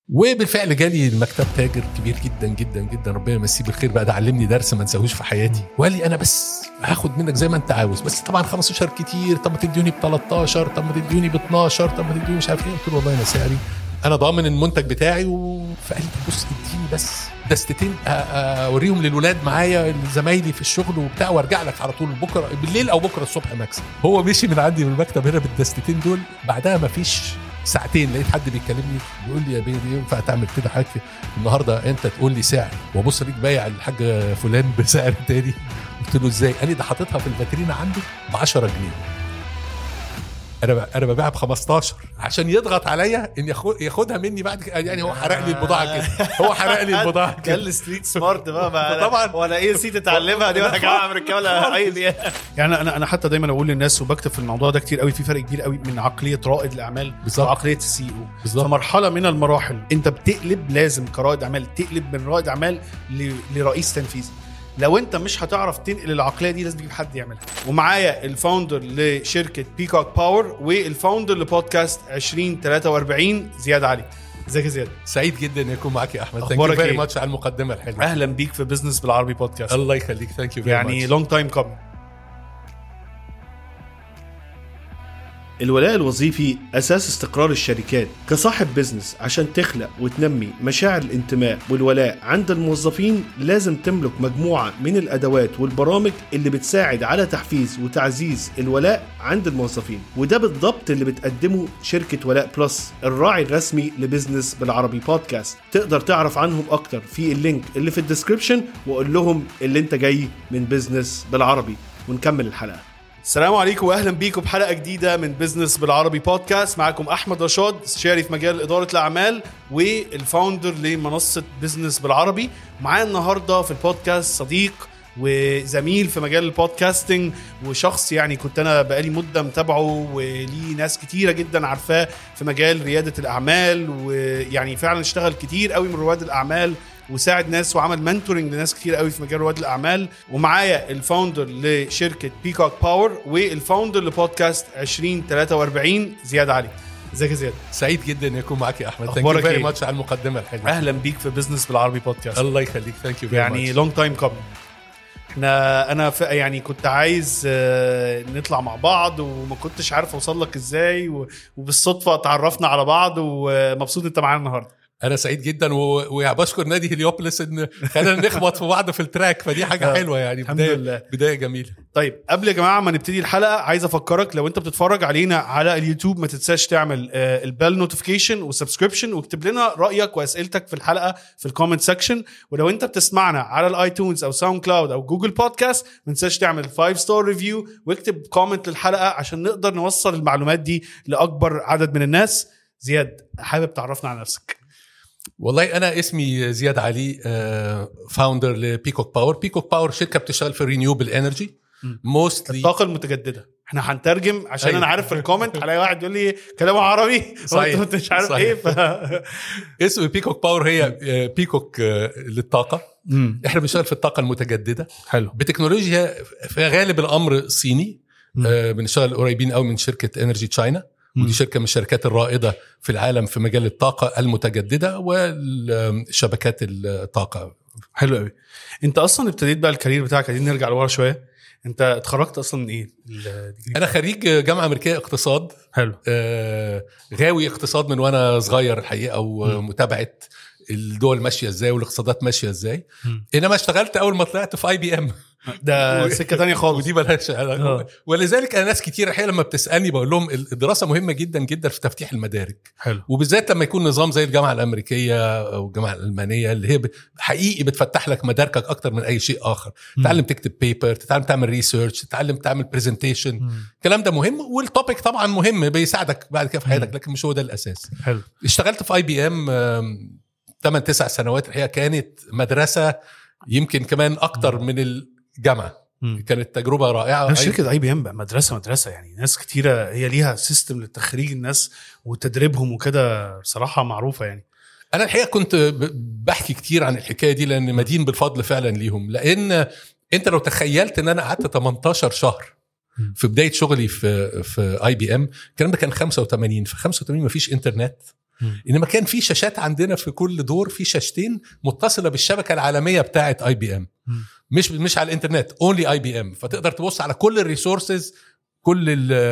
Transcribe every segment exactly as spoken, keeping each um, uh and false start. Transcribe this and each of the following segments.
وبالفعل جالي المكتب تاجر كبير جدا جدا جدا، ربنا يمسيه بالخير بقى، ده علمني درس ما انساهوش في حياتي. وقال لي انا بس هاخد منك زي ما انت عاوز، بس طبعا خمستاشر كتير، طب ما تديوني ب تلتاشر، طب ما تديوني ب اتناشر، طب ما تديوني مش عارف ايه. قلت له والله انا سعري انا ضامن المنتج بتاعي و... فقال لي بص اديني بس دستتين اوريهم للولاد معايا زمايلي في الشغل وبتاع، وارجع لك على طول بكره بالليل او بكره الصبح مكسب. هو مشي من عندي من المكتب هنا بالدستتين دول. بعدها ما فيش ساعتين لقيت حد بيكلمني بيقول لي يا بيه ينفع تعمل كده حاجه النهارده انت تقول لي سعر وابص ليك بايع الحاج فلان بسعر تاني؟ قلت له ازاي؟ قال لي ده حاططها في الفاترينا عنده ب عشرة جنيه، انا انا ببيعها ب خمستاشر عشان يضغط عليا ان ياخدها مني بعد كده. يعني هو حرق لي البضاعه كده، هو حرق لي البضاعه كده. كان ستريت سمارت بقى طبعا. ولا ايه نسيت اتعلمها دي ولا جماعه امريكيه ولا عيب يعني. انا انا حتى دايما اقول للناس وبكتب في الموضوع ده كتير قوي، في فرق كبير قوي من عقليه رائد الاعمال وعقليه السي او. فمرحله من المراحل انت بتقلب، لازم كرائد اعمال تقلب من رائد اعمال لرئيس تنفيذي. لو انت مش هتعرف تنقل العقليه دي لازم تجيب حد يعملها. ومعايا الفاوندر لشركه بيكوك باور والفاوندر لبودكاست عشرين تلاتة واربعين زياد علي. ازيك يا زياد؟ سعيد جدا ان اكون معاك يا احمد. ثانك يو فيري ماتش على المقدمه الحلوه. اهلا بيك في بزنس بالعربي بودكاست. الله يخليك. ثانك يو يعني لونج تايم كومينج. الولاء الوظيفي أساس استقرار الشركات. كصاحب بزنس عشان تخلق وتنمي مشاعر الانتماء والولاء عند الموظفين لازم تملك مجموعة من الأدوات والبرامج اللي بتساعد على تحفيز وتعزيز الولاء عند الموظفين، وده بالضبط اللي بتقدمه شركة ولاء بلس الراعي الرسمي لبزنس بالعربي بودكاست. تقدر تعرف عنهم أكتر في اللينك اللي في الديسكريبشن، وقول لهم اللي انت جاي من بزنس بالعربي. ونكمل الحلقة. السلام عليكم واهلا بيكم بحلقه جديده من بزنس بالعربي بودكاست. معاكم احمد رشاد، استشاري في مجال اداره الاعمال والفاوندر لمنصه بزنس بالعربي. معايا النهارده في البودكاست صديق وزميل في مجال البودكاستنج، وشخص يعني كنت انا بقالي مده متابعه وليه ناس كتيره جدا عارفاه في مجال رياده الاعمال، ويعني فعلا اشتغل كتير قوي من رواد الاعمال وساعد ناس وعمل منتورنج لناس كتير قوي في مجال رواد الاعمال. ومعايا الفاوندر لشركه بيكوك باور والفاوندر لبودكاست عشرين تلاتة واربعين زياد علي. ازيك يا زياد؟ سعيد جدا ان اكون معاك يا احمد. ثانك يو فيري ماتش على المقدمه الحلوه. اهلا بيك في بزنس بالعربي بودكاست. الله يخليك. ثانك يو يعني لونج تايم كومينج. احنا انا يعني كنت عايز نطلع مع بعض وما كنتش عارف اوصل لك ازاي، وبالصدفه تعرفنا على بعض ومبسوط انت معانا النهارده. انا سعيد جدا وبشكر نادي هليوبوليس ان خلينا نخبط في بعض في التراك، فدي حاجه حلوه يعني. بدايه بدايه جميله. طيب قبل يا جماعه ما نبتدي الحلقه، عايز افكرك لو انت بتتفرج علينا على اليوتيوب ما تنساش تعمل البيل نوتيفيكيشن وسبسكريبشن، واكتب لنا رايك واسئلتك في الحلقه في الكومنت سيكشن. ولو انت بتسمعنا على الايتونز او ساوند كلاود او جوجل بودكاست ما تنساش تعمل خمسة ستار ريفيو واكتب كومنت للحلقه عشان نقدر نوصل المعلومات دي لاكبر عدد من الناس. زياد، حابب تعرفنا عن نفسك؟ والله أنا اسمي زياد علي، فاوندر لبيكوك باور. بيكوك باور شركة بتشتغل في الرينيوبل انرجي، موستلي الطاقة المتجددة. احنا هنترجم عشان أيوة. انا عارف في الكومنت على واحد يقول لي كلامه عربي وانت مش عارف صحيح. ايه ف... اسم بيكوك باور هي بيكوك للطاقة. مم. احنا بنشتغل في الطاقة المتجددة. حلو. بتكنولوجيا في غالب الأمر صيني. آه بنشتغل قريبين قوي من شركة انرجي تشاينا، ودي شركة من الشركات الرائدة في العالم في مجال الطاقة المتجددة والشبكات الطاقة. حلو قوي. انت اصلا ابتديت بقى الكارير بتاعك، عايزين نرجع لورا شوية. انت اتخرجت اصلا من ايه؟ انا خريج جامعة امريكية اقتصاد. حلو. آه غاوي اقتصاد من وانا صغير الحقيقة، ومتابعة الدول ماشية ازاي والاقتصادات ماشية ازاي. م. انما اشتغلت اول ما طلعت في اي بي ام، ده سكه تانية خالص ودي ملهاش علاقه. ولذلك انا ناس كتير الحقيقه لما بتسالني بقول لهم الدراسه مهمه جدا جدا في تفتيح المدارك. حلو. وبالذات لما يكون نظام زي الجامعه الامريكيه او الجامعه الالمانيه اللي هي حقيقي بتفتح لك مداركك اكتر من اي شيء اخر. م. تتعلم تكتب بيبر، تتعلم تعمل ريسيرش، تتعلم تعمل برزنتيشن. الكلام ده مهم، والتوبيك طبعا مهم بيساعدك بعد كده في حياتك، لكن مش هو ده الاساس. حلو. اشتغلت في اي بي ام ثمانية تسعة سنوات الحقيقه، كانت مدرسه يمكن كمان اكتر م. من الجامعه. مم. كانت تجربة رائعة. شركة اي بي ام مدرسة مدرسة يعني ناس كتيرة هي ليها سيستم للتخريج الناس وتدريبهم وكده، بصراحة معروفة يعني. أنا الحقيقة كنت بحكي كتير عن الحكاية دي لأن مدين بالفضل فعلا ليهم، لأن أنت لو تخيلت أن أنا قعدت تمنتاشر شهر في بداية شغلي في في اي بي ام، الكلام ده كان خمسة وثمانين، في خمسة وثمانين مفيش انترنت، انما كان في شاشات عندنا في كل دور، في شاشتين متصله بالشبكه العالميه بتاعه اي بي ام، مش مش على الانترنت، اونلي اي بي ام. فتقدر تبص على كل الريسورسز، كل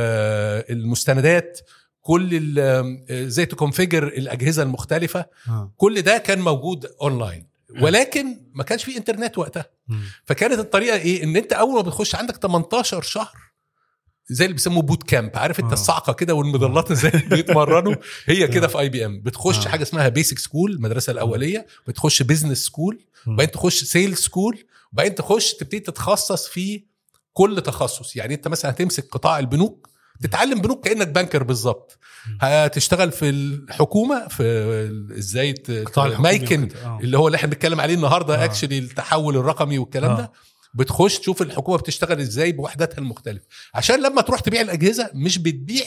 المستندات، كل زي تكونفيجر الاجهزه المختلفه. آه. كل ده كان موجود اونلاين، ولكن ما كانش في انترنت وقتها. م. فكانت الطريقه ايه؟ ان انت اول ما بتخش عندك تمنتاشر شهر زي اللي بيسموه بوت كامب، عارف انت الصعقه كده والمظلات ازاي بيتمرنوا، هي كده في اي بي ام. بتخش آه. حاجه اسمها بيسك سكول، المدرسه الاوليه، بتخش بيزنس سكول، وبعدين تخش سيلز سكول، وبعدين تخش تبتدي تتخصص في كل تخصص. يعني انت مثلا هتمسك قطاع البنوك، تتعلم بنوك كأنك بانكر بالظبط. هتشتغل في الحكومة، في ازاي مايكن اللي هو اللي احنا بنتكلم عليه النهاردة، اكشلي التحول الرقمي والكلام آه. ده. بتخش تشوف الحكومة بتشتغل ازاي بوحداتها المختلفة، عشان لما تروح تبيع الأجهزة مش بتبيع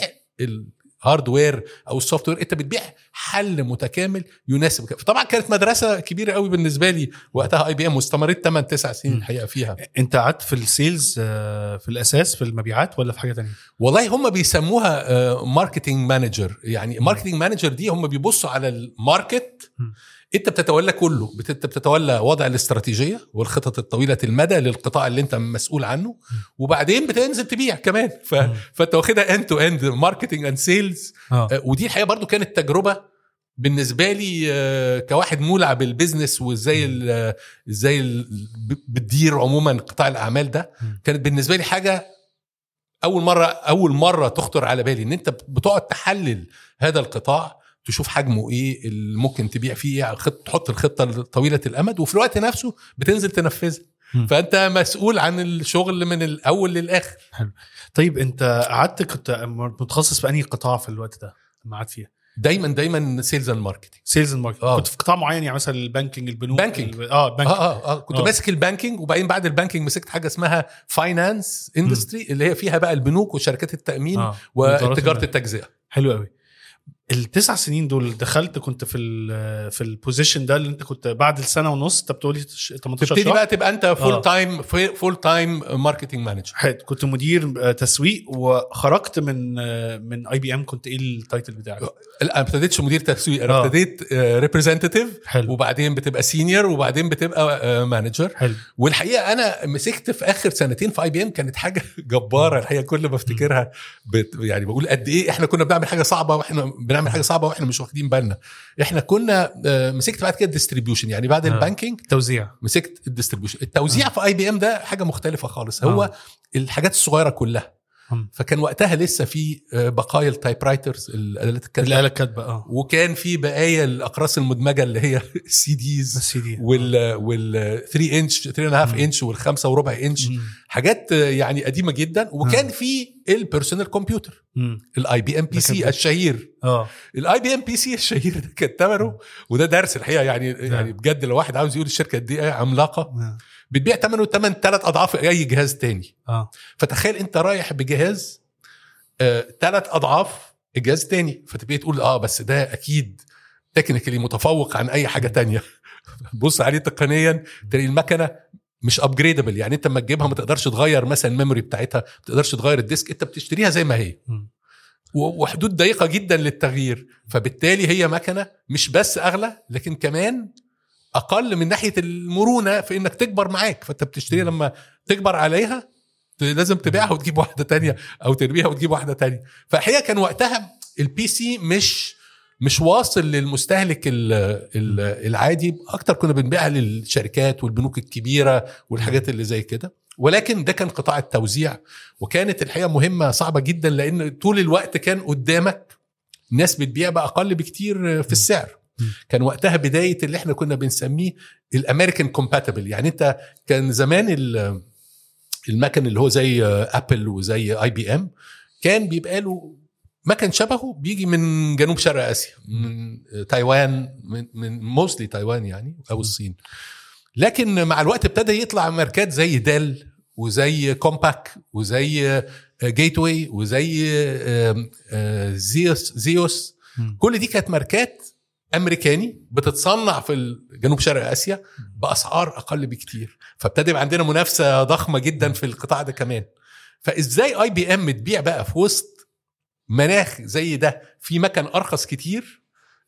الهاردوير او السوفت وير، انت بتبيع حل متكامل يناسب. طبعا كانت مدرسه كبيره قوي بالنسبه لي وقتها اي بي ام، واستمريت ثمانية تسعة سنين الحقيقه فيها. انت قعدت في السيلز في الاساس في المبيعات ولا في حاجه تانية؟ والله هم بيسموها ماركتنج مانجر. يعني ماركتنج مانجر دي هم بيبصوا على الماركت، انت بتتولى كله، انت بتتولى وضع الاستراتيجيه والخطط الطويله المدى للقطاع اللي انت مسؤول عنه، وبعدين بتنزل تبيع كمان. ف... فانت واخدها اند تو اند ماركتنج اند سيلز. ودي الحقيقه برضو كانت تجربه بالنسبه لي كواحد مولع بالبزنس، وازاي ال... ازاي ال... بتدير عموما قطاع الاعمال ده. كانت بالنسبه لي حاجه اول مره اول مره تخطر على بالي، ان انت بتقعد تحلل هذا القطاع، تشوف حجمه ايه اللي ممكن تبيع فيه، خط تحط الخطه طويله الامد، وفي الوقت نفسه بتنزل تنفذها. فانت مسؤول عن الشغل من الاول للاخر. حلو. طيب انت قعدت كنت متخصص في انهي قطاع في الوقت ده لما قعدت فيها؟ دايما دايما سيلز اند ماركتنج. سيلز اند ماركتنج. كنت في قطاع معين يعني مثلا البانكينج، البنوك؟ بانكينج. اه بانكينج. اه اه, آه. كنت ماسك البانكينج، وبعدين بعد البانكينج مسكت حاجه اسمها فاينانس اندستري، اللي هي فيها بقى البنوك وشركات التامين آه. وتجاره التجزئه. حلو قوي. التسع سنين دول دخلت كنت في ال في البوزيشن ده اللي انت كنت بعد السنه ونص. انت بتقولي تمنتاشر شهر تبتدي بقى تبقى انت فول تايم فول تايم ماركتنج مانجر. كنت مدير تسويق، وخرجت من من اي بي ام. كنت ايه التايتل بتاعك؟ لا ما ابتديتش مدير تسويق، انا ابتديت ريبريزنتيف، وبعدين بتبقى سينيور، وبعدين بتبقى مانجر. والحقيقه انا مسكت في اخر سنتين في اي بي ام كانت حاجه جباره الحقيقه. كل ما افتكرها بت يعني بقول قد ايه احنا كنا بنعمل حاجه صعبه، واحنا بنعمل حاجه صعبه واحنا مش واخدين بالنا. احنا كنا مسكت بعد كده الديستريبيوشن، يعني بعد آه. البانكينج توزيع، مسكت الديستريبيوشن. التوزيع آه. في اي بي ام ده حاجه مختلفه خالص. هو آه. الحاجات الصغيره كلها. فكان وقتها لسه في بقايا التايب رايترز، الآلات الكاتبة، الآلات الكاتبة اه وكان في بقايا الأقراص المدمجة اللي هي السي ديز وال وال ثلاثة انش ثلاثة اند هاف انش والخمسة وربع انش، مم. حاجات يعني قديمة جدا. وكان مم. في البيرسونال كمبيوتر، الاي بي ام بي سي الشهير. اه الاي بي ام بي سي الشهير ده كان ثمنه، وده درس الحقيقة يعني. مم. يعني بجد لو واحد عاوز يقول الشركة دي عملاقة، مم. بتبيع ثمنه ثمن ثلاث اضعاف اي جهاز تاني. اه فتخيل انت رايح بجهاز ثلاث آه اضعاف الجهاز تاني، فتبقى تقول اه بس ده اكيد تكنيكالي متفوق عن اي حاجه تانية. بص عليه تقنيا تلاقي المكنه مش ابجريدبل. يعني انت لما تجيبها ما تقدرش تغير مثلا الميموري بتاعتها، ما تقدرش تغير الديسك، انت بتشتريها زي ما هي، وحدود ضيقه جدا للتغيير. فبالتالي هي مكنه مش بس اغلى، لكن كمان اقل من ناحيه المرونه في انك تكبر معاك. فانت بتشتري لما تكبر عليها لازم تبيعها وتجيب واحده تانية، او تربيها وتجيب واحده تانية. فحقيقه كان وقتها البي سي مش مش واصل للمستهلك العادي، اكتر كنا بنبيعها للشركات والبنوك الكبيره والحاجات اللي زي كده. ولكن ده كان قطاع التوزيع، وكانت الحقيقه مهمه صعبه جدا، لان طول الوقت كان قدامك ناس بتبيع باقل بكتير في السعر. كان وقتها بداية اللي احنا كنا بنسميه الامريكان كومباتبل. يعني انت كان زمان المكن اللي هو زي ابل وزي اي بي ام كان بيبقى له مكن شبهه بيجي من جنوب شرق اسيا، من تايوان، من, من موستلي تايوان يعني او الصين. لكن مع الوقت ابتدى يطلع ماركات زي ديل وزي كومباك وزي جيتوي وزي زيوس زيوس كل دي كانت ماركات امريكاني بتتصنع في جنوب شرق اسيا باسعار اقل بكتير. فابتدى يبقى عندنا منافسه ضخمه جدا في القطاع ده كمان. فازاي اي بي ام تبيع بقى في وسط مناخ زي ده في مكان ارخص كتير؟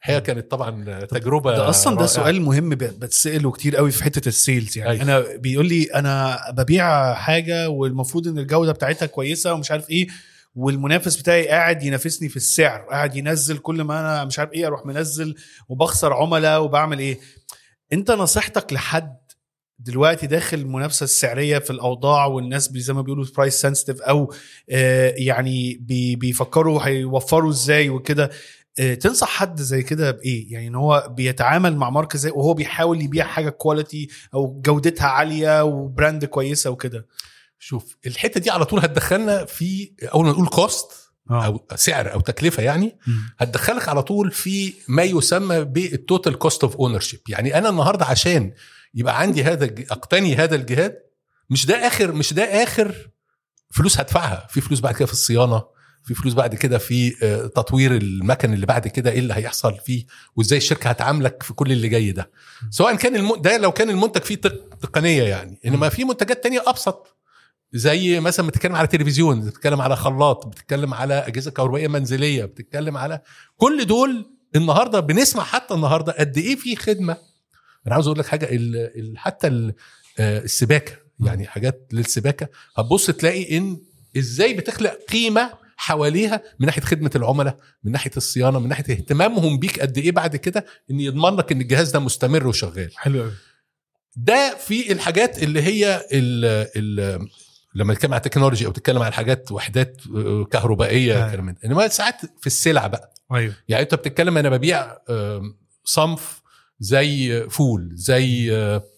هي كانت طبعا تجربه. ده اصلا ده رائعة. سؤال مهم بتسأله كتير قوي في حته السيلز يعني. أيوة. انا بيقول لي انا ببيع حاجه والمفروض ان الجوده بتاعتها كويسه ومش عارف ايه، والمنافس بتاعي قاعد ينافسني في السعر، قاعد ينزل كل ما انا مش عارف ايه اروح منزل وبخسر عملاء وبعمل ايه. انت نصيحتك لحد دلوقتي داخل المنافسه السعريه في الاوضاع والناس زي ما بيقولوا برايس سنسيتيف او آه يعني بي بيفكروا هيوفروا ازاي وكده، آه تنصح حد زي كده بايه؟ يعني ان هو بيتعامل مع ماركه زي وهو بيحاول يبيع حاجه كواليتي او جودتها عاليه وبراند كويسه وكده. شوف الحته دي على طول هتدخلنا في اول ما نقول كوست آه. او سعر او تكلفه يعني م. هتدخلك على طول في ما يسمى بالتوتال كوست اوف اونرشيب. يعني انا النهارده عشان يبقى عندي هذا اقتني هذا الجهاز، مش ده اخر مش ده اخر فلوس هدفعها، في فلوس بعد كده في الصيانه، في فلوس بعد كده في تطوير المكن اللي بعد كده ايه اللي هيحصل فيه، وازاي الشركه هتعاملك في كل اللي جاي ده، سواء كان الم... ده لو كان المنتج فيه تقنيه يعني. انما في منتجات تانية ابسط، زي مثلا بتتكلم على تلفزيون، بتتكلم على خلاط، بتتكلم على اجهزه كهربائيه منزليه، بتتكلم على كل دول. النهارده بنسمع حتى النهارده قد ايه في خدمه. انا عاوز اقول لك حاجه، ال ال حتى ال السباكه، يعني حاجات للسباكه هتبص تلاقي ان ازاي بتخلق قيمه حواليها من ناحيه خدمه العملاء، من ناحيه الصيانه، من ناحيه اهتمامهم بيك قد ايه بعد كده ان يضمن لك ان الجهاز ده مستمر وشغال. حلو قوي. ده في الحاجات اللي هي ال ال لما تتكلم على التكنولوجي او تتكلم على حاجات وحدات كهربائيه كلام من. انما ساعات في السلع بقى، ايوه يعني انت بتتكلم انا ببيع صنف زي فول، زي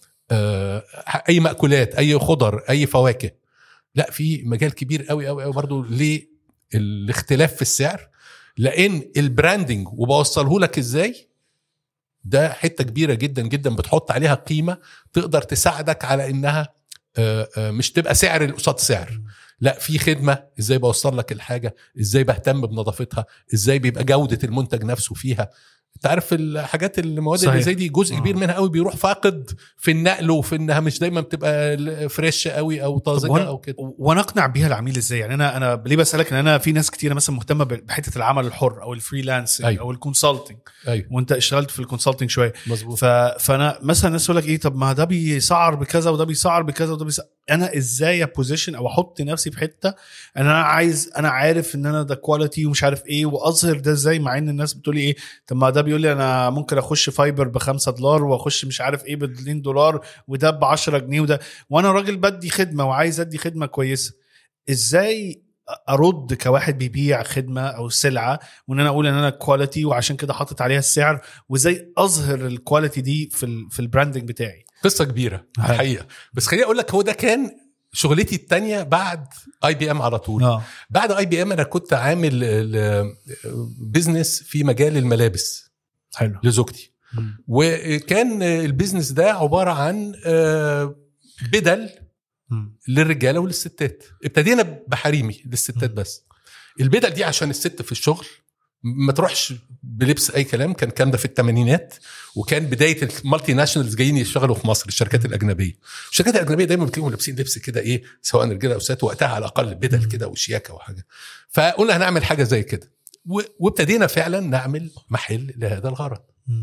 اي مأكولات، اي خضر، اي فواكه، لا في مجال كبير قوي قوي قوي برضو للاختلاف في السعر، لان البراندنج وبوصله لك ازاي ده حته كبيره جدا جدا بتحط عليها قيمه تقدر تساعدك على انها مش تبقى سعر قصاد سعر، لا في خدمه، ازاي بوصل لك الحاجه، ازاي بهتم بنظافتها، ازاي بيبقى جوده المنتج نفسه فيها. انت عارف الحاجات المواد صحيح. اللي زي دي جزء آه. كبير منها قوي بيروح فاقد في النقل، وفي انها مش دايما بتبقى فريش قوي او طازجه او كده. وانا اقنع بيها العميل ازاي؟ يعني انا انا ليه بسالك؟ ان انا في ناس كتير مثلا مهتمه بحته العمل الحر او الفريلانسنج أيوة. او الكونسلتنج أيوة. وانت اشتغلت في الكونسلتنج شويه مظبوط. فانا مثلا الناس يقول لك ايه، طب ما ده بيسعر بكذا وده بيسعر بكذا وده بيسعر. انا ازاي ابوزيشن او احط نفسي في حته انا عايز، انا عارف ان انا ده كواليتي ومش عارف ايه، واظهر ده ازاي؟ مع ان الناس بتقولي ايه، طب ما ده بيقول لي انا ممكن اخش فايبر بخمسة دولار واخش مش عارف ايه بدلين دولار وده بعشرة جنيه وده، وانا راجل بدي خدمه وعايز ادي خدمه كويسه. ازاي ارد كواحد بيبيع خدمه او سلعه وان انا اقول ان انا كواليتي وعشان كده حاطط عليها السعر، وازاي اظهر الكواليتي دي في في البراندنج بتاعي؟ قصه كبيره الحقيقه، بس خليني اقول لك هو ده كان شغلتي التانية بعد اي بي ام على طول. أوه. بعد اي بي ام انا كنت عامل بيزنس في مجال الملابس حلو لزوجتي، وكان البيزنس ده عباره عن بدل للرجاله وللستات. ابتدينا بحريمي للستات بس. البدل دي عشان الست في الشغل ما تروحش بلبس اي كلام، كان كان ده في الثمانينات، وكان بدايه المالتي ناشونالز جايين يشتغلوا في مصر، الشركات الاجنبيه. الشركات الاجنبيه دايما بتلاقيهم لابسين لبس كده ايه، سواء رجاله او ستات، وقتها على الاقل بدل كده وشياكه وحاجه. فقلنا هنعمل حاجه زي كده، وابتدينا فعلا نعمل محل لهذا الغرض.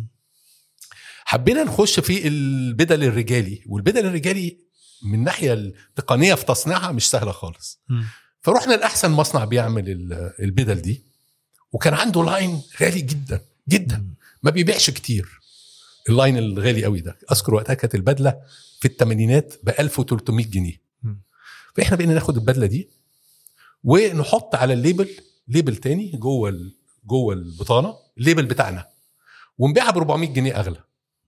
حبينا نخش في البدل الرجالي، والبدل الرجالي من ناحيه التقنيه في تصنيعها مش سهله خالص. فروحنا لاحسن مصنع بيعمل البدل دي، وكان عنده لاين غالي جدا جدا، ما بيبيعش كتير. اللاين الغالي قوي ده، اذكر وقتها كانت البدله في الثمانينات ب ألف وثلاثمية جنيه. فاحنا بقينا ناخد البدله دي ونحط على الليبل ليبل تاني جوه جوه البطانه، الليبل بتاعنا، ونبيعها ب أربعمية جنيه اغلى.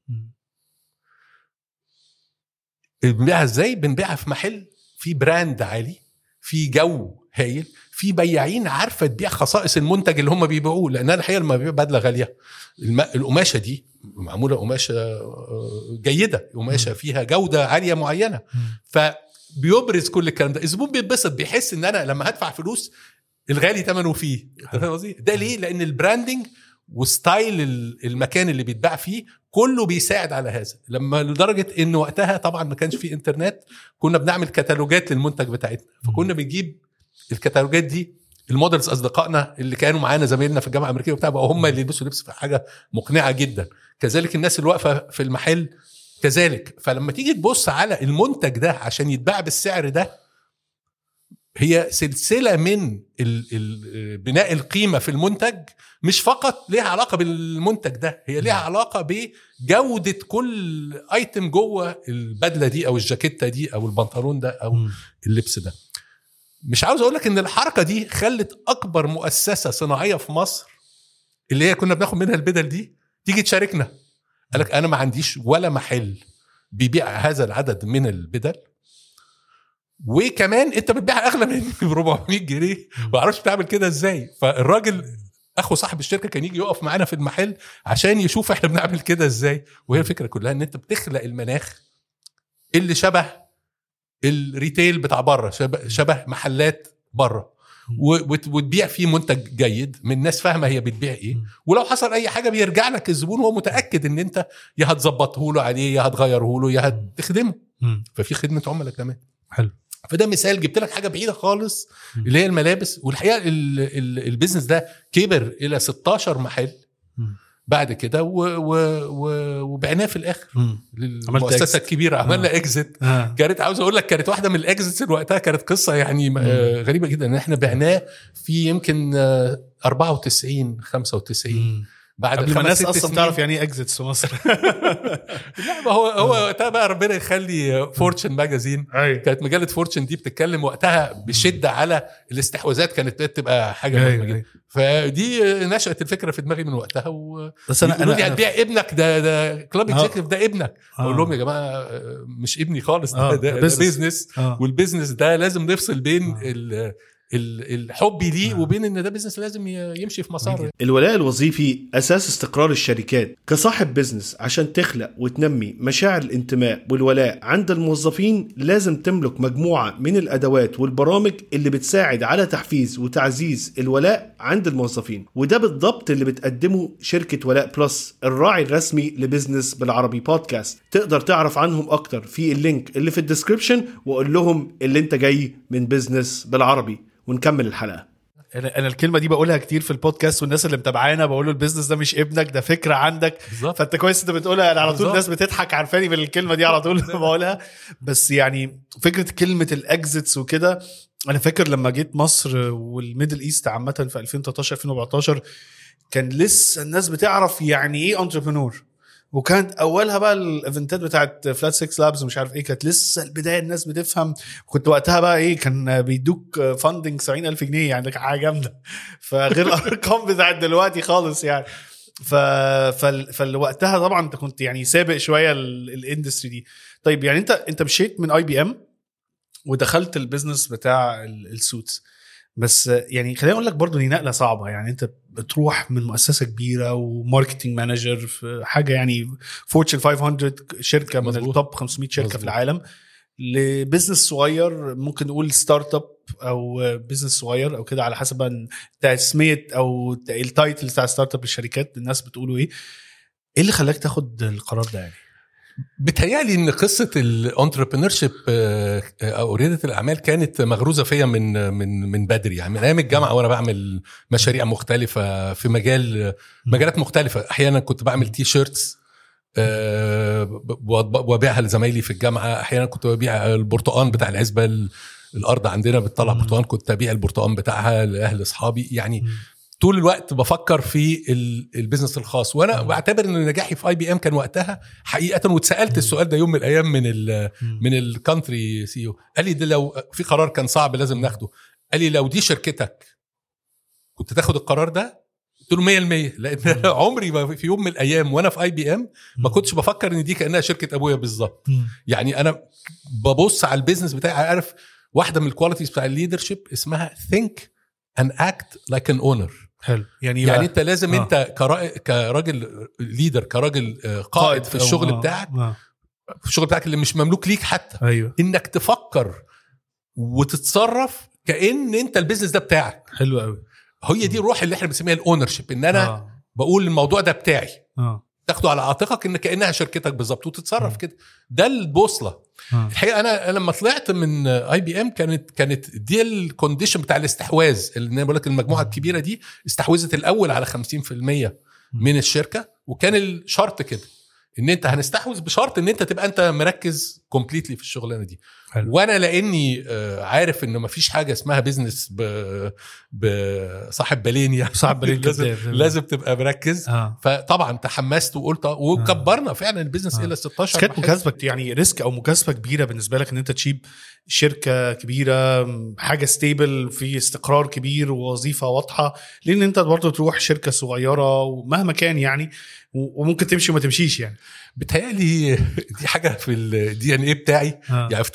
بنبيعها ازاي؟ بنبيعها في محل في براند عالي، في جو هايل، في بياعين عارفه تبيع خصائص المنتج اللي هم بيبيعوه. لان انا الحقيقه لما ببيع بدله غاليه، القماشه دي معموله قماشه جيده، قماشه فيها جوده عاليه معينه، فبيبرز كل الكلام ده. الزبون بيتبسط، بيحس ان انا لما هدفع فلوس الغالي ثمنه فيه. ده ليه؟ لان البراندنج وستايل المكان اللي بيتباع فيه كله بيساعد على هذا. لما لدرجه ان وقتها طبعا ما كانش في انترنت، كنا بنعمل كتالوجات للمنتج بتاعتنا، فكنا بنجيب الكتالوجات دي المودلز اصدقائنا اللي كانوا معانا زمايلنا في الجامعه الامريكيه وبتاع بقى هم اللي يلبسوا لبس في حاجه مقنعه جدا. كذلك الناس اللي واقفه في المحل كذلك. فلما تيجي تبص على المنتج ده عشان يتباع بالسعر ده، هي سلسله من ال ال بناء القيمه في المنتج، مش فقط ليها علاقه بالمنتج ده، هي ليها علاقه بجوده كل ايتم جوه البدله دي او الجاكيته دي او البنطلون ده او اللبس ده. مش عاوز اقول لك ان الحركه دي خلت اكبر مؤسسه صناعيه في مصر اللي هي كنا بناخد منها البدل دي تيجي تشاركنا. قالك انا ما عنديش ولا محل بيبيع هذا العدد من البدل، وكمان انت بتبيع اغلى مني ب أربعمية جنيه، ما اعرفش بتعمل كده ازاي. فالراجل اخو صاحب الشركه كان يجي يقف معانا في المحل عشان يشوف احنا بنعمل كده ازاي. وهي الفكره كلها ان انت بتخلق المناخ اللي شبه الريتيل بتاع بره، شبه, شبه محلات بره، وتبيع فيه منتج جيد من ناس فاهمه هي بتبيع ايه، ولو حصل اي حاجه بيرجع لك الزبون وهو متاكد ان انت يا هتظبطه له عليه يا هتغيره له يا هتخدمه. ففي خدمه عملاء كمان. حلو. فده مثال جبت لك حاجه بعيده خالص اللي هي الملابس. والحقيقه البيزنس ده كبر الى ستاشر محل بعد كده وبعناه في الاخر المؤسسه الكبيره. عملنا اكزيت. آه. كانت عاوز اقول لك كانت واحده من الاكزيتس وقتها كانت قصه يعني مم. غريبه جدا ان احنا بعناه في يمكن أربعة وتسعين خمسة وتسعين بعد قبل ما الناس اصلا تعرف يعني ايه اكزيتس في مصر. لا ما هو هو وقتها بقى ربنا يخلي فورتشن ماجازين. كانت مجله فورتشن دي بتتكلم وقتها بشده على الاستحواذات، كانت تبقى حاجه مهمه جدا. فدي نشأت الفكره في دماغي من وقتها. و بس انا انا هتبيع ابنك ده ده كلاب اكزيكتيف ده ابنك. اقول لهم يا جماعه مش ابني خالص، ده, ده, ده بيزنس. والبيزنس ده لازم نفصل بين ال الحب ليه وبين ان ده بيزنس لازم يمشي في مسار. الولاء الوظيفي اساس استقرار الشركات. كصاحب بيزنس عشان تخلق وتنمي مشاعر الانتماء والولاء عند الموظفين لازم تملك مجموعة من الادوات والبرامج اللي بتساعد على تحفيز وتعزيز الولاء عند الموظفين، وده بالضبط اللي بتقدمه شركة ولاء بلس الراعي الرسمي لبزنس بالعربي بودكاست. تقدر تعرف عنهم اكتر في اللينك اللي في الديسكريبشن، وقول لهم اللي انت جاي من بزنس بالعربي. ونكمل الحلقة. انا انا الكلمه دي بقولها كتير في البودكاست، والناس اللي متابعانا بقول له البيزنس ده مش ابنك، ده فكره عندك. بالزبط. فانت كويس انت بتقولها. انا على طول الناس بتضحك عارفاني بالكلمه دي على طول بقولها. بس يعني فكره كلمه الاكزيتس وكده، انا فاكر لما جيت مصر والميدل ايست عامه في ألفين وتلتاشر ألفين وأربعتاشر كان لسه الناس بتعرف يعني ايه انتربرنور، وكانت اولها بقى الايفنتات بتاعت فلات سيكس لابز ومش عارف ايه، كانت لسه البدايه الناس بتفهم. كنت وقتها بقى ايه، كان بيدوك فاندنج سبعين ألف جنيه، يعني حاجه جامده، فغير الارقام بتاعت دلوقتي خالص يعني. ف فالوقتها طبعا انت كنت يعني سابق شويه الاندستري دي. طيب يعني انت انت مشيت من اي بي ام ودخلت البيزنس بتاع السوتس، بس يعني خليني اقول لك برضو دي نقله صعبه. يعني انت بتروح من مؤسسه كبيره وماركتنج مانجر في حاجه يعني فورتشن خمسمية شركه من التوب خمسمية شركه مزبوط. في العالم، لبزنس صغير ممكن نقول ستارت اب او بزنس صغير او كده على حسب تسميه او التايتل بتاع ستارت اب للشركات الناس بتقولوا ايه. ايه اللي خلاك تاخد القرار ده؟ يعني بتهيالي ان قصه الانتربرينورشيب او رياده الاعمال كانت مغروزه فيا من من من بدري، يعني من ايام الجامعه وانا بعمل مشاريع مختلفه في مجال مجالات مختلفه. احيانا كنت بعمل تي شيرتس وببيعها لزمايلي في الجامعه، احيانا كنت ببيع البرتقال بتاع العزبه، الارض عندنا بتطلع برتقال، كنت ابيع البرتقال بتاعها لاهل اصحابي. يعني طول الوقت بفكر في البيزنس الخاص. وانا بعتبر ان نجاحي في اي بي ام كان وقتها حقيقه، واتسالت السؤال ده يوم من الايام من ال من الكانتري سي او، قال لي ده لو في قرار كان صعب لازم ناخده، قال لي لو دي شركتك كنت تاخد القرار ده؟ قلت له مية بالمية، لان عمري ما في يوم من الايام وانا في اي بي ام ما كنتش بفكر ان دي كانها شركه ابويا بالظبط. يعني انا ببص على البيزنس بتاعي، عارف واحده من الكواليتيز بتاع الليدرشيب اسمها think and act like an owner. حلو. يعني يعني انت لازم آه. انت كراجل ليدر، كراجل قائد في الشغل آه. بتاعك آه. في الشغل بتاعك اللي مش مملوك ليك حتى. أيوة. انك تفكر وتتصرف كأن انت البيزنس ده بتاعك. حلو قوي. هي دي الروح اللي احنا بنسميها الاونرشيب، ان انا آه. بقول الموضوع ده بتاعي آه. تاخده على عاتقك ان كأنها شركتك بالظبط وتتصرف كده. ده البوصله آه. الحقيقه انا لما طلعت من اي بي ام كانت كانت دي الكونديشن بتاع الاستحواذ اللي انا بقول لك المجموعه الكبيره دي استحوذت الاول على خمسين في المية من الشركه، وكان الشرط كده ان انت هنستحوذ بشرط ان انت تبقى انت مركز كومبليتلي في الشغلانه دي. حلو. وانا لاني عارف انه مفيش حاجه اسمها بيزنس بصاحب بالين يعني صاحب بالين لازم, لازم تبقى مركز. آه. فطبعا تحمست وقلت وكبرنا آه. فعلا البيزنس آه. الى ستاشر. كانت مكاسبه يعني ريسك او مكاسبه كبيره بالنسبه لك ان انت تشيب شركه كبيره، حاجه ستيبل في استقرار كبير ووظيفه واضحه، لان انت برضه تروح شركه صغيره ومهما كان يعني وممكن تمشي وما تمشيش يعني. بتهيألي دي حاجة في الدي ان ايه بتاعي آه. يعني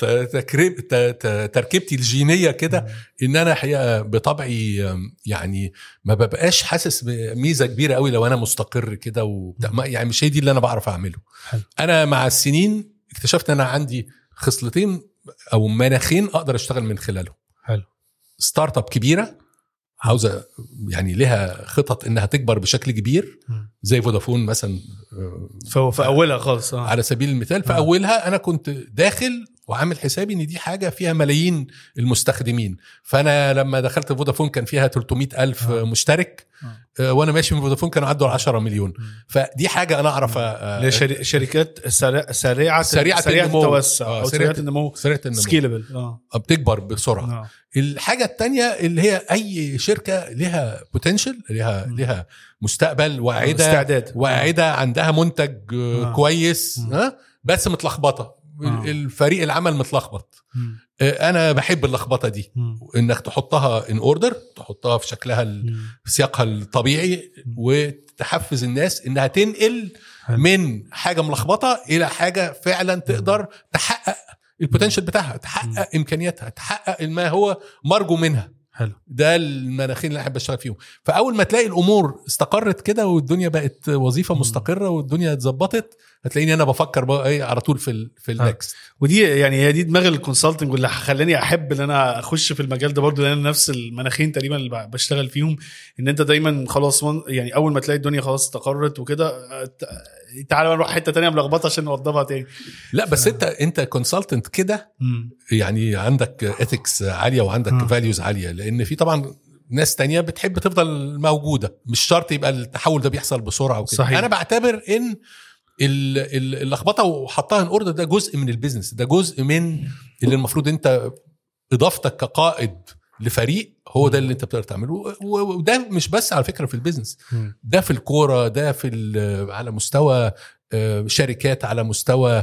في تركيبتي الجينية كده ان انا حقيقة بطبعي يعني ما ببقاش حاسس بميزة كبيرة قوي لو انا مستقر كده، يعني مش هي دي اللي انا بعرف اعمله. حلو. انا مع السنين اكتشفت ان انا عندي خصلتين او مناخين اقدر اشتغل من خلالهم. حلو. ستارت اب كبيرة عاوزة يعني لها خطط انها تكبر بشكل كبير زي فودافون مثلا في اولها خالص آه. على سبيل المثال في اولها انا كنت داخل وعامل حسابي ان دي حاجة فيها ملايين المستخدمين، فانا لما دخلت فودافون كان فيها ثلاثمائة ألف آه. مشترك آه. وانا ماشي من فودافون كانوا عدوا عشرة مليون. فدي حاجة انا اعرف آه شركات سريعة سريعة, سريعة التوسع آه. سريعة النمو سريعة النمو سكيلبل آه. بتكبر بسرعة آه. الحاجة التانية اللي هي أي شركة لها بوتنشل، لها لها مستقبل، واعدة استعداد، واعدة عندها منتج آه. كويس آه. بس متلخبطة آه. الفريق العمل متلخبط. آه. أنا بحب اللخبطة دي م. إنك تحطها in order، تحطها في شكلها في سياقها الطبيعي م. وتحفز الناس إنها تنقل حل. من حاجة ملخبطة إلى حاجة فعلا تقدر تحقق البوتنشل بتاعها، تحقق م. امكانياتها، تحقق ما هو مرجو منها. حلو. ده المناخين اللي احب اشتغل فيهم. فاول ما تلاقي الامور استقرت كده والدنيا بقت وظيفه م. مستقره والدنيا اتظبطت، هتلاقيني انا بفكر بقى ايه على طول في ال في النكست. ودي يعني هي دي دماغ الكونسلتنج واللي خلاني احب ان انا اخش في المجال ده برضو، لان نفس المناخين تقريبا اللي بشتغل فيهم، ان انت دايما خلاص يعني اول ما تلاقي الدنيا خلاص استقرت وكده تعالى نروح حته تانية ملخبطه عشان نوضبها تاني. لا بس ف... انت انت كونسلتنت كده يعني عندك ايثكس عاليه وعندك فاليوز عاليه، لان في طبعا ناس تانية بتحب تفضل موجوده، مش شرط يبقى التحول ده بيحصل بسرعه وكده. انا بعتبر ان اللخبطه وحطها ان اوردر ده جزء من البيزنس، ده جزء من اللي المفروض انت اضافتك كقائد لفريق هو ده اللي انت بتقدر تعمله. وده مش بس على فكره في البيزنس، ده في الكوره، ده في على مستوى شركات، على مستوى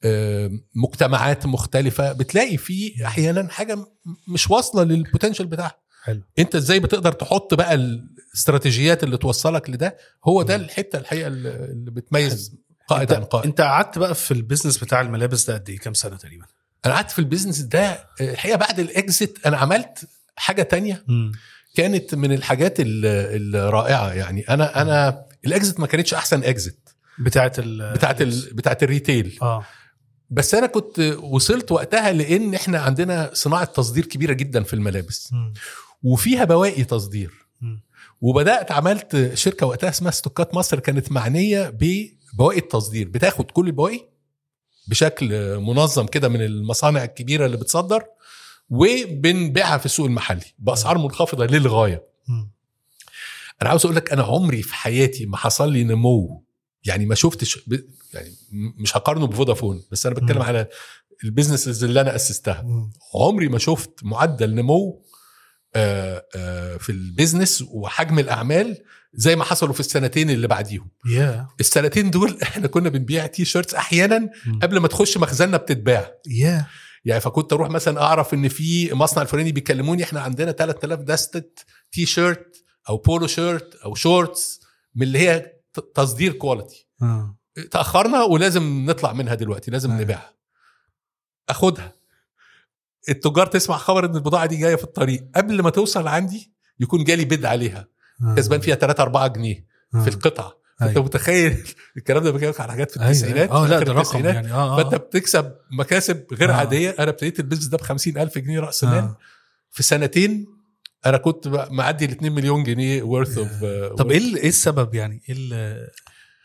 مجتمعات مختلفه، بتلاقي فيه احيانا حاجه مش واصله للبوتنشال بتاعها. حلو. انت ازاي بتقدر تحط بقى الاستراتيجيات اللي توصلك لده، هو ده الحته الحقيقه اللي بتميز قائد عن قائد. انت قعدت بقى في البيزنس بتاع الملابس ده قد ايه، كام سنه تقريبا؟ انا قعدت في البيزنس ده الحقيقه بعد الاكزيت انا عملت حاجه تانية م. كانت من الحاجات الرائعه. يعني انا انا الاكزيت ما كانتش احسن اكزيت بتاعه ال بتاعه ال بتاعه الريتيل اه بس انا كنت وصلت وقتها لان احنا عندنا صناعه تصدير كبيره جدا في الملابس م. وفيها بواقي تصدير م. وبدات عملت شركه وقتها اسمها ستوكات مصر، كانت معنيه ببواقي التصدير، بتاخد كل البواقي بشكل منظم كده من المصانع الكبيره اللي بتصدر وبنبيعها في السوق المحلي باسعار منخفضه للغايه. م. انا عاوز اقول لك انا عمري في حياتي ما حصل لي نمو، يعني ما شفتش ب... يعني مش هقارنه بفودافون، بس انا بتكلم م. على البيزنسز اللي انا اسستها. م. عمري ما شفت معدل نمو آآ آآ في البيزنس وحجم الاعمال زي ما حصلوا في السنتين اللي بعديهم. yeah. السنتين دول احنا كنا بنبيع تي شيرتس احيانا م. قبل ما تخش مخزننا بتتباع. yeah. يعني فكنت اروح مثلا اعرف ان في مصنع الفلاني بيكلموني احنا عندنا ثلاثة آلاف دستة تي شيرت او بولو شيرت او شورتس من اللي هي تصدير كواليتي. آه. تاخرنا ولازم نطلع منها دلوقتي، لازم آه. نبيعها. اخدها، التجار تسمع خبر ان البضاعه دي جايه في الطريق، قبل ما توصل عندي يكون جالي بيد عليها آه. كسبان فيها ثلاثة أربعة جنيه آه. في القطعه. انت متخيل الكلام ده؟ بكلمك على حاجات في التسعينات. اه لا ده رقم يعني اه فانت بتكسب مكاسب غير آه. عاديه. انا ابتديت البيزنس ده بخمسين ألف جنيه راس مال آه. في سنتين انا كنت معدي الاثنين مليون جنيه worth of. طب ايه ايه السبب يعني؟ ايه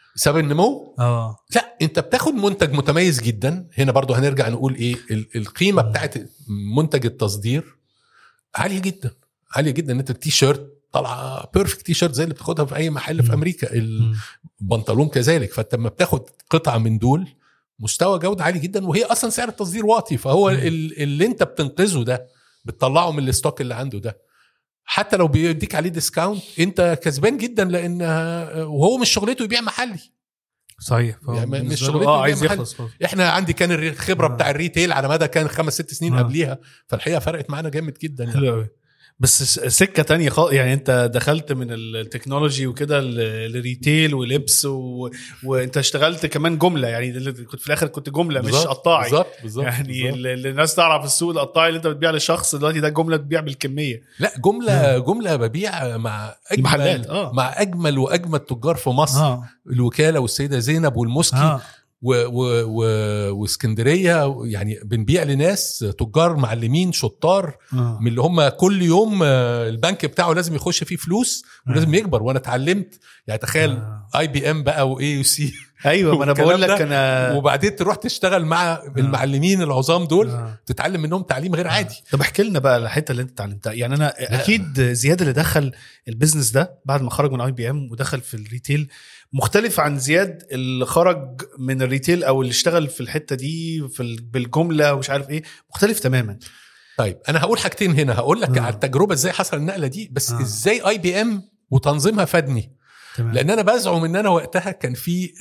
سبب النمو اه لا، انت بتاخد منتج متميز جدا. هنا برضو هنرجع نقول ايه القيمه بتاعت منتج التصدير عاليه جدا، عاليه جدا. انت التي شيرت طالعه بيرفكت تي شيرت زي اللي بتاخدها في اي محل في امريكا، البنطلون كذلك. فانت لما بتاخد قطعه من دول مستوى جوده عالي جدا، وهي اصلا سعر التصدير واطي، فهو اللي انت بتنقذه ده بتطلعه من الستوك اللي عنده ده، حتى لو بيديك عليه ديسكاونت انت كسبان جدا، لان وهو مش شغلته يبيع محلي. صحيح، يعني مش شغلته اه عايز يخلص. احنا عندي كان الخبره آه. بتاع الريتيل على مدى كان خمس ست سنين آه. قبليها، فالحقيقه فرقت معانا جامد جدا يعني. حلو. بس سكه تانية خالص يعني. انت دخلت من التكنولوجي وكده للريتيل ولبس و... وانت اشتغلت كمان جمله، يعني كنت في الاخر كنت جمله مش قطاعي. بالظبط بالظبط يعني بالزبط. اللي الناس تعرف السوق القطاعي اللي انت بتبيع للشخص دلوقتي ده جمله بتبيع بالكميه. لا جمله آه. جمله ببيع مع اجمل آه. مع اجمل واجمل تجار في مصر آه. الوكاله والسيده زينب والمسكي آه. و و و واسكندريه، يعني بنبيع لناس تجار معلمين شطار آه. من اللي هم كل يوم البنك بتاعه لازم يخش فيه فلوس ولازم آه. يكبر. وانا اتعلمت يعني تخيل آه. اي بي ام بقى واي يو سي. ايوه ما انا بقول لك انا. وبعدين تروح تشتغل مع آه. المعلمين العظام دول آه. تتعلم منهم تعليم غير عادي. آه. طب احكي لنا بقى الحته اللي انت اتعلمتها. يعني انا لا. اكيد زياد اللي دخل البيزنس ده بعد ما خرج من اي بي ام ودخل في الريتيل مختلف عن زياد اللي خرج من الريتيل او اللي اشتغل في الحته دي في بالجمله ومش عارف ايه، مختلف تماما. طيب انا هقول حاجتين هنا، هقول لك آه. على التجربه ازاي حصل النقله دي، بس آه. ازاي اي بي ام وتنظيمها فادني. تمام. لان انا بزعم ان انا وقتها كان في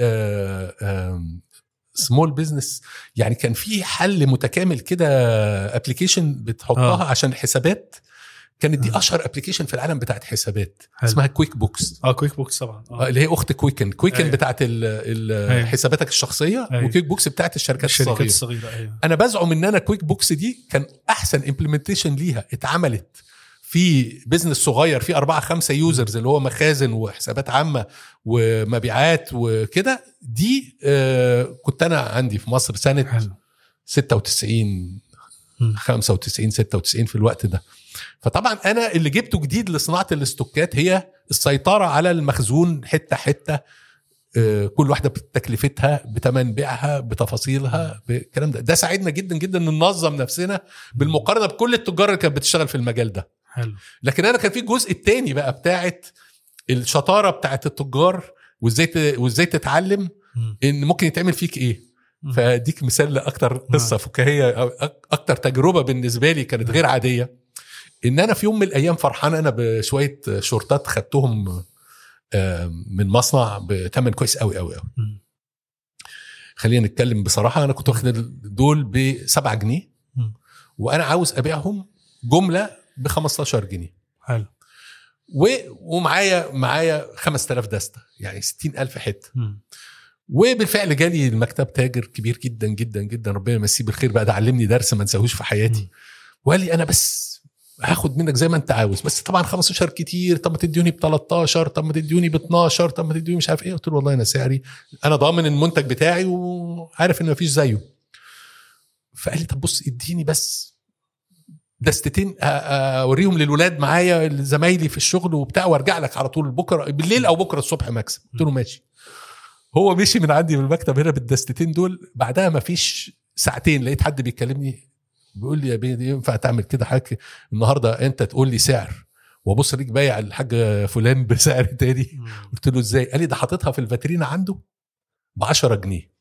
سمول بيزنس، يعني كان في حل متكامل كده ابلكيشن بتحطها آه. عشان الحسابات. كانت دي اشهر ابلكيشن في العالم بتاعت حسابات حلو. اسمها كويك بوكس. اه كويك بوكس طبعا آه. اللي هي اخت كويكن. كويكن أيوه. بتاعت ال حساباتك الشخصيه أيوه. وكويك بوكس بتاعت الشركات, الشركات الصغيره, الصغيرة. أيوه. انا بزعم ان انا كويك بوكس دي كان احسن امبلمنتيشن ليها اتعملت في بيزنس صغير فيه أربعة خمسة يوزرز اللي هو مخازن وحسابات عامه ومبيعات وكده. دي آه كنت انا عندي في مصر سنه حلو. ستة وتسعين خمسة وتسعين ستة وتسعين في الوقت ده. فطبعا انا اللي جبته جديد لصناعه الاستوكات هي السيطره على المخزون حته حته، كل واحده بتكلفتها بتمن بيعها بتفاصيلها بالكلام ده. ده ساعدنا جدا جدا ننظم نفسنا بالمقارنه بكل التجار اللي كانت بتشتغل في المجال ده. حلو. لكن انا كان في الجزء الثاني بقى بتاعه الشطاره بتاعه التجار وازاي وازاي تتعلم ان ممكن يتعمل فيك ايه. فديك مثال لاكتر قصه فكاهيه او اكتر تجربه بالنسبه لي كانت غير عاديه. ان انا في يوم من الايام فرحان انا بشويه شورتات خدتهم من مصنع بثمن كويس قوي قوي قوي. خلينا نتكلم بصراحه، انا كنت واخد دول بسبعة جنيه وانا عاوز ابيعهم جمله بخمستاشر جنيه. حلو. ومعايا معايا خمسة آلاف دستة، يعني ستين ألف حته. وبالفعل جالي المكتب تاجر كبير جدا جدا جدا ربنا يمسيه بالخير بقى، ده علمني درس ما انساهوش في حياتي. وقال لي انا بس هاخد منك زي ما انت عاوز، بس طبعا خمستاشر كتير، طب ما تديوني ب تلتاشر، طب ما تديوني ب اتناشر، طب ما تديوني مش عارف ايه. قلت له والله انا سعري انا ضامن المنتج بتاعي وعارف ان مفيش زيه. فقال لي طب بص اديني بس دستتين اوريهم للولاد معايا زمايلي في الشغل وبتاع وارجع لك على طول بكره بالليل او بكره الصبح مكسب. قلت له ماشي. هو مشي من عندي من المكتب هنا بالدستتين دول. بعدها مفيش ساعتين لقيت حد بيكلمني بيقول لي يا بيه ينفع تعمل كده حاجه النهارده انت تقول لي سعر وابص ليك بايع الحاج فلان بسعر تاني؟ قلت له ازاي؟ قال لي ده حاططها في الفاترينا عنده ب عشرة جنيه،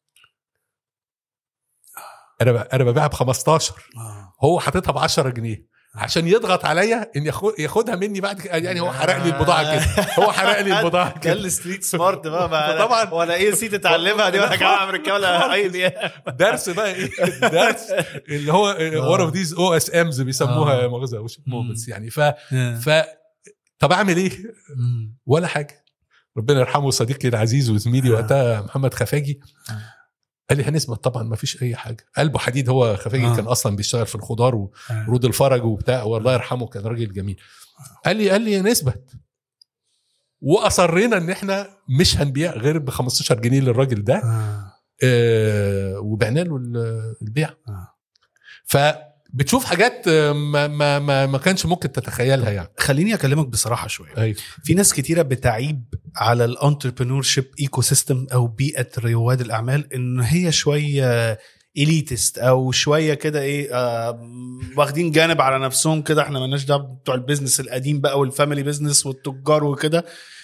انا انا ببيعها ب خمستاشر، هو حاططها ب عشرة جنيه عشان يضغط عليا ان ياخدها مني بعد كده. يعني هو حرق لي البضاعه كده، هو حرق لي البضاعه كده. كان ستريت سمارت بقى طبعا. وانا ايه نسيت اتعلمها دي وانا جاي امريكا ولا اي درس بقى ايه درس اللي هو one of these او اس امز بيسموها مغزى وش مومنتس يعني. ف ف طب اعمل ايه؟ ولا حاجه. ربنا يرحمه صديقي العزيز وزميلي وقتها محمد خفاجي قال لي هنثبت طبعا ما فيش اي حاجه. قلبه حديد. هو خفاجي آه. كان اصلا بيشتغل في الخضار ورود الفرج وبتاع والله يرحمه كان راجل جميل. قال لي قال لي نثبت. واصرينا ان احنا مش هنبيع غير ب خمستاشر جنيه للراجل ده. آه. آه وبعنا له البيع. آه. ف بتشوف حاجات ما ما ما, ما كانش ممكن تتخيلها يعني. خليني اكلمك بصراحه شويه. أيوة. في ناس كتيره بتعيب على الانتربرنور شيب ايكو سيستم او بيئه رواد الاعمال ان هي شويه إليتست او شويه كده ايه آه واخدين جانب على نفسهم كده، احنا مالناش دعوه بتوع البيزنس القديم بقى والفاميلي بيزنس والتجار وكده.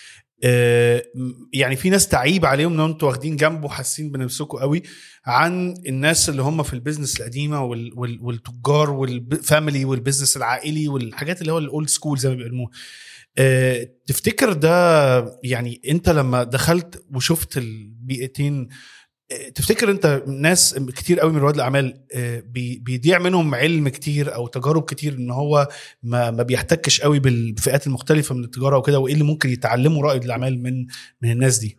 آه يعني في ناس تعيب عليهم ان انتوا واخدين جنبه حاسين بنفسكم قوي عن الناس اللي هم في البيزنس القديمه وال وال والتجار والفاميلي والبيزنس العائلي والحاجات اللي هو الاولد سكول زي ما بيقولوا. أه تفتكر ده يعني انت لما دخلت وشفت البيئتين تفتكر انت ناس كتير قوي من رواد الاعمال بيضيع منهم علم كتير او تجارب كتير ان هو ما ما بيحتكش قوي بالفئات المختلفه من التجاره وكده، وايه اللي ممكن يتعلموا رائد الاعمال من من الناس دي؟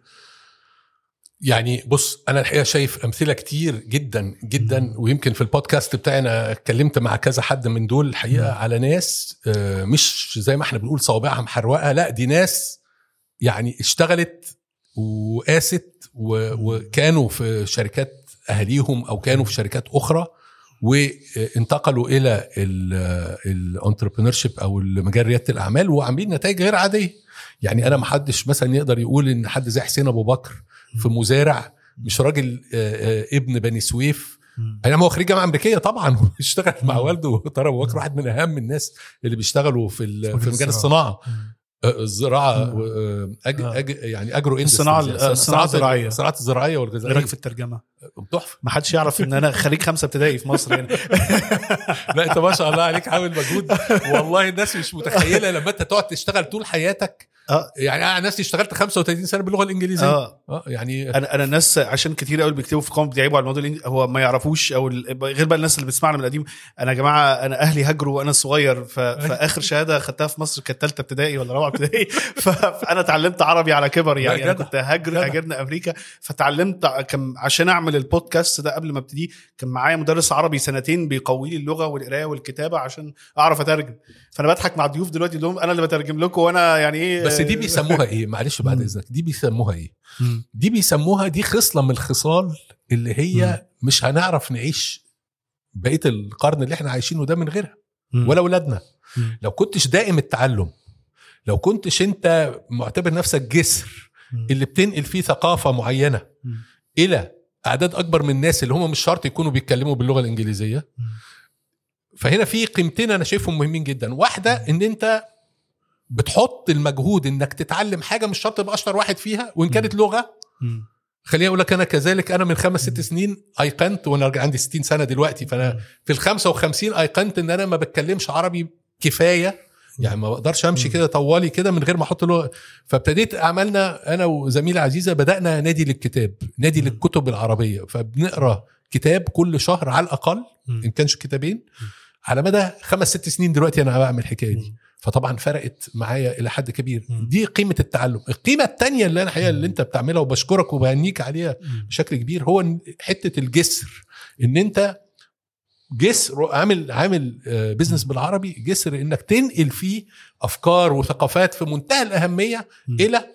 يعني بص انا الحقيقه شايف امثله كتير جدا جدا، ويمكن في البودكاست بتاعي انا اتكلمت مع كذا حد من دول الحقيقه على ناس مش زي ما احنا بنقول صوابعها محروقه، لا دي ناس يعني اشتغلت وقاست وكانوا في شركات اهاليهم او كانوا في شركات اخرى وانتقلوا الى الانتربرينورشيب او مجال رياده الاعمال وعاملين نتائج غير عاديه. يعني انا ما حدش مثلا يقدر يقول ان حد زي حسين ابو بكر في مزارع مش راجل ابن بني سويف، انا هو خريج جامعه امريكيه طبعا واشتغل مع والده طارق ابو بكر، واحد من اهم الناس اللي بيشتغلوا في في مجال الصناعه الزراعه أج... أج... يعني اجرو الصناعه الصناعه الزراعيه الصناعه الزراعيه والغذائيه. رايك في الترجمه تحفه، ما حدش يعرف ان انا خريج خمسه ابتدائي في مصر يعني. لا انت ما شاء الله عليك عامل مجهود والله الناس مش متخيله لما انت تقعد تشتغل طول حياتك. اه يعني انا نفسي اشتغلت خمسة وثلاثين سنه باللغه الانجليزيه. اه, آه يعني انا انا الناس عشان كتير قوي بيكتبوا في قائمه بيعيبوا على الموضوع هو ما يعرفوش او غير بقى الناس اللي بتسمعنا من القديم. انا يا جماعه انا اهلي هاجروا وانا صغير، فاخر شهاده خدتها في مصر كانت ثالثه ابتدائي ولا رابعه ابتدائي، فانا اتعلمت عربي على كبر يعني. انا كنت هاجر هاجرنا امريكا فتعلمت كم عشان اعمل البودكاست ده. قبل ما ابتدي كان معايا مدرس عربي سنتين بيقوي لي اللغه والقرايه والكتابه عشان اعرف اترجم. فانا بضحك مع الضيوف دلوقتي لهم انا اللي بترجم لكم وانا يعني ايه. بس دي بيسموها ايه معلش بعد اذنك، دي بيسموها ايه؟ دي بيسموها دي خصله من الخصال اللي هي مم. مش هنعرف نعيش بقيه القرن اللي احنا عايشينه ده من غيرها مم. ولا اولادنا. لو كنتش دائم التعلم، لو كنتش انت معتبر نفسك جسر مم. اللي بتنقل فيه ثقافه معينه مم. الى اعداد اكبر من الناس اللي هم مش شرط يكونوا بيتكلموا باللغه الانجليزيه مم. فهنا في قيمتين انا شايفهم مهمين جدا. واحده ان انت بتحط المجهود انك تتعلم حاجه مش شرط تبقى اشطر واحد فيها، وان كانت لغه خليني اقول لك انا كذلك. انا من خمس ست سنين ايقنت وانا عندي ستين سنه دلوقتي، فانا في الخمسة وخمسين ايقنت ان انا ما بتكلمش عربي كفايه، يعني ما بقدرش امشي كده طوالي كده من غير ما احط له. فابتديت عملنا انا وزميله عزيزه بدانا نادي للكتاب، نادي للكتب العربيه، فبنقرا كتاب كل شهر على الاقل ان كانش كتابين على مدى خمس ست سنين. دلوقتي انا بعمل الحكايه دي، فطبعا فرقت معايا الى حد كبير. دي قيمه التعلم. القيمه الثانيه اللي انا الحقيقه اللي انت بتعملها وبشكرك وبهنيك عليها بشكل كبير هو حته الجسر. ان انت جسر عامل عامل بيزنس بالعربي، جسر انك تنقل فيه افكار وثقافات في منتهى الاهميه الى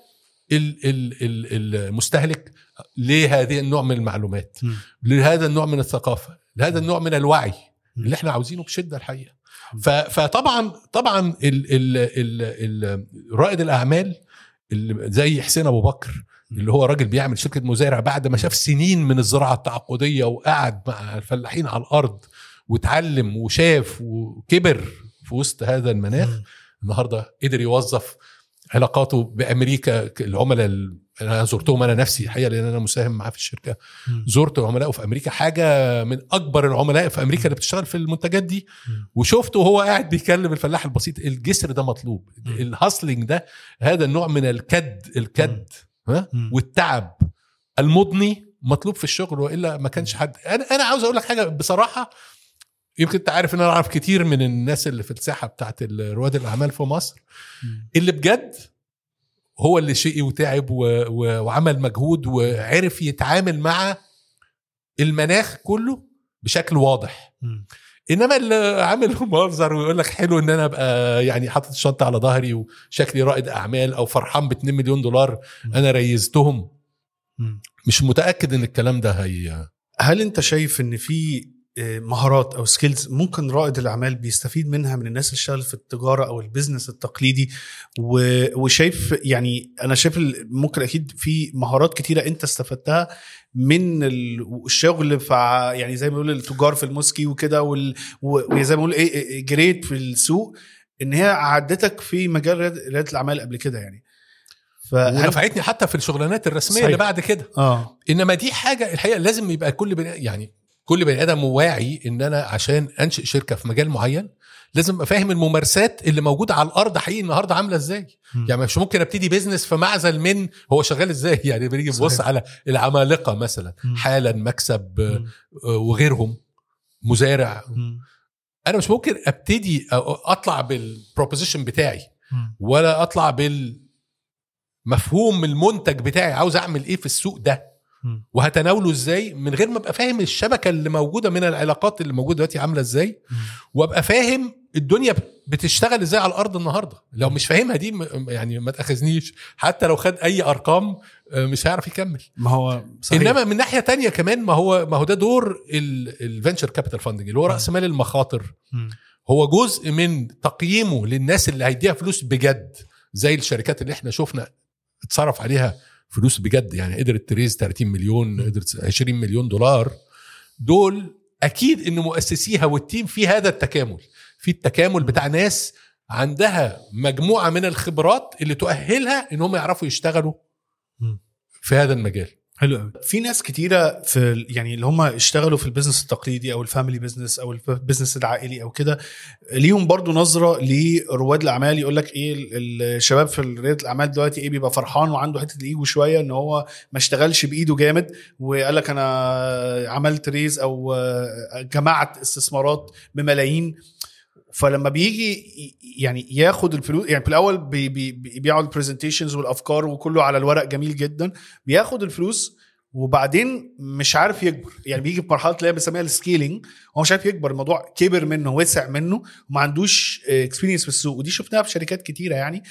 المستهلك لهذه النوع من المعلومات، لهذا النوع من الثقافه، لهذا النوع من الوعي اللي احنا عاوزينه بشده الحقيقه. فطبعا طبعا ال ال ال ال رائد الاعمال اللي زي حسين ابو بكر اللي هو راجل بيعمل شركه مزارع بعد ما شاف سنين من الزراعه التعاقديه وقعد مع الفلاحين على الارض وتعلم وشاف وكبر في وسط هذا المناخ، النهارده قدر يوظف علاقاته بامريكا. العملاء انا زرتهم انا نفسي الحقيقه لان انا مساهم معاه في الشركه، زرت عملائه في امريكا، حاجه من اكبر العملاء في امريكا اللي بتشتغل في المنتجات دي، وشفته وهو قاعد بيكلم الفلاح البسيط. الجسر ده مطلوب، الهاسلينج ده، هذا النوع من الكد الكد ها والتعب المضني مطلوب في الشغل، والا ما كانش حد. انا انا عاوز اقول لك حاجه بصراحه، يمكن انت عارف ان انا اعرف كتير من الناس اللي في الساحه بتاعت رواد الاعمال في مصر اللي بجد هو اللي شقي وتعب و... و... وعمل مجهود وعرف يتعامل مع المناخ كله بشكل واضح. م. انما اللي عامل منظر ويقول لك حلو ان انا ابقى يعني حاطط الشنطه على ظهري وشكلي رائد اعمال او فرحان ب اتنين مليون دولار م. انا ريزتهم، م. مش متاكد ان الكلام ده هي. هل انت شايف ان في مهارات او سكيلز ممكن رائد الاعمال بيستفيد منها من الناس اللي اشتغل في التجاره او البيزنس التقليدي؟ وشايف يعني انا شايف ممكن اكيد في مهارات كتيره انت استفدتها من الشغل، ف يعني زي ما بيقول التجار في الموسكي وكده، وزي ما بيقول ايه جريت في السوق، ان هي عدتك في مجال رياده الاعمال قبل كده يعني، ونفعتني حتى في الشغلانات الرسميه صحيح. اللي بعد كده اه انما دي حاجه الحقيقه لازم يبقى كل بني يعني كل بني ادم واعي ان انا عشان انشئ شركه في مجال معين لازم ابقى فاهم الممارسات اللي موجوده على الارض حقيقي النهارده عامله ازاي. م. يعني مش ممكن ابتدي بيزنس في معزل من هو شغال ازاي. يعني بنيجي نبص على العمالقه مثلا م. حالا مكسب م. وغيرهم مزارع م. انا مش ممكن ابتدي اطلع بالبروبوزيشن بتاعي م. ولا اطلع بالمفهوم المنتج بتاعي عاوز اعمل ايه في السوق ده وهتناوله ازاي من غير ما ابقى فاهم الشبكه اللي موجوده من العلاقات اللي موجوده دلوقتي عامله ازاي، وابقى فاهم الدنيا بتشتغل ازاي على الارض النهارده. لو مش فاهمها دي يعني ما تاخذنيش، حتى لو خد اي ارقام مش هيعرف يكمل. ما هو صحيح. انما من ناحيه تانية كمان ما هو ما هو ده دور الفينشر كابيتال فاندنج اللي هو راس مال المخاطر. هو جزء من تقييمه للناس اللي هيديها فلوس بجد، زي الشركات اللي احنا شفنا اتصرف عليها فلوس بجد، يعني قدرت تريز ثلاثين مليون، قدرت عشرين مليون دولار. دول اكيد ان مؤسسيها والتيم في هذا التكامل، في التكامل بتاع ناس عندها مجموعة من الخبرات اللي تؤهلها ان هم يعرفوا يشتغلوا في هذا المجال. حلو قوي. في ناس كتيره في يعني اللي هم اشتغلوا في البيزنس التقليدي او الفاميلي بيزنس او البيزنس العائلي او كده، ليهم برضو نظره لرواد الاعمال. يقول لك ايه الشباب في رياده الاعمال دلوقتي ايه بيبقى فرحان وعنده حته الايجو شويه ان هو ما اشتغلش بايده جامد وقال لك انا عملت ريز او جمعت استثمارات بملايين. فلما بيجي يعني ياخد الفلوس، يعني في الاول بي بي بيبيعوا البرزنتيشنز والافكار وكله على الورق جميل جدا، بياخد الفلوس وبعدين مش عارف يكبر. يعني بيجي في مرحله اللي هي بنسميها السكيلينج، هو مش عارف يكبر، الموضوع كبر منه وسع منه وما عندوش اكسبيرينس في السوق. ودي شفناها في شركات كتيره يعني.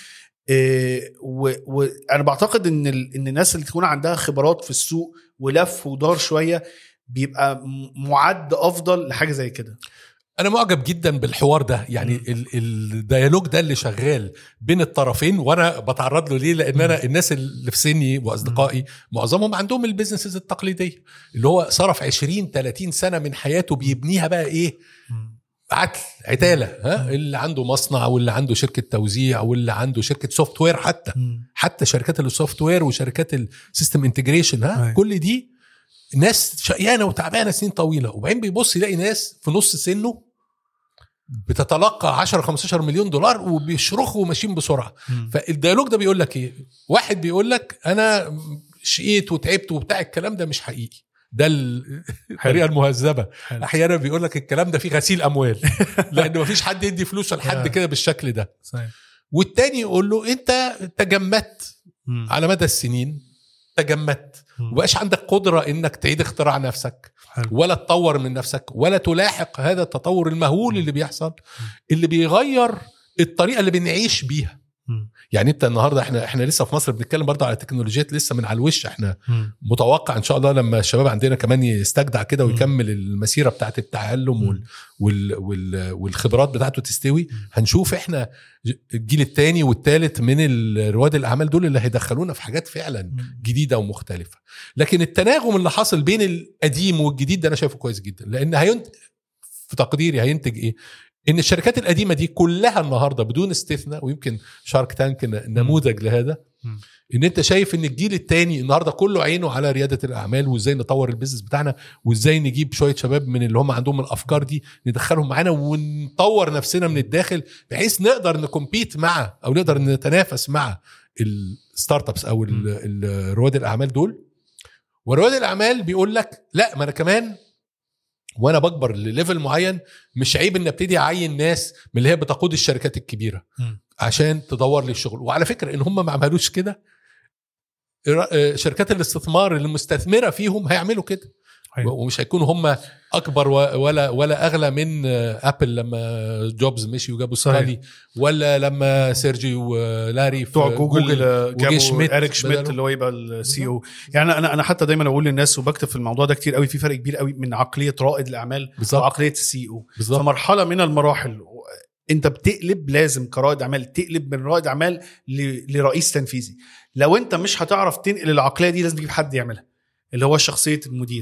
وانا بعتقد ان ان الناس اللي تكون عندها خبرات في السوق ولف ودار شويه بيبقى معد افضل لحاجه زي كده. أنا معجب جدا بالحوار ده، يعني الديالوج ده اللي شغال بين الطرفين، وأنا بتعرض له ليه؟ لأن أنا الناس اللي في سني وأصدقائي معظمهم عندهم البيزنسز التقليدية اللي هو صرف عشرين ثلاثين سنة من حياته بيبنيها بقى إيه عتل عتالة، ها؟ اللي عنده مصنع واللي عنده شركة توزيع واللي عنده شركة سوفت وير، حتى حتى شركات السوفت وير وشركات السيستم انتجريشن، ها؟ كل دي ناس شقيانة وتعبانة سنين طويلة، وبعدين بيبص يلاقي ناس في نص سنه بتتلقى عشرة خمستاشر مليون دولار وبيشرخوا وماشيين بسرعة. م. فالديالوج ده بيقول لك ايه؟ واحد بيقول لك انا شقيت وتعبت وبتاع، الكلام ده مش حقيقي، ده الطريقة المهذبة. احيانا بيقول لك الكلام ده فيه غسيل اموال لان مفيش حد يدي فلوس لحد كده بالشكل ده. صحيح. والتاني يقول له انت تجمدت على مدى السنين، تجمدت وبقاش عندك قدرة انك تعيد اختراع نفسك ولا تطور من نفسك ولا تلاحق هذا التطور المهول اللي بيحصل اللي بيغير الطريقة اللي بنعيش بيها. يعني انت النهاردة احنا احنا لسه في مصر بنتكلم برضه على تكنولوجيات لسه من على الوش. احنا متوقع ان شاء الله لما الشباب عندنا كمان يستجدع كده ويكمل المسيرة بتاعت التعلم وال وال وال والخبرات بتاعته تستوي، هنشوف احنا الجيل الثاني والثالث من رواد الاعمال دول اللي هيدخلونا في حاجات فعلا جديدة ومختلفة. لكن التناغم اللي حصل بين القديم والجديد ده انا شايفه كويس جدا، لان هينتج في تقديري هينتج ايه؟ ان الشركات القديمه دي كلها النهارده بدون استثناء، ويمكن شارك تانك نموذج لهذا، ان انت شايف ان الجيل الثاني النهارده كله عينه على رياده الاعمال وازاي نطور البيزنس بتاعنا وازاي نجيب شويه شباب من اللي هم عندهم الافكار دي ندخلهم معانا ونطور نفسنا من الداخل بحيث نقدر نكمبيت مع او نقدر نتنافس مع الستارت ابس او رواد الاعمال دول. ورواد الاعمال بيقول لك لا، ما انا كمان وانا بكبر لليفل معين مش عيب ان ابتدي اعين ناس من اللي هي بتقود الشركات الكبيره عشان تدور لي الشغل. وعلى فكره ان هم ما عملوش كده، شركات الاستثمار اللي مستثمره فيهم هيعملوا كده. ومش هيكونوا هم اكبر ولا ولا اغلى من ابل لما جوبز مشي وجابوا سكالي، ولا لما سيرجي ولاري بتوع جوجل, جوجل جابوا شميت إريك شميت اللي هو يبقى السي او. يعني انا انا حتى دايما اقول للناس وبكتب في الموضوع ده كتير قوي، في فرق كبير قوي من عقليه رائد الاعمال وعقليه السي او. فمرحله من المراحل انت بتقلب، لازم كرائد اعمال تقلب من رائد اعمال لرئيس تنفيذي. لو انت مش هتعرف تنقل العقليه دي لازم تجيب حد يعملها، اللي هو شخصيه المدير.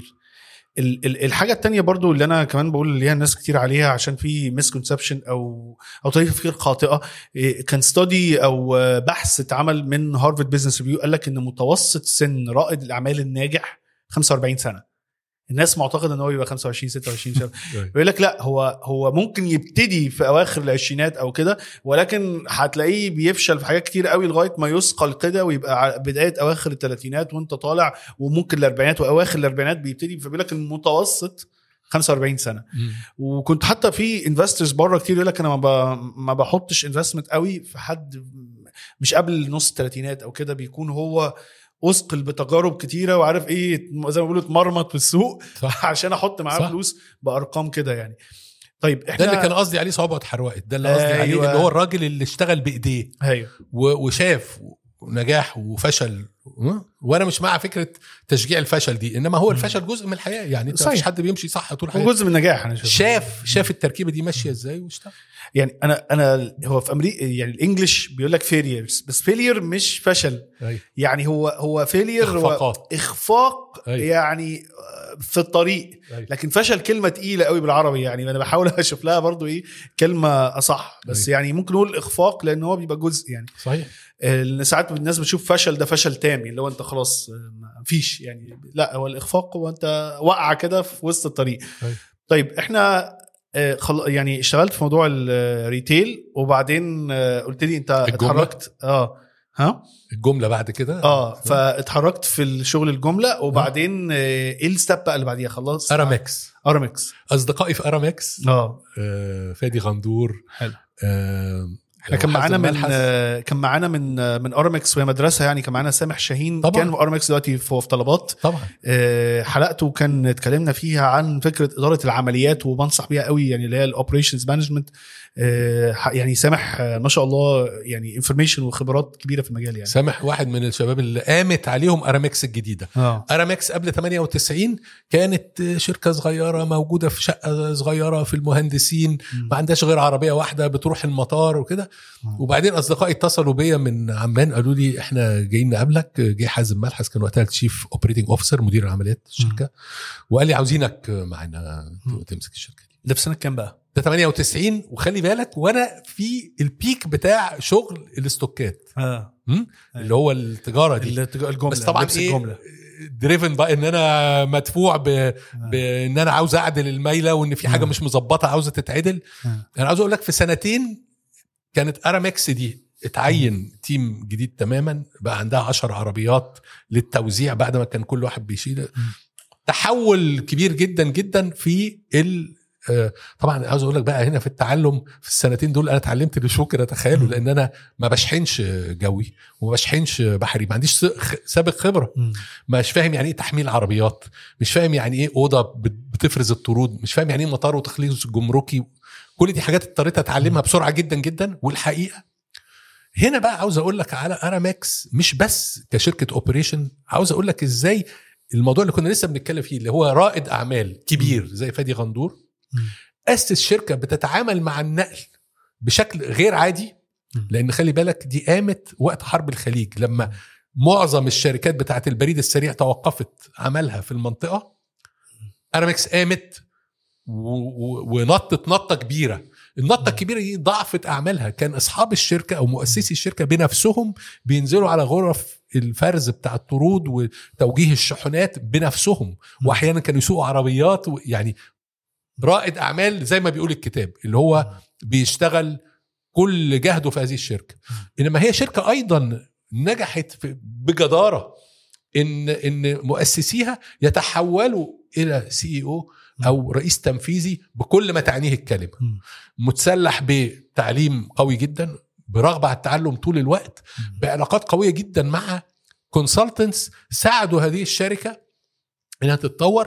الحاجه التانية برضو اللي انا كمان بقول ليها الناس كتير عليها عشان في مسكونسبشن او او طريقه تفكير خاطئه. كان ستادي او بحث اتعمل من هارفارد بيزنس ريفيو قال لك ان متوسط سن رائد الاعمال الناجح خمسة وأربعين سنه. الناس معتقده ان هو يبقى خمسة وعشرين ستة وعشرين سنه، يقول لك لا، هو هو ممكن يبتدي في اواخر العشرينات او كده، ولكن هتلاقيه بيفشل في حاجات كتير قوي لغايه ما يثقل كده ويبقى بدايه اواخر الثلاثينات وانت طالع، وممكن الاربعينات واواخر الاربعينات بيبتدي. فبيقول لك المتوسط خمسة وأربعين سنه. م. وكنت حتى في انفسترز بره كتير يقول لك انا ما ما بحطش انفستمنت قوي في حد مش قبل نص الثلاثينات او كده، بيكون هو أثقل بتجارب كتيرة وعارف ايه زي ما بيقولوا اتمرمط في السوق عشان احط معاه فلوس بارقام كده يعني. طيب احنا ده اللي كان قصدي عليه صعوبة اتحرقت، ده اللي قصدي أيوة. عليه اللي هو الراجل اللي اشتغل بايديه ايوه وشاف نجاح وفشل. وانا مش مع فكره تشجيع الفشل دي، انما هو الفشل جزء من الحياه يعني. انت مفيش حد بيمشي صح طول حياته، جزء من النجاح. انا شايف شاف شاف التركيبه دي ماشيه ازاي واشتغل. يعني انا انا هو في امريكا يعني الانجليش بيقول لك فيليرز، بس فيلير مش فشل. أي. يعني هو هو فيلير هو اخفاق أي. يعني في الطريق. أي. لكن فشل كلمه تقيله قوي بالعربي، يعني انا بحاول اشوف لها برضو ايه كلمه اصح، بس أي. يعني ممكن نقول اخفاق لان هو بيبقى جزء يعني. صحيح. ساعات الناس بتشوف فشل ده فشل تام اللي هو انت خلاص مفيش يعني، لا هو الاخفاق هو انت وقع كده في وسط الطريق. أي. طيب احنا يعني اشتغلت في موضوع الريتيل، وبعدين قلت لي انت اتحركت اه ها الجمله بعد كده اه فاتحركت في الشغل الجمله، وبعدين ايه الستيب بقى اللي بعديها؟ خلاص ارامكس. ارامكس اصدقائي في ارامكس اه, آه فادي غندور. حلو. آه احنا كان معانا من كان معانا من من ارامكس وهي مدرسه يعني. كان معانا سامح شاهين طبعًا. كان في ارامكس دلوقتي في طلبات طبعا. حلقته كان اتكلمنا فيها عن فكره اداره العمليات وبنصح بيها قوي يعني اللي هي الاوبريشنز مانجمنت. يعني سامح ما شاء الله يعني انفورميشن وخبرات كبيره في المجال يعني. سامح واحد من الشباب اللي قامت عليهم ارامكس الجديده. آه. ارامكس قبل ثمانية وتسعين كانت شركه صغيره موجوده في شقه صغيره في المهندسين، م. ما عندهاش غير عربيه واحده بتروح المطار وكده. وبعدين اصدقائي اتصلوا بيا من عمان قالوا لي احنا جايين نقابلك. جه حازم ملحس كان وقتها الشيف اوبريتنج اوفيسر مدير العمليات الشركه، وقال لي عاوزينك معانا تمسك الشركه دي. ده في سنه كام بقى؟ ده ثمانية وتسعين. وخلي بالك وانا في البيك بتاع شغل الاستوكات اه اللي هو التجاره دي الجمله. بس طبعا ايه دريفن بقى ان انا مدفوع ب... بان انا عاوز اعدل الميله وان في حاجه مش مظبطه عاوزه تتعدل. انا عاوز اقول لك في سنتين كانت ارامكس دي اتعين تيم جديد تماما، بقى عندها عشر عربيات للتوزيع بعد ما كان كل واحد بيشيل. تحول كبير جدا جدا في ال طبعا عاوز اقول لك بقى هنا في التعلم في السنتين دول انا اتعلمت الشوكر تخيلوا، لان انا ما بشحنش جوي وما بشحنش بحري، ما عنديش سابق خبره، مش فاهم يعني ايه تحميل عربيات، مش فاهم يعني ايه اوضه بتفرز الطرود، مش فاهم يعني ايه مطار وتخليص الجمركي. كل دي حاجات اضطريت اتعلمها بسرعه جدا جدا. والحقيقه هنا بقى عاوز اقول لك على ارامكس مش بس كشركه اوبريشن، عاوز اقول لك ازاي الموضوع اللي كنا لسه بنتكلم فيه اللي هو رائد اعمال كبير زي فادي غندور أسس شركة بتتعامل مع النقل بشكل غير عادي. لأن خلي بالك دي قامت وقت حرب الخليج لما معظم الشركات بتاعت البريد السريع توقفت عملها في المنطقة. أرامكس قامت ونطت نطة كبيرة. النطة الكبيرة دي ضعفت أعمالها. كان أصحاب الشركة أو مؤسسي الشركة بنفسهم بينزلوا على غرف الفرز بتاع الطرود وتوجيه الشحنات بنفسهم، وأحيانا كانوا يسوقوا عربيات. يعني رائد أعمال زي ما بيقول الكتاب اللي هو بيشتغل كل جهده في هذه الشركة. إنما هي شركة أيضا نجحت بجدارة إن إن مؤسسيها يتحولوا إلى سي او أو رئيس تنفيذي بكل ما تعنيه الكلمة، متسلح بتعليم قوي جدا، برغبة على التعلم طول الوقت، بعلاقات قوية جدا مع كونسلتنتس ساعدوا هذه الشركة إنها تتطور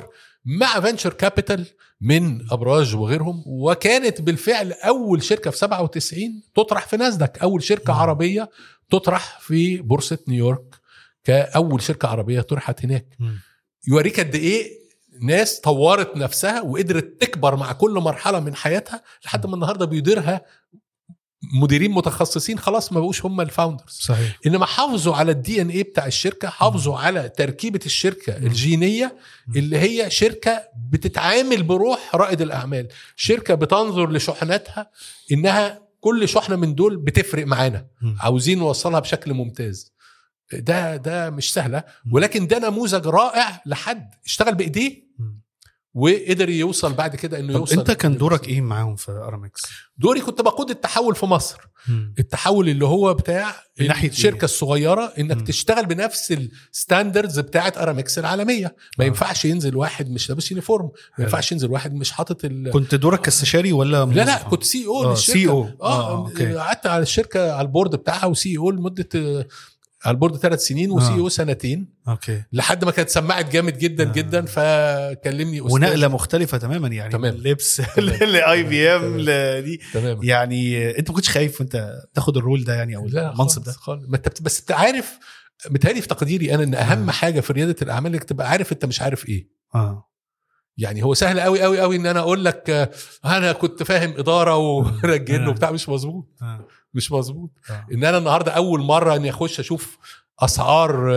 مع فينشر كابيتال من أبراج وغيرهم. وكانت بالفعل أول شركة في سبعة وتسعين تطرح في ناسداك، أول شركة مم. عربية تطرح في بورصة نيويورك كأول شركة عربية طرحت هناك. مم. يوريك قد إيه ناس طورت نفسها وقدرت تكبر مع كل مرحلة من حياتها لحد ما النهاردة بيديرها مديرين متخصصين خلاص ما بقوش هم الفاوندرز. صحيح. انما حافظوا على الدي ان ايه بتاع الشركه، حافظوا على تركيبه الشركه الجينيه اللي هي شركه بتتعامل بروح رائد الاعمال، شركه بتنظر لشحناتها انها كل شحنه من دول بتفرق معانا، عاوزين نوصلها بشكل ممتاز. ده ده مش سهله، ولكن ده نموذج رائع لحد اشتغل بايديه وقدر يوصل بعد كده انه يوصل. انت كان دورك ايه معاهم في ارامكس؟ دوري كنت بقود التحول في مصر. مم. التحول اللي هو بتاع الشركه إيه؟ الصغيره انك مم. تشتغل بنفس الستاندردز بتاعه ارامكس العالميه. ما آه. ينفعش ينزل واحد مش لابس يونيفورم، ما ينفعش ينزل واحد مش حاطط ال... كنت دورك كاستشاري ولا لا لا كنت سي او آه. للشركه. سي او اه قعدت على الشركه على البورد بتاعها وسي او لمده على البورد ثلاث سنين وسي او آه. سنتين. اوكي. لحد ما كانت سمعت جامد جدا آه. جدا، فكلمني استاذ ونقله مختلفه تماما يعني تمام. من اللبس لاي بي ام دي تمام. يعني انت ما كنتش خايف وانت تاخد الرول ده يعني او المنصب ده؟ ما انت بس انت عارف، متهيألي في تقديري انا ان اهم آه. حاجه في رياده الاعمال انك تبقى عارف انت مش عارف ايه. اه يعني هو سهل قوي قوي قوي ان انا اقول لك انا كنت فاهم اداره ورجل آه. وبتاع، مش مظبوط آه. مش مظبوط آه. ان انا النهارده اول مره اني اخش اشوف اسعار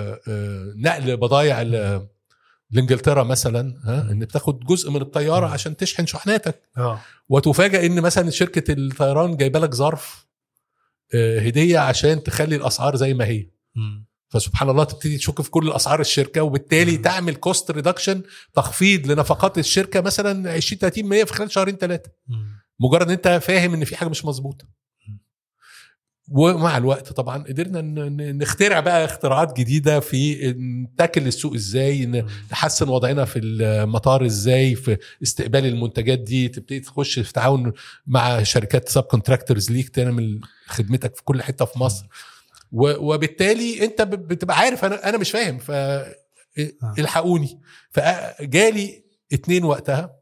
نقل بضايع لانجلترا مثلا، ها ان بتاخد جزء من الطياره م. عشان تشحن شحناتك اه وتفاجئ ان مثلا شركه الطيران جايبه لك ظرف هديه عشان تخلي الاسعار زي ما هي. م. فسبحان الله تبتدي تشك في كل اسعار الشركه، وبالتالي م. تعمل كوست ريدكشن، تخفيض لنفقات الشركه مثلا عشرين ثلاثين بالمية في خلال شهرين ثلاثه، مجرد ان انت فاهم ان في حاجه مش مظبوطه. ومع الوقت طبعا قدرنا نخترع بقى اختراعات جديدة في نتاكل السوق ازاي، نحسن وضعنا في المطار ازاي، في استقبال المنتجات دي، تبتدي تخش في تعاون مع شركات سب كونتراكتورز ليك تعمل خدمتك في كل حتة في مصر. وبالتالي انت بتبقى عارف انا انا مش فاهم فالحقوني. فجالي اتنين وقتها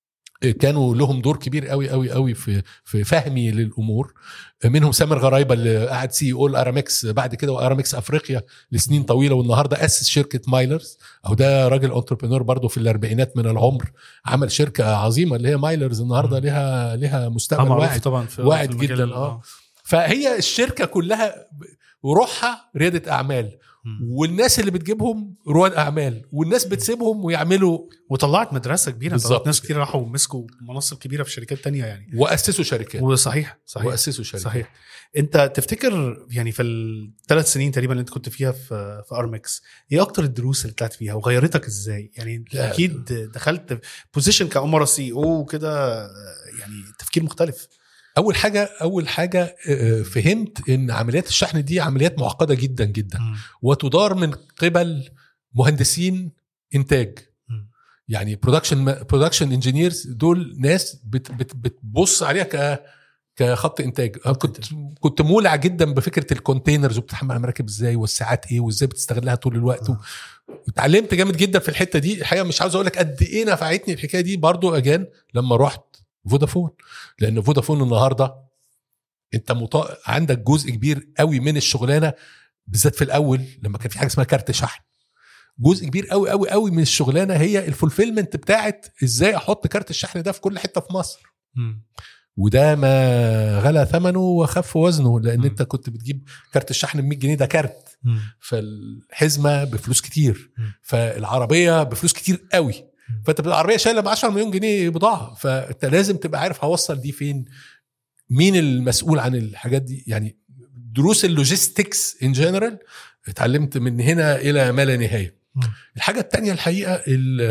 كانوا لهم دور كبير قوي قوي قوي في في فهمي للامور، منهم سامر غرايبه اللي قعد سي او ارامكس بعد كده وارامكس افريقيا لسنين طويله، والنهارده اسس شركه مايلرز، او ده راجل انتربرينور برضو في الاربعينات من العمر، عمل شركه عظيمه اللي هي مايلرز النهارده لها لها مستقبل واعد طبعا واعد جدا. اه فهي الشركه كلها وروحها رياده اعمال، والناس اللي بتجيبهم رواد اعمال، والناس بتسيبهم ويعملوا. وطلعت مدرسه كبيره، طلعت ناس كتير راحوا ومسكوا مناصب كبيره في شركات تانية يعني، واسسوا شركات. وصحيح صحيح واسسوا شركات صحيح. انت تفتكر يعني في الثلاث سنين تقريبا اللي انت كنت فيها في في ارمكس، ايه اكتر الدروس اللي طلعت فيها وغيرتك ازاي؟ يعني اكيد دخلت بوزيشن كعمر سي او وكده، يعني تفكير مختلف. اول حاجه اول حاجه فهمت ان عمليات الشحن دي عمليات معقده جدا جدا، م. وتدار من قبل مهندسين انتاج. م. يعني برودكشن برودكشن انجينيرز، دول ناس بت بت بتبص عليها ك كخط انتاج. كنت كنت مولع جدا بفكره الكونتينرز، وبتحمل على مراكب ازاي، والساعات ايه، وازاي بتستغلها طول الوقت. م. وتعلمت جامد جدا في الحته دي الحقيقه. مش عاوز اقول لك قد ايه نفعتني الحكايه دي برضو اجان لما رحت فودافون، لأن فودافون النهاردة انت مطا... عندك جزء كبير قوي من الشغلانة، بالذات في الأول لما كان في حاجة اسمها كارت شحن. جزء كبير قوي قوي قوي من الشغلانة هي الفولفيلمنت بتاعت ازاي احط كارت الشحن ده في كل حتة في مصر. م. وده ما غلى ثمنه وخف وزنه، لأن م. انت كنت بتجيب كارت الشحن ب مية جنيه، ده كارت. م. فالحزمة بفلوس كتير، م. فالعربية بفلوس كتير قوي، فانت بالعربيه شايله ب عشرة مليون جنيه بضاعه، فانت لازم تبقى عارف هوصل دي فين، مين المسؤول عن الحاجات دي. يعني دروس اللوجيستكس ان جنرال اتعلمت من هنا الى ما لا نهايه. الحاجه الثانيه الحقيقه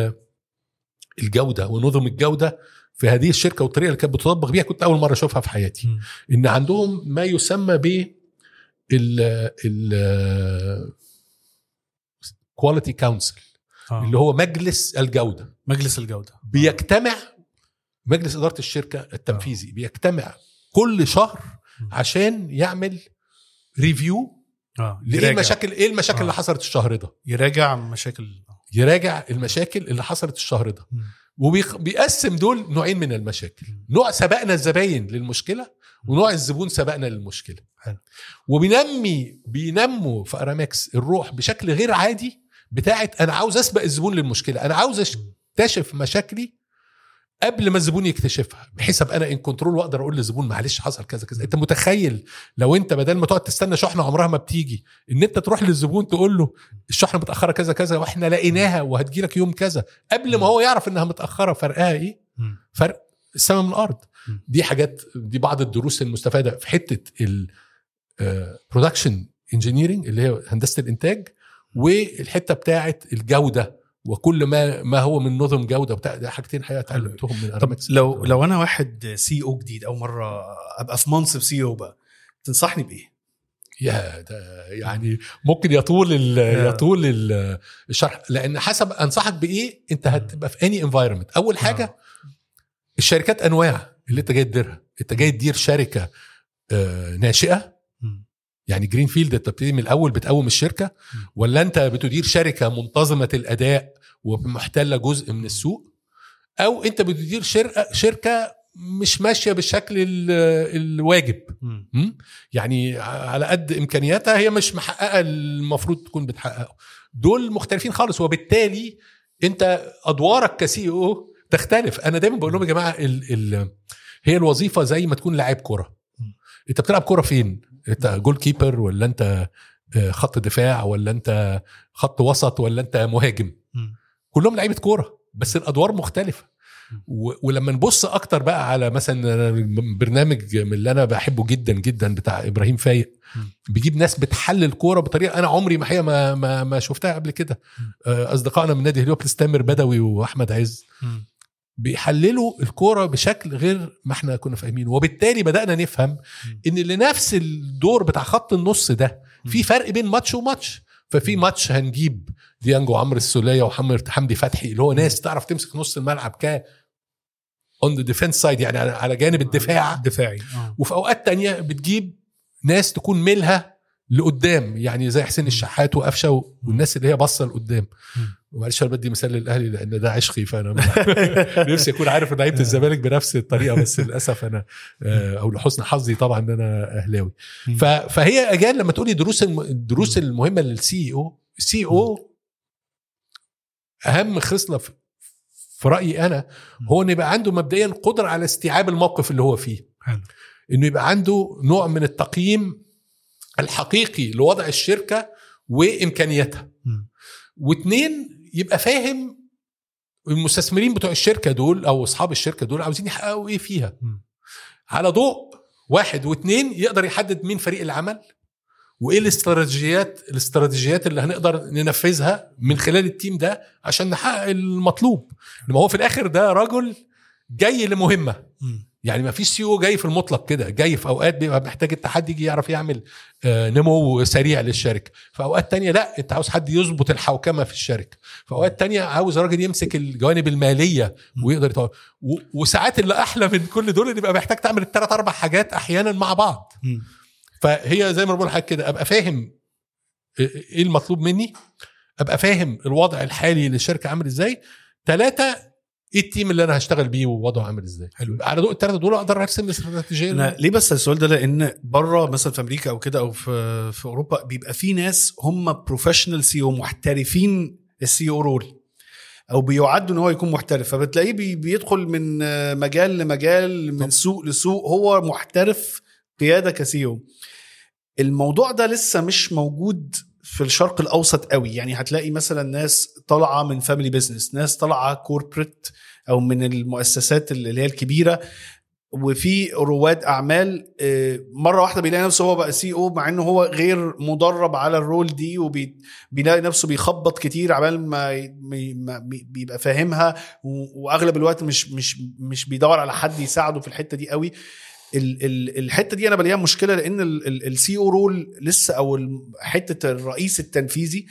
الجوده ونظم الجوده في هذه الشركه، والطريقه اللي كانت بتطبق بيها كنت اول مره اشوفها في حياتي. م. ان عندهم ما يسمى ب ال ال كواليتي كونسل، آه. اللي هو مجلس الجودة. مجلس الجودة بيجتمع مجلس إدارة الشركة التنفيذي، آه. بيجتمع كل شهر عشان يعمل ريفيو، آه. ايه المشاكل ايه المشاكل آه. اللي حصلت الشهر ده، يراجع مشاكل يراجع المشاكل اللي حصلت الشهر ده، وبيقسم دول نوعين من المشاكل، نوع سبقنا الزباين للمشكله ونوع الزبون سبقنا للمشكله. حلو. وبينمي بينمو في ارامكس الروح بشكل غير عادي بتاعت انا عاوز اسبق الزبون للمشكله، انا عاوز اكتشف مشاكلي قبل ما الزبون يكتشفها، بحيث ابقى انا ان كنترول واقدر اقول للزبون معلش حصل كذا كذا. انت متخيل لو انت بدل ما تقعد تستنى شحنه عمرها ما بتيجي، ان انت تروح للزبون تقول له الشحنه متاخره كذا كذا واحنا لقيناها وهتجيلك يوم كذا، قبل ما هو يعرف انها متاخره. فرقها ايه؟ فرق السماء من الارض. دي حاجات، دي بعض الدروس المستفاده في حته البرودكشن انجينيرنج اللي هي هندسه الانتاج، والحته بتاعه الجوده وكل ما ما هو من نظم جوده بتاع. ده حاجتين حقيقه اتعلمتهم من ارامكس. لو لو انا واحد سي او جديد او مره ابقى في منصب سي او بقى، تنصحني بايه؟ يا ده يعني ممكن يطول ال يطول ال الشرح، لان حسب انصحك بايه انت هتبقى في اني انفايرمنت. اول حاجه الشركات انواع اللي انت جاي تديرها. انت جاي تدير شركه ناشئه يعني جرين فيلد، انت بتبتدي من الاول بتقوم الشركه، ولا انت بتدير شركه منتظمه الاداء ومحتله جزء من السوق، او انت بتدير شركه شركه مش ماشيه بالشكل الواجب، يعني على قد امكانياتها هي مش محققه المفروض تكون بتحققه. دول مختلفين خالص، وبالتالي انت ادوارك كسي او تختلف. انا دايما بقول لهم يا جماعه ال ال هي الوظيفه زي ما تكون لاعب كره. انت بتلعب كره فين؟ انت جول كيبر، ولا انت خط دفاع، ولا انت خط وسط، ولا انت مهاجم؟ كلهم لعيبه كوره بس الادوار مختلفه. ولما نبص اكتر بقى على مثلا برنامج من اللي انا بحبه جدا جدا بتاع ابراهيم فايق، بيجيب ناس بتحلل كوره بطريقه انا عمري ما هي ما ما, ما شفتها قبل كده. اصدقائنا من نادي هليوبلس تامر بدوي واحمد عز بيحللوا الكوره بشكل غير ما احنا كنا فاهمين، وبالتالي بدأنا نفهم ان لنفس الدور بتاع خط النص ده في فرق بين ماتش وماتش. ففي ماتش هنجيب ديانجو عمرو السولية وحمد حمدي فتحي اللي هو ناس تعرف تمسك نص الملعب ك on the defense side، يعني على جانب الدفاع الدفاعي. وفي اوقات تانية بتجيب ناس تكون ملها لقدام، يعني زي حسين الشحات وقفشه والناس اللي هي باصه لقدام. ومعلش انا بدي مثال للاهلي لان ده عشقي، فانا نفسي اكون عارف ان لعيبه الزمالك بنفس الطريقه، بس للاسف انا او لحسن حظي طبعا ان انا اهلاوي. فهي اجان لما تقولي دروس الدروس المهمه للسي او، السي او اهم خصله في رايي انا هو ان يبقى عنده مبدئيا قدره على استيعاب الموقف اللي هو فيه، انه يبقى عنده نوع من التقييم الحقيقي لوضع الشركه وامكانياتها، واثنين يبقى فاهم المستثمرين بتوع الشركه دول او اصحاب الشركه دول عاوزين يحققوا ايه فيها. على ضوء واحد واثنين يقدر يحدد مين فريق العمل وايه الاستراتيجيات الاستراتيجيات اللي هنقدر ننفذها من خلال التيم ده عشان نحقق المطلوب. لما هو في الاخر ده رجل جاي لمهمه، يعني ما فيش سي او جاي في المطلق كده، جاي في اوقات بيبقى محتاج التحدي يجي يعرف يعمل نمو سريع للشركه، في اوقات تانية لا انت عاوز حد يظبط الحوكمه في الشركه، في اوقات تانية عاوز راجل يمسك الجوانب الماليه ويقدر يطور. وساعات اللي احلى من كل دول ان يبقى محتاج تعمل الثلاث اربع حاجات احيانا مع بعض. فهي زي ما بقول لحضرتك كده، ابقى فاهم ايه المطلوب مني، ابقى فاهم الوضع الحالي للشركه عامل ازاي، ثلاثه ايه التيم اللي انا هشتغل بيه ووضعه عامل ازاي. حلو. على ضوء الثلاثه دول اقدر ارسم الاستراتيجيه. انا ليه بس السؤال ده؟ لان بره مثلا في امريكا او كده او في في اوروبا بيبقى في ناس هم بروفيشنال سي او محترفين السي او رول، او بيعدوا ان هو يكون محترف، فبتلاقيه بي بيدخل من مجال لمجال، من سوق لسوق، هو محترف قياده كسي او. الموضوع ده لسه مش موجود في الشرق الأوسط قوي. يعني هتلاقي مثلا ناس طالعة من فاميلي بيزنس، ناس طالعة كوربريت أو من المؤسسات اللي هي الكبيرة، وفي رواد أعمال مرة واحدة بيلاقي نفسه هو بقى سي او، مع أنه هو غير مدرب على الرول دي، وبيلاقي نفسه بيخبط كتير عبال ما بيبقى فاهمها، وأغلب الوقت مش مش مش بيدور على حد يساعده في الحتة دي قوي. الحته دي انا بلاقيها مشكله، لان السي او رول لسه او حته الرئيس التنفيذي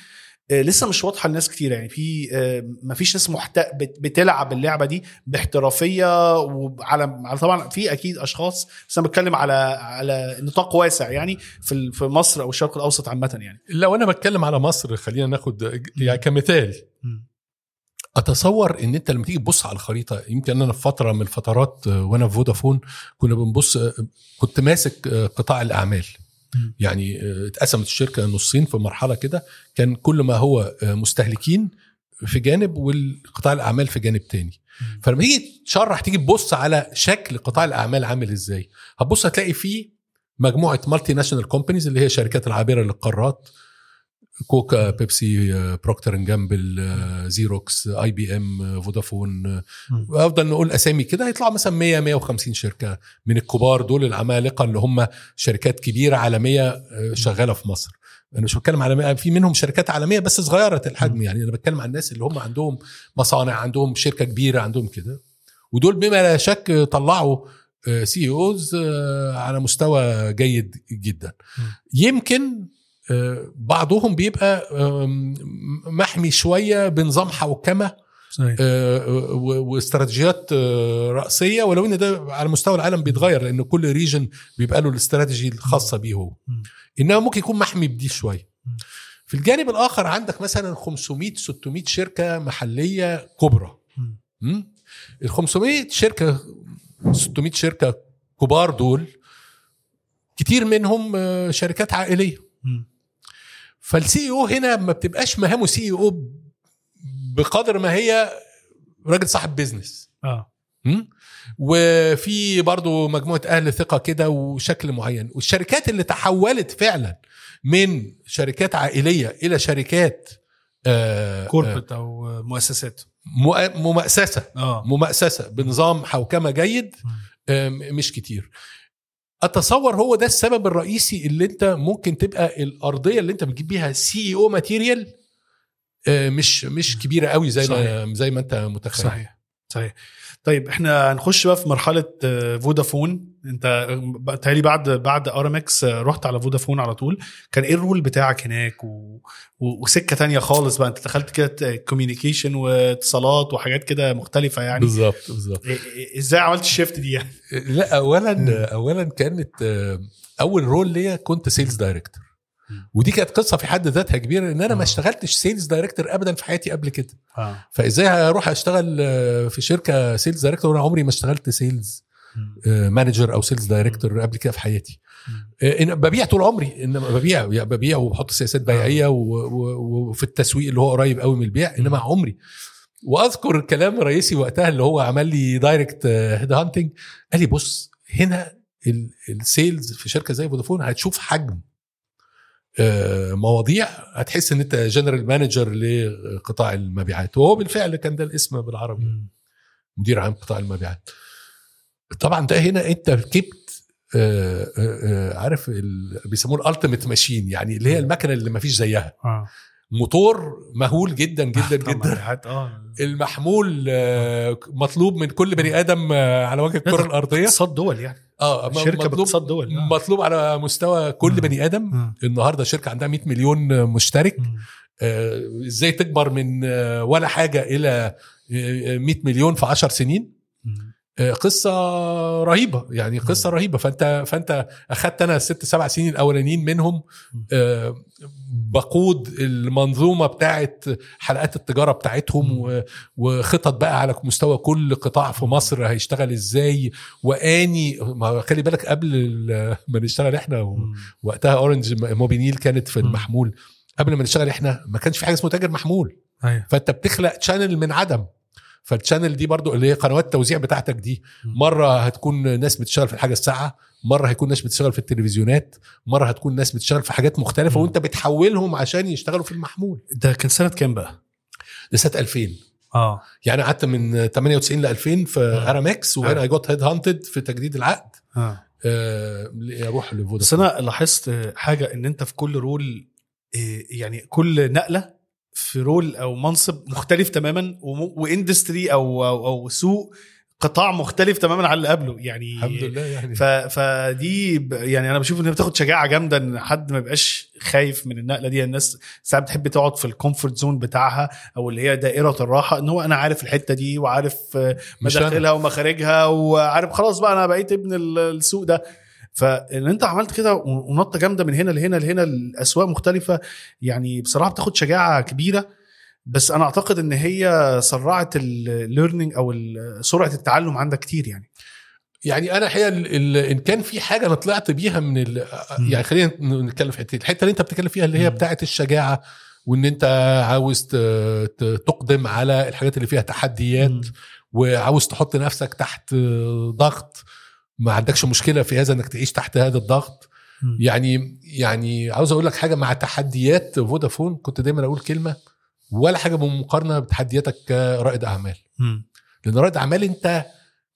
لسه مش واضحه لناس كتير. يعني في ما فيش ناس محت... بتلعب اللعبه دي باحترافيه، وعلى على طبعا في اكيد اشخاص، بس انا بتكلم على على نطاق واسع يعني في في مصر او الشرق الاوسط عامه. يعني لو انا بتكلم على مصر خلينا ناخد يعني كمثال. م. اتصور ان انت لما تيجي تبص على الخريطه، يمكن انا في فتره من الفترات وانا في فودافون كنا بنبص، كنت ماسك قطاع الاعمال. يعني اتقسمت الشركه نصين في مرحله كده، كان كل ما هو مستهلكين في جانب والقطاع الاعمال في جانب تاني. فلما تيجي تشرح تيجي تبص على شكل قطاع الاعمال عامل ازاي، هتبص هتلاقي فيه مجموعه مالتي ناشونال كومبانيز اللي هي شركات العابره للقارات، كوكا، بيبسي، بروكتر اند جامبل، زيروكس، اي بي ام، فودافون، افضل نقول اسامي كده، هيطلعوا مثلا مية مية وخمسين شركه من الكبار دول العمالقه اللي هم شركات كبيره عالميه شغاله في مصر. انا مش بتكلم على في منهم شركات عالميه بس صغيره الحجم، يعني انا بتكلم عن الناس اللي هم عندهم مصانع، عندهم شركه كبيره، عندهم كده. ودول بما لا شك طلعوا سي اوز على مستوى جيد جدا. يمكن بعضهم بيبقى محمي شوية بنظام حوكمة واستراتيجيات رأسية، ولو ان ده على مستوى العالم بيتغير لان كل ريجن بيبقى له الاستراتيجي الخاصة بيه هو، انما ممكن يكون محمي بدي شوية. في الجانب الاخر عندك مثلا خمسمية ستمية شركة محلية كبرى. ال خمسمية شركة ستمية شركة كبار دول كتير منهم شركات عائلية. فالسي او هنا ما بتبقاش مهامه سي او بقدر ما هي راجل صاحب بيزنس. اه وفي برضو مجموعة اهل ثقة كده وشكل معين. والشركات اللي تحولت فعلا من شركات عائلية الى شركات آه كوربريت او مؤسسات مؤسسة آه. مؤسسة بنظام حوكمة جيد آه مش كتير. اتصور هو ده السبب الرئيسي اللي انت ممكن تبقى الارضيه اللي انت بتجيب بيها سي او ماتيريال مش مش كبيره قوي زي ما زي ما انت متخيل. صحيح صحيح. طيب احنا هنخش بقى في مرحله فودافون. انت تالي بعد بعد ارامكس رحت على فودافون على طول، كان ايه الرول بتاعك هناك و... وسكه تانية خالص بقى؟ انت دخلت كده كوميونيكيشن واتصالات وحاجات كده مختلفه يعني. بالظبط بالظبط. ازاي عملت الشيفت دي يعني؟ لا اولا اولا كانت اول رول ليا كنت سيلز دايركتور، ودي كانت قصه في حد ذاتها كبيره ان انا آه. ما اشتغلتش سيلز دايركتور ابدا في حياتي قبل كده. آه. فازاي هروح اشتغل في شركه سيلز دايركتور وانا عمري ما اشتغلت سيلز مانجر او سيلز دايركتور قبل كده في حياتي. إن ببيع طول عمري، انما ببيع يعني ببيع وبحط سياسات بيعيه وفي التسويق اللي هو قريب قوي من البيع، انما عمري. واذكر كلام رئيسي وقتها اللي هو عمل لي دايركت هيد هانتنج، قال لي بص هنا السيلز في شركه زي فودافون هتشوف حجم مواضيع هتحس ان انت جنرال مانجر لقطاع المبيعات، وهو بالفعل كان ده الاسم بالعربي، مدير عام قطاع المبيعات. طبعا ده هنا انت ركبت عارف بيسموه الالتيميت ماشين، يعني اللي هي المكنه اللي ما فيش زيها. آه. موتور مهول جدا جدا جدا. المحمول مطلوب من كل بني ادم على وجه الكره الارضيه، اقتصاد دول يعني. اه شركه باقتصاد دول آه. مطلوب على مستوى كل م. بني ادم. م. النهارده شركه عندها مية مليون مشترك، آه ازاي تكبر من آه ولا حاجه الى آه مية مليون في عشر سنين؟ آه قصه رهيبه يعني، قصه م. رهيبه. فانت فانت اخذت انا الست سبع سنين الاولانيين منهم آه بقود المنظومه بتاعت حلقات التجاره بتاعتهم، وخطط بقى على مستوى كل قطاع في مصر هيشتغل ازاي. واني ما خلي بالك قبل ما نشتغل احنا وقتها اورنج موبينيل كانت في المحمول، قبل ما نشتغل احنا ما كانش في حاجه اسمه تاجر محمول. فانت بتخلق تشانل من عدم. فالتشانل دي برضو اللي هي قنوات التوزيع بتاعتك دي، مره هتكون ناس بتشتغل في الحاجه الساعه، مره هيكون ناس بتشتغل في التلفزيونات، مره هتكون ناس بتشتغل في حاجات مختلفه، وانت بتحولهم عشان يشتغلوا في المحمول. ده كان سنه كام بقى؟ ده سنه ألفين. اه يعني قعدت من ثمانية وتسعين ل ألفين في آه. ارامكس، وانا اي جوت هيد هانتد في تجديد العقد اه, آه اروح لفودافون. بس انا لاحظت حاجه، ان انت في كل رول يعني كل نقله في رول او منصب مختلف تماما، واندستري او او, أو سوق قطاع مختلف تماما عن اللي قبله يعني. الحمد لله يعني. ف... فدي يعني انا بشوف ان بتاخد شجاعه جامده ان حد ما يبقاش خايف من النقله دي. الناس ساعات بتحب تقعد في الكومفورت زون بتاعها او اللي هي دائره الراحه، ان هو انا عارف الحته دي وعارف مداخلها ومخارجها وعارف خلاص بقى انا بقيت ابن السوق ده. فان انت عملت كده ونطه جامده من هنا لهنا لهنا الاسواق مختلفه، يعني بصراحه بتاخد شجاعه كبيره. بس انا اعتقد ان هي سرعت الليرنينج او سرعه التعلم عندك كتير يعني. يعني انا الحقيقه ان كان في حاجه انا طلعت بيها من ال... يعني خلينا نتكلم في الحته الحته اللي انت بتتكلم فيها اللي هي بتاعه الشجاعه، وان انت عاوز تقدم على الحاجات اللي فيها تحديات م. وعاوز تحط نفسك تحت ضغط، ما عندكش مشكله في هذا انك تعيش تحت هذا الضغط. م. يعني يعني عاوز اقول لك حاجه، مع تحديات فودافون كنت دايما اقول كلمه، ولا حاجه بمقارنه بتحدياتك كرائد اعمال. م. لان رائد اعمال انت،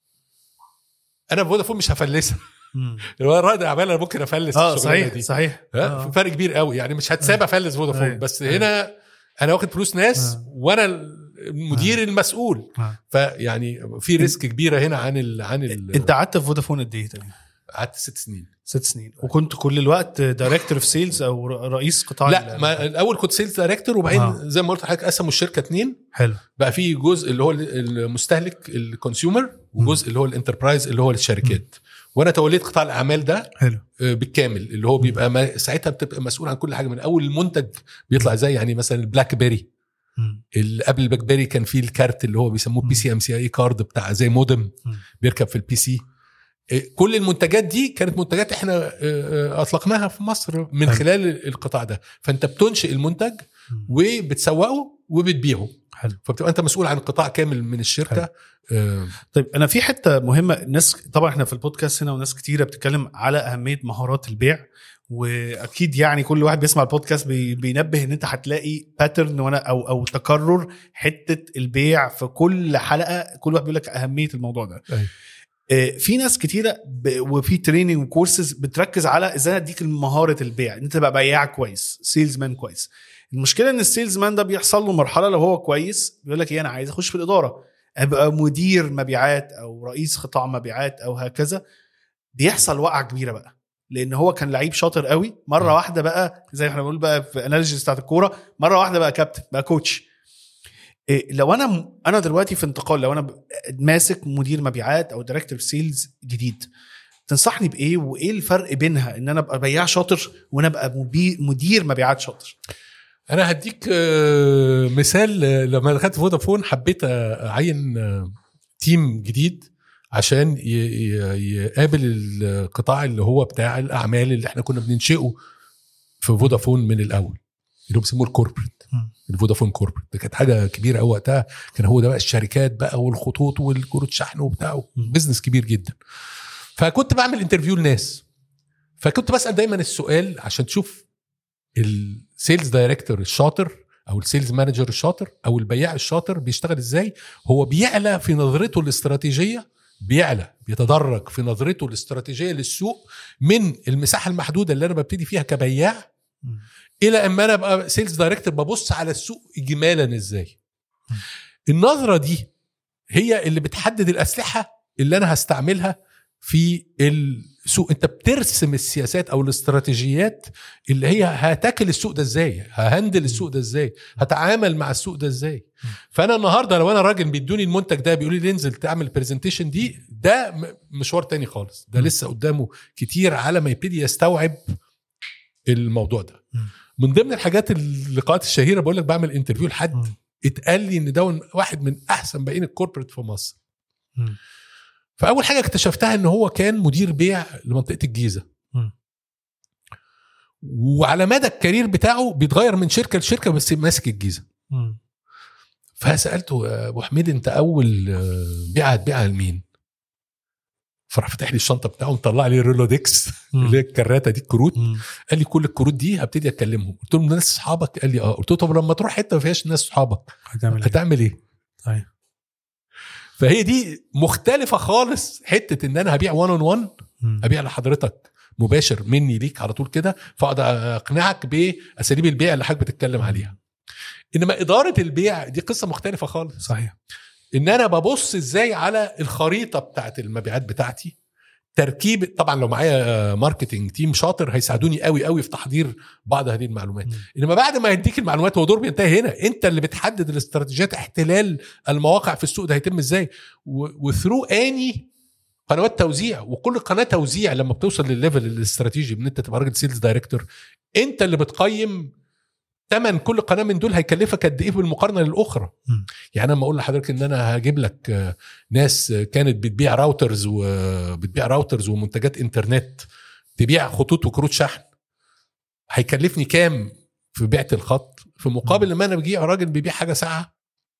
انا فودافون مش هفلسها. لو رائد اعمال انا ممكن افلس اه صحيح دي. صحيح آه. في فرق كبير قوي يعني، مش هتساب افلس فودافون آه. بس آه. هنا انا واخد فلوس ناس آه. وانا المدير آه. المسؤول آه. فيعني في ريسك كبيره هنا عن ال عن ال انت قعدت في فودافون قد ايه تاني؟ قعدت ست سنين. ست سنين وكنت كل الوقت دايركتور في سيلز او رئيس قطاع؟ لا، ما الاول كنت سيلز دايركتور، وبعدين آه. زي ما قلت لحضرتك قسموا الشركه اتنين. حلو. بقى في جزء اللي هو المستهلك الكونسيومر، وجزء اللي هو الانتربرايز اللي هو الشركات. م. وانا توليت قطاع الاعمال ده حلو بالكامل، اللي هو بيبقى ما ساعتها بتبقى مسؤول عن كل حاجه، من اول المنتج بيطلع زي يعني مثلا البلاك بيري، اللي قبل البلاك بيري كان فيه الكارت اللي هو بيسموه بي سي ام سي اي كارد بتاع زي مودم بيركب في البي سي. كل المنتجات دي كانت منتجات احنا اطلقناها في مصر من حلو. خلال القطاع ده. فانت بتنشئ المنتج وبتسوقه وبتبيعه. حلو. فبتبقى انت مسؤول عن قطاع كامل من الشركه. آه. طيب انا في حته مهمه، الناس طبعا احنا في البودكاست هنا وناس كتيره بتتكلم على اهميه مهارات البيع، واكيد يعني كل واحد بيسمع البودكاست بي بينبه ان انت هتلاقي باترن وانا او او تكرر حته البيع في كل حلقه، كل واحد بيقول لك اهميه الموضوع ده. أي. في ناس كتيرة وفي تريننج وكورسز بتركز على ازاي اديك مهارة البيع، ان انت تبقى بياع كويس، سيلز مان كويس. المشكلة ان السيلز مان ده بيحصل له مرحلة لو هو كويس بيقول لك ايه، انا عايز اخش في الادارة، ابقى مدير مبيعات او رئيس قطاع مبيعات او هكذا. بيحصل وقعة كبيرة بقى، لان هو كان لعيب شاطر قوي، مرة واحدة بقى زي ما احنا بنقول بقى في اناليسيس بتاعت الكورة، مرة واحدة بقى كابتن، بقى كوتش. لو انا انا دلوقتي في انتقال، لو انا ماسك مدير مبيعات او دايركتور سيلز جديد، تنصحني بايه؟ وايه الفرق بينها ان انا ابقى بياع شاطر وانا ابقى مدير مبيعات شاطر؟ انا هديك مثال. لما دخلت فودافون حبيت اعين تيم جديد عشان يقابل القطاع اللي هو بتاع الاعمال اللي احنا كنا بننشئه في فودافون من الاول، اللي هم بيسموه الكوربريت، الفودافون كوربريت. ده كانت حاجه كبيره قوي وقتها، كان هو ده بقى الشركات بقى والخطوط والكروت شحن وبتاعه، بزنس كبير جدا. فكنت بعمل انترفيو للناس، فكنت بسال دايما السؤال عشان تشوف السيلز دايركتور الشاطر او السيلز مانجر الشاطر او البياع الشاطر بيشتغل ازاي. هو بيعلى في نظرته الاستراتيجيه، بيعلى بيتدرج في نظرته الاستراتيجيه للسوق من المساحه المحدوده اللي انا ببتدي فيها كبياع الى اما انا ابقى سيلز دايركتور ببص على السوق اجمالا ازاي. النظره دي هي اللي بتحدد الاسلحه اللي انا هستعملها في السوق. انت بترسم السياسات او الاستراتيجيات اللي هي هتاكل السوق ده ازاي، ههندل السوق ده ازاي، هتعامل مع السوق ده ازاي. فانا النهارده لو انا راجل بيدوني المنتج ده بيقولوا لي انزل تعمل برزنتيشن دي، ده مشوار تاني خالص، ده لسه قدامه كتير على ما يبتدي يستوعب الموضوع ده. من ضمن الحاجات اللقاءات الشهيره بقول لك بعمل انترفيو لحد اتقال لي ان ده واحد من احسن باقين الكوربريت في مصر. فاول حاجه اكتشفتها ان هو كان مدير بيع لمنطقه الجيزه، وعلى مدى الكارير بتاعه بيتغير من شركه لشركه بس ماسك الجيزه. فسالته يا ابو حميد انت اول بيعه تبيعها لمين؟ فراح فتح لي الشنطه بتاعه وطلع لي رولودكس اللي هي الكراته دي الكروت. مم. قال لي كل الكروت دي هبتدي اكلمهم. قلت له ناس اصحابك؟ قال لي اه. قلت له طب لما تروح حته ما فيهاش ناس اصحابك هتعمل, هتعمل ايه؟ طيب. فهي دي مختلفه خالص، حته ان انا هبيع وان اون وان، ابيع لحضرتك مباشر مني ليك على طول كده، فاقعد اقنعك باساليب البيع اللي حضرتك بتتكلم عليها. انما اداره البيع دي قصه مختلفه خالص. صحيح. ان انا ببص ازاي على الخريطه بتاعت المبيعات بتاعتي، تركيب. طبعا لو معايا ماركتنج تيم شاطر هيساعدوني قوي قوي في تحضير بعض هذه المعلومات. م. انما بعد ما يديك المعلومات هو دور بينتهي هنا، انت اللي بتحدد الاستراتيجيات، احتلال المواقع في السوق ده هيتم ازاي، وثرو اني قنوات توزيع. وكل قناه توزيع لما بتوصل للليفل الاستراتيجي ان انت تبقى راجل سيلز دايركتور، انت اللي بتقيم ثمن كل قناه من دول هيكلفك قد ايه بالمقارنه للاخرى. م. يعني انا لما اقول لحضرتك ان انا هجيب لك ناس كانت بتبيع راوترز وبتبيع راوترز ومنتجات انترنت تبيع خطوط وكروت شحن، هيكلفني كام في بيعه الخط، في مقابل لما انا بجيب راجل بيبيع حاجه ساعه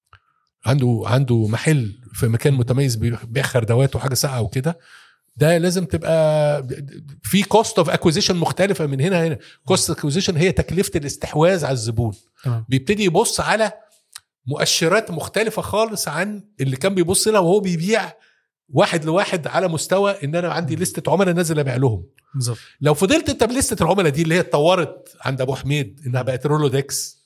عنده عنده محل في مكان متميز بيبيع خردوات وحاجه ساعه وكده. ده لازم تبقى في كوست اوف اكوزيشن مختلفه من هنا هنا. كوست اكوزيشن هي تكلفه الاستحواذ على الزبون. تمام. بيبتدي يبص على مؤشرات مختلفه خالص عن اللي كان بيبص لها وهو بيبيع واحد لواحد على مستوى ان انا عندي لستة عملاء نازل ابيع لهم. بالظبط. لو فضلت انت بلستة العملاء دي اللي هي اتطورت عند ابو حميد انها بقت رولودكس،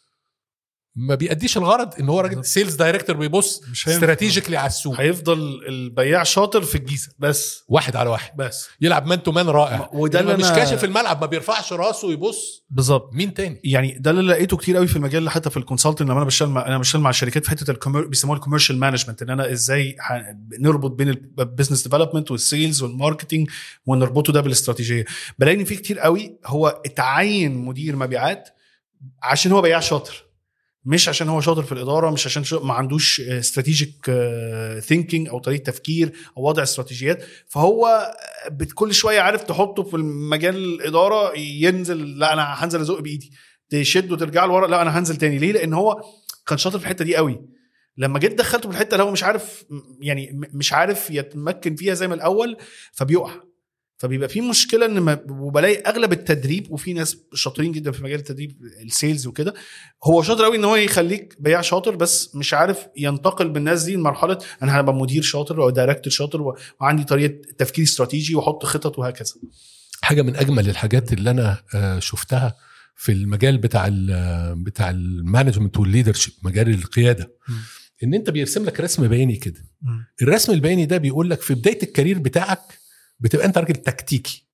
ما بيأديش الغرض. ان هو راجل سيلز دايركتور بيبص استراتيجيكلي على السوق. هيفضل البياع شاطر في الجيزه بس واحد على واحد بس يلعب مان تو مان رائع، وده اللي مش كاشف الملعب، ما بيرفعش راسه يبص بالظبط مين تاني. يعني ده اللي لقيته كتير قوي في المجال اللي حتى في الكونسلتنج لما انا بشتغل مع انا بشتغل مع الشركات في حته الكومير بيسموها الكوميرشال مانجمنت، ان انا ازاي نربط بين البيزنس ديفلوبمنت والسيلز والماركتنج ونربطه ده بالاستراتيجيه. بلاقي ان في كتير قوي هو اتعين مدير مبيعات عشان هو بياع شاطر، مش عشان هو شاطر في الإدارة، مش عشان ما عندوش استراتيجيك ثينكينج أو طريقة تفكير أو وضع استراتيجيات. فهو بكل شوية عارف تحطه في المجال الإدارة ينزل، لا أنا هنزل أزق بإيدي، تشده ترجع لورا، لا أنا هنزل تاني. ليه؟ لأن هو كان شاطر في الحتة دي قوي. لما جيت دخلته في الحتة اللي هو مش عارف يعني مش عارف يتمكن فيها زي ما الأول، فبيقع. فبيبقى في مشكله ان ما وبلاقي اغلب التدريب، وفي ناس شاطرين جدا في مجال التدريب السيلز وكده، هو شاطر قوي ان هو يخليك بياع شاطر بس مش عارف ينتقل بالناس دي لمرحله انا هبقى مدير شاطر او دايركتور شاطر وعندي طريقه تفكير استراتيجي واحط خطط وهكذا. حاجه من اجمل الحاجات اللي انا شفتها في المجال بتاع بتاع المانجمنت والليدرشيب، مجال القياده، م. ان انت بيرسم لك رسم بياني كده. م. الرسم البياني ده بيقول لك في بدايه الكارير بتاعك بتبقى انت راجل تكتيكي،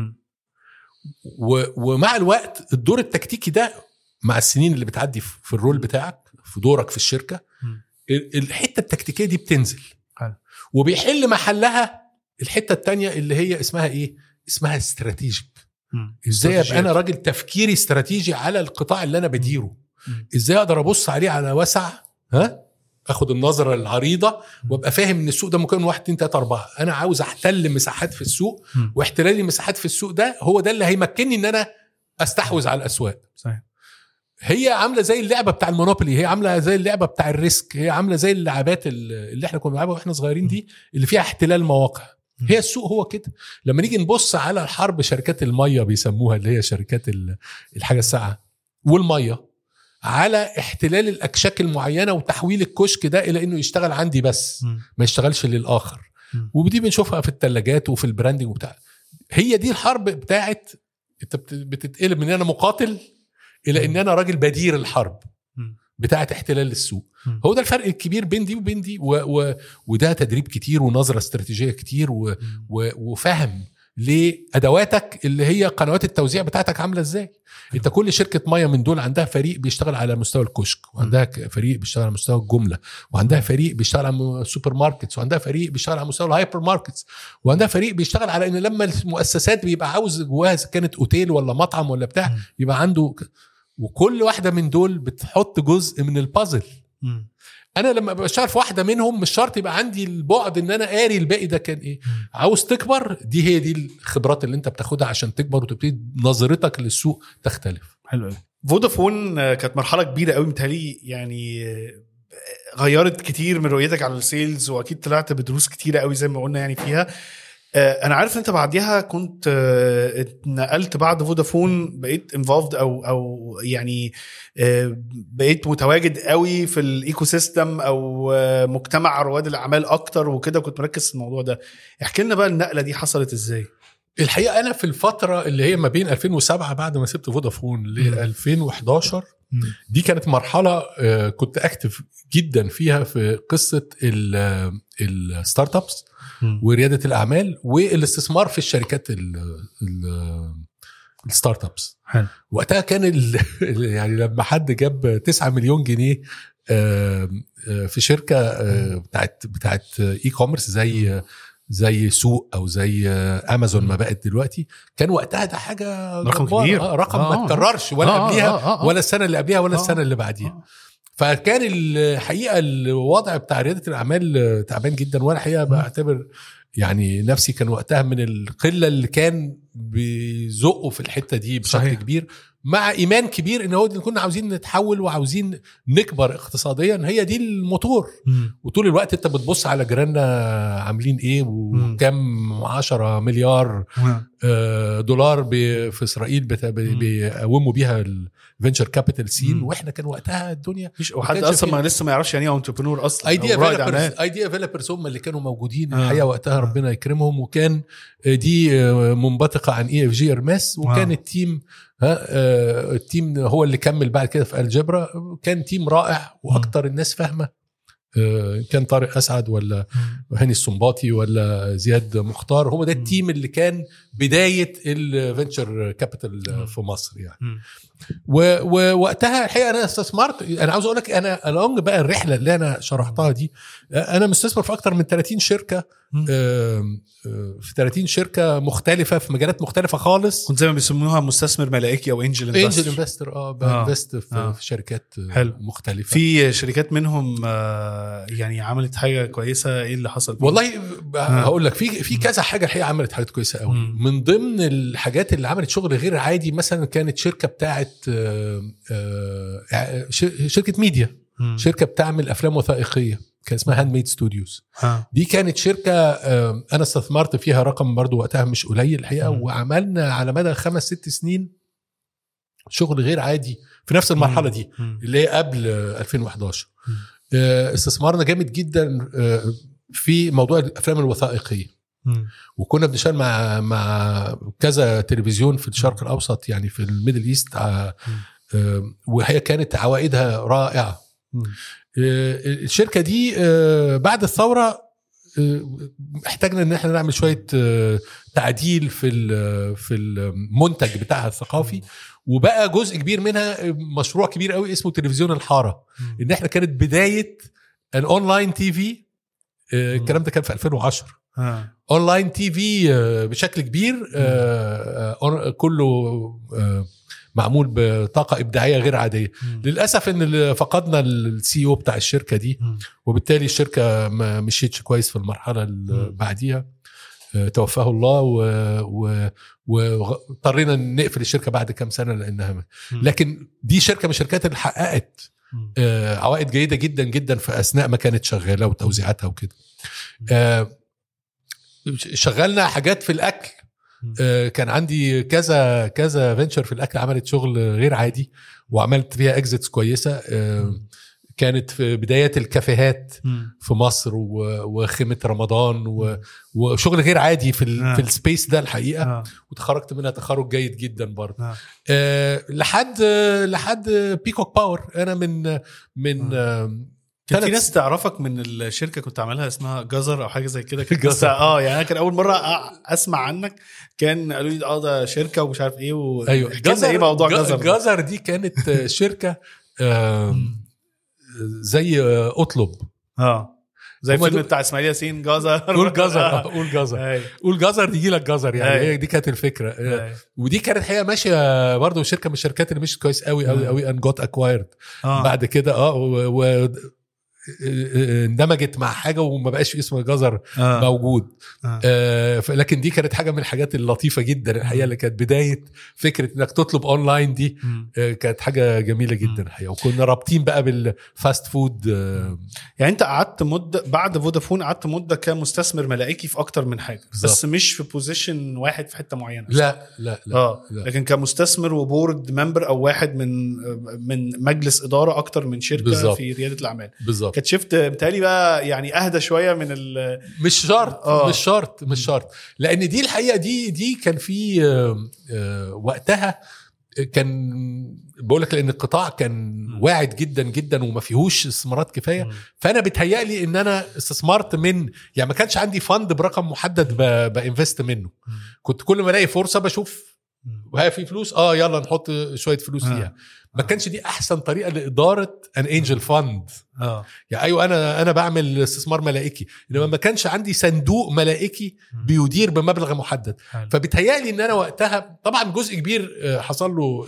و... ومع الوقت الدور التكتيكي ده مع السنين اللي بتعدي في الرول بتاعك في دورك في الشركة، م. الحتة التكتيكية دي بتنزل حل. وبيحل محلها الحتة التانية اللي هي اسمها ايه؟ اسمها استراتيجيك. ازاي ابقى انا راجل تفكيري استراتيجي على القطاع اللي انا بديره، م. ازاي اقدر ابص عليه على وسع، ها اخد النظرة العريضة وابقى فاهم ان السوق ده مكون واحد اتنين تلاتة اربعة. انا عاوز احتل مساحات في السوق، واحتلالي مساحات في السوق ده هو ده اللي هيمكنني ان انا استحوذ على الاسواق. صحيح. هي عاملة زي اللعبة بتاع المونوبولي، هي عاملة زي اللعبة بتاع الريسك، هي عاملة زي اللعبات اللي احنا كنا بنلعبها واحنا صغيرين دي اللي فيها احتلال مواقع. هي السوق هو كده. لما نيجي نبص على الحرب، شركات المية بيسموها اللي هي شركات الحاجة الساعة والمية، على احتلال الأكشاك المعينة وتحويل الكشك ده إلى إنه يشتغل عندي بس، م. ما يشتغلش للآخر. م. ودي بنشوفها في الثلاجات وفي البراندنج وبتاع. هي دي الحرب بتاعت انت بتتقلب من أنا مقاتل إلى إن أنا راجل بدير الحرب بتاعت احتلال السوق. م. هو ده الفرق الكبير بين دي وبين دي، و و وده تدريب كتير ونظرة استراتيجية كتير، و و وفهم لأدواتك اللي هي قنوات التوزيع بتاعتك عاملة ازاي. انت كل شركة مية من دول عندها فريق بيشتغل على مستوى الكشك، وعندها فريق بيشتغل على مستوى الجملة، وعندها فريق بيشتغل على السوبر ماركتس، وعندها فريق بيشتغل على مستوى الهايبر ماركتس، وعندها فريق بيشتغل على ان لما المؤسسات بيبقى عاوز جواها كانت اوتيل ولا مطعم ولا بتاع يبقى عنده، وكل واحدة من دول بتحط جزء من البازل. انا لما بشتغل في واحده منهم مش شرط يبقى عندي البعد ان انا قاري الباقي ده كان ايه. عاوز تكبر، دي هي دي الخبرات اللي انت بتاخدها عشان تكبر وتبتدي نظرتك للسوق تختلف. حلو قوي. فودافون كانت مرحله كبيره قوي متهيألي، يعني غيرت كتير من رؤيتك على السيلز، واكيد طلعت بدروس كتيره قوي زي ما قلنا يعني فيها. انا عارف انت بعديها كنت اتنقلت بعد فودافون، بقيت انفولفد او او يعني بقيت متواجد قوي في الايكو سيستم او مجتمع رواد الاعمال اكتر وكده، كنت مركز في الموضوع ده. احكي لنا بقى النقله دي حصلت ازاي؟ الحقيقه انا في الفتره اللي هي ما بين ألفين وسبعة بعد ما سبت فودافون ل ألفين وحداشر دي كانت مرحله كنت اكتف جدا فيها في قصه الستارت ابس ورياده الاعمال والاستثمار في الشركات الستارت ابس. وقتها كان يعني لما حد جاب تسعة مليون جنيه في شركه بتاعت بتاعت اي كوميرس زي زي سوق او زي امازون ما بقت دلوقتي، كان وقتها ده حاجه رقم كبير، رقم آه ما تكررش ولا آه قبليها آه آه ولا السنه اللي قبليها ولا آه السنه اللي بعديها. آه فكان الحقيقه الوضع بتاع رياده الاعمال تعبان جدا، وانا الحقيقه بعتبر يعني نفسي كان وقتها من القله اللي كان بيزقوا في الحته دي بشكل صحيح. كبير، مع ايمان كبير ان هو كنا عاوزين نتحول وعاوزين نكبر اقتصاديا، هي دي الموتور. م. وطول الوقت انت بتبص على جيراننا عاملين ايه وكم عشرة مليار آه دولار في اسرائيل بيقوموا بيها الفينشر كابيتال سين، واحنا كان وقتها الدنيا مش وحد اصلا ما لسه ما يعرفش يعني ايه انتربرنور اصلا. ايديا ديفلوبرز ايديا ديفلوبرز هم اللي كانوا موجودين آه. الحقيقه وقتها آه. ربنا يكرمهم، وكان دي منبثقه عن اي اف جي ارماس، وكان آه. التيم ها آه التيم هو اللي كمل بعد كده في الجبرا، كان تيم رائع واكتر الناس فاهمه آه كان طارق اسعد ولا هاني السنباطي ولا زياد مختار، هو ده التيم اللي كان بدايه الفينشر كابيتال في مصر يعني. ووقتها الحقيقه انا استثمرت، انا عاوز اقول لك انا الونج بقى الرحله اللي انا شرحتها دي، انا مستثمر في اكتر من ثلاثين شركه في ثلاثين شركه مختلفه في مجالات مختلفه خالص. كنت زي ما بيسموها مستثمر ملائكي او انجل انفستر. انجل انفستر اه بانفست في, آه. في شركات حلو. مختلفه. في شركات منهم يعني عملت حاجه كويسه، ايه اللي حصل بيه؟ والله هقول لك في في كذا حاجه الحقيقه عملت حاجات كويسه قوي. من ضمن الحاجات اللي عملت شغل غير عادي مثلا كانت شركه بتاعه شركه ميديا، م. شركه بتعمل افلام وثائقيه كان اسمها هاند ميد ستوديوز. دي كانت شركه انا استثمرت فيها رقم برضو وقتها مش قليل الحقيقه، م. وعملنا على مدى خمس ست سنين شغل غير عادي في نفس المرحله دي م. اللي هي قبل ألفين وإحدى عشر. م. استثمارنا جامد جدا في موضوع الافلام الوثائقيه، م. وكنا بنشتغل مع مع كذا تلفزيون في الشرق م. الاوسط يعني في الميدل ايست، وهي كانت عوائدها رائعه. م. الشركه دي بعد الثوره احتاجنا ان احنا نعمل شويه تعديل في في المنتج بتاعها الثقافي، وبقى جزء كبير منها مشروع كبير قوي اسمه تلفزيون الحاره. ان احنا كانت بدايه الاونلاين تي في، الكلام ده كان في ألفين وعشرة. آه. اونلاين تي في بشكل كبير، آه كله آه معمول بطاقه ابداعيه غير عاديه. م. للاسف ان فقدنا السي او بتاع الشركه دي، م. وبالتالي الشركه ما مشيتش كويس في المرحله اللي بعديها، آه توفاه الله، واضطرينا نقفل الشركه بعد كام سنه لانها م. لكن دي شركه من الشركات اللي حققت آه عوائد جيده جدا جدا في اثناء ما كانت شغاله وتوزيعاتها وكده. آه شغلنا حاجات في الاكل، آه كان عندي كذا كذا فينشر في الاكل عملت شغل غير عادي وعملت فيها اكزيتس كويسه. آه كانت في بداية الكافيهات في مصر وخيمة رمضان وشغل غير عادي في ال في السبيس ده الحقيقة. آه. وتخرجت منها تخرج جيد جدا برضه. آه. آه لحد لحد بيكوك باور. انا من من آه. كان في ناس تعرفك من الشركه كنت عاملها اسمها جزر او حاجه زي كده كده. اه يعني انا كان اول مره اسمع عنك كان قالوا لي اه ده شركه ومش عارف ايه و... ايوه جزر ايه موضوع جزر جزر دي كانت شركه آه زي اطلب اه زي فيلم بتاع اسماعيل ياسين جزر قول جزر قول جزر قول جزر يجي لك جزر يعني. هي دي كانت الفكره. أي. ودي كانت حقيقه ماشيه برضو شركه من الشركات اللي مشيت كويس قوي قوي قوي ان جوت اكوايرد بعد كده اه و اندمجت مع حاجه وما بقاش اسمه جزر آه. موجود. آه. آه لكن دي كانت حاجه من الحاجات اللطيفه جدا الحقيقه اللي كانت بدايه فكره انك تطلب اونلاين دي. آه كانت حاجه جميله جدا الحقيقه. وكنا رابطين بقى بالفاست فود. آه يعني انت قعدت مده بعد فودافون قعدت مده كمستثمر ملائكي في اكتر من حاجه بالزبط. بس مش في بوزيشن واحد في حته معينه. لا لا لا, آه. لا لكن كمستثمر وبورد ممبر او واحد من من مجلس اداره اكتر من شركه بالزبط. في رياده الاعمال بالظبط. كنت شفت بتالي بقى يعني اهدى شويه من ال مش شرط آه. مش شرط مش شرط لان دي الحقيقه دي دي كان في آه آه وقتها كان بقول لك لان القطاع كان واعد جدا جدا وما فيهوش استثمارات كفايه. فانا بتهيألي ان انا استثمرت من يعني ما كانش عندي فند برقم محدد بانفست منه. كنت كل ما الاقي فرصه بشوف وهي في فلوس اه يلا نحط شويه فلوس فيها. ما كانش دي احسن طريقه لاداره ان انجل فند. اه يعني ايوه انا انا بعمل استثمار ملائكي انما ما كانش عندي صندوق ملائكي بيدير بمبلغ محدد. فبتهيألي ان انا وقتها طبعا جزء كبير حصل له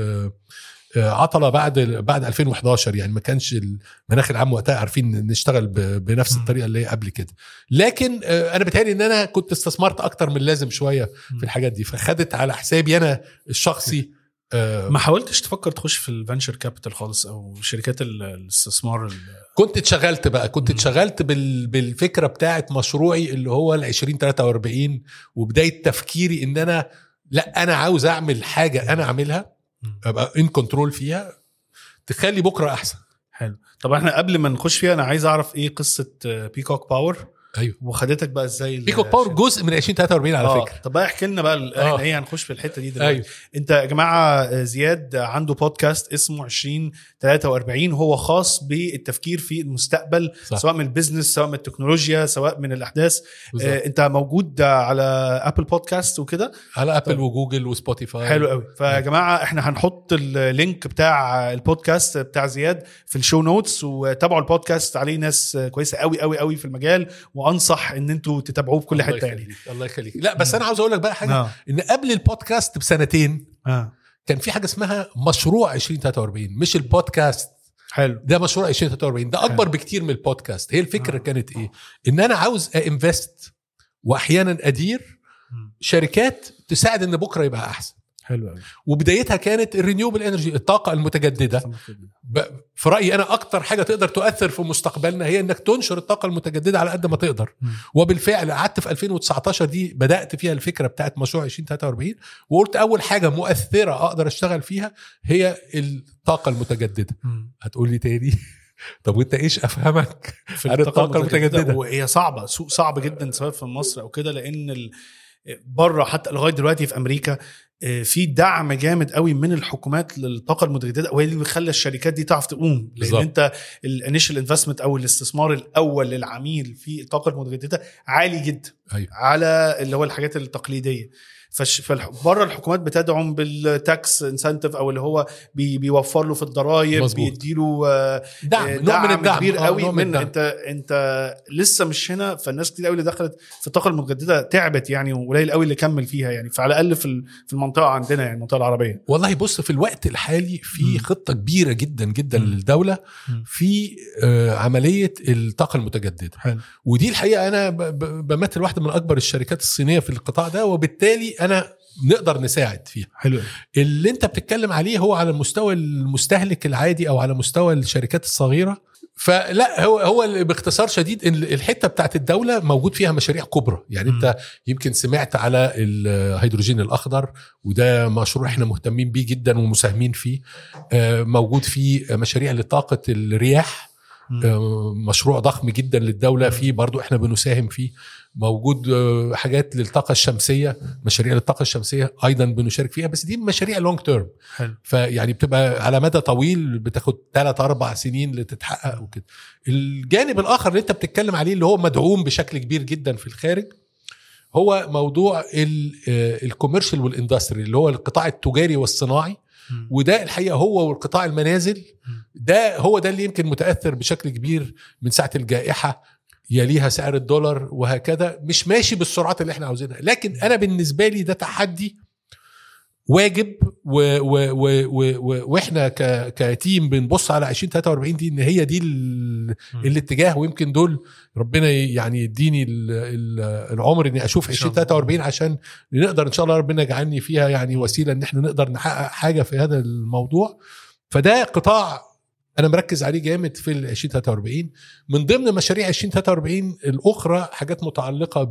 عطله بعد بعد ألفين وإحداشر. يعني ما كانش المناخ العام وقتها عارفين نشتغل بنفس الطريقه اللي هي قبل كده. لكن انا بتهيألي ان انا كنت استثمرت اكتر من اللازم شويه في الحاجات دي فخدت على حسابي انا الشخصي. ما حاولتش تفكر تخش في الفنشر كابيتال خالص او شركات الاستثمار؟ كنت اتشغلت بقى كنت اتشغلت بال بالفكره بتاعه مشروعي اللي هو ال عشرين تلاتة وأربعين وبدايه تفكيري ان انا لا انا عاوز اعمل حاجه انا اعملها ابقى ان كنترول فيها تخلي بكره احسن. حلو. طب احنا قبل ما نخش فيها انا عايز اعرف ايه قصه بيكوك باور. ايوه وخدتك بقى ازاي بيكوك باور جزء من عشرين تلاتة وأربعين على آه. فكره. طب بقى احكي لنا بقى احنا ايه هنخش في الحته دي دلوقتي. أيوه. انت يا جماعه زياد عنده بودكاست اسمه عشرين تلاتة وأربعين هو خاص بالتفكير في المستقبل صح. سواء من البيزنس سواء من التكنولوجيا سواء من الاحداث. آه انت موجود على ابل بودكاست وكده على ابل وجوجل وسبوتيفاي. حلو قوي. فيا جماعه احنا هنحط اللينك بتاع البودكاست بتاع زياد في الشو نوتس وتابعوا البودكاست عليه ناس كويسه قوي قوي قوي في المجال وانصح ان انتوا تتابعوه في كل حته يعني. الله يخليك. لا بس انا عاوز اقول لك بقى حاجه آه. ان قبل البودكاست بسنتين آه. كان في حاجه اسمها مشروع عشرين تلاتة وأربعين مش البودكاست. حلو. ده مشروع عشرين تلاتة وأربعين ده اكبر حلو. بكتير من البودكاست. هي الفكره آه. كانت ايه ان انا عاوز انفست واحيانا ادير شركات تساعد ان بكره يبقى احسن. حلو قوي. وبدايتها كانت الرينيوبل انرجي الطاقه المتجدده. في رايي انا اكتر حاجه تقدر تؤثر في مستقبلنا هي انك تنشر الطاقه المتجدده على قد ما تقدر. م. وبالفعل قعدت في ألفين وتسعتاشر دي بدات فيها الفكره بتاعت مشروع عشرين تلاتة وأربعين وقلت اول حاجه مؤثره اقدر اشتغل فيها هي الطاقه المتجدده. هتقول لي تاني طب وانت ايش افهمك في الطاقه المتجدده؟ وهي صعبه سوق صعب جدا سواء في مصر او كده لان ال... بره حتى لغايه دلوقتي في امريكا في دعم جامد قوي من الحكومات للطاقه المتجدده وهي اللي بيخلي الشركات دي تعرف تقوم. لان انت الانيشال انفستمنت او الاستثمار الاول للعميل في الطاقه المتجدده عالي جدا. أيوة. على اللي هو الحاجات التقليديه. فبره الحكومات بتدعم بالتاكس انسنتيف او اللي هو بي بيوفر له في الضرائب بيديله دعم, دعم من الدعم كبير قوي من, من انت انت لسه مش هنا. فالناس كتير قوي اللي دخلت في الطاقه المتجدده تعبت يعني وقليل قوي اللي كمل فيها يعني فعلى الاقل في في المنطقه عندنا يعني المنطقه العربيه. والله بص في الوقت الحالي في خطه كبيره جدا جدا م. للدوله في آه عمليه الطاقه المتجدده. حلو. ودي الحقيقه انا بمثل واحده من اكبر الشركات الصينيه في القطاع ده وبالتالي انا نقدر نساعد فيها. حلو. اللي انت بتتكلم عليه هو على المستوى المستهلك العادي او على مستوى الشركات الصغيره. فلا هو هو باختصار شديد الحته بتاعت الدوله موجود فيها مشاريع كبرى يعني م. انت يمكن سمعت على الهيدروجين الاخضر وده مشروع احنا مهتمين بيه جدا ومساهمين فيه. موجود فيه مشاريع لطاقه الرياح مشروع ضخم جدا للدولة فيه برضو احنا بنساهم فيه. موجود حاجات للطاقة الشمسية مشاريع للطاقة الشمسية ايضا بنشارك فيها بس دي مشاريع لونج تيرم فيعني بتبقى على مدى طويل بتاخد ثلاثة أربع سنين لتتحقق وكده. الجانب الآخر اللي انت بتتكلم عليه اللي هو مدعوم بشكل كبير جدا في الخارج هو موضوع الكوميرشال والاندستري اللي هو القطاع التجاري والصناعي. وده الحقيقة هو والقطاع المنازل ده هو ده اللي يمكن متأثر بشكل كبير من ساعة الجائحة يليها سعر الدولار وهكذا مش ماشي بالسرعات اللي احنا عاوزينها. لكن أنا بالنسبة لي ده تحدي واجب و و و و واحنا كتيم بنبص على عشرين تلاتة وأربعين دي ان هي دي الاتجاه ويمكن دول ربنا يعني يديني العمر اني اشوف عشرين تلاتة وأربعين عشان نقدر ان شاء الله ربنا يجعلني فيها يعني وسيله ان احنا نقدر نحقق حاجه في هذا الموضوع. فده قطاع انا مركز عليه جامد في ال عشرين تلاتة وأربعين. من ضمن مشاريع عشرين تلاتة وأربعين الاخرى حاجات متعلقه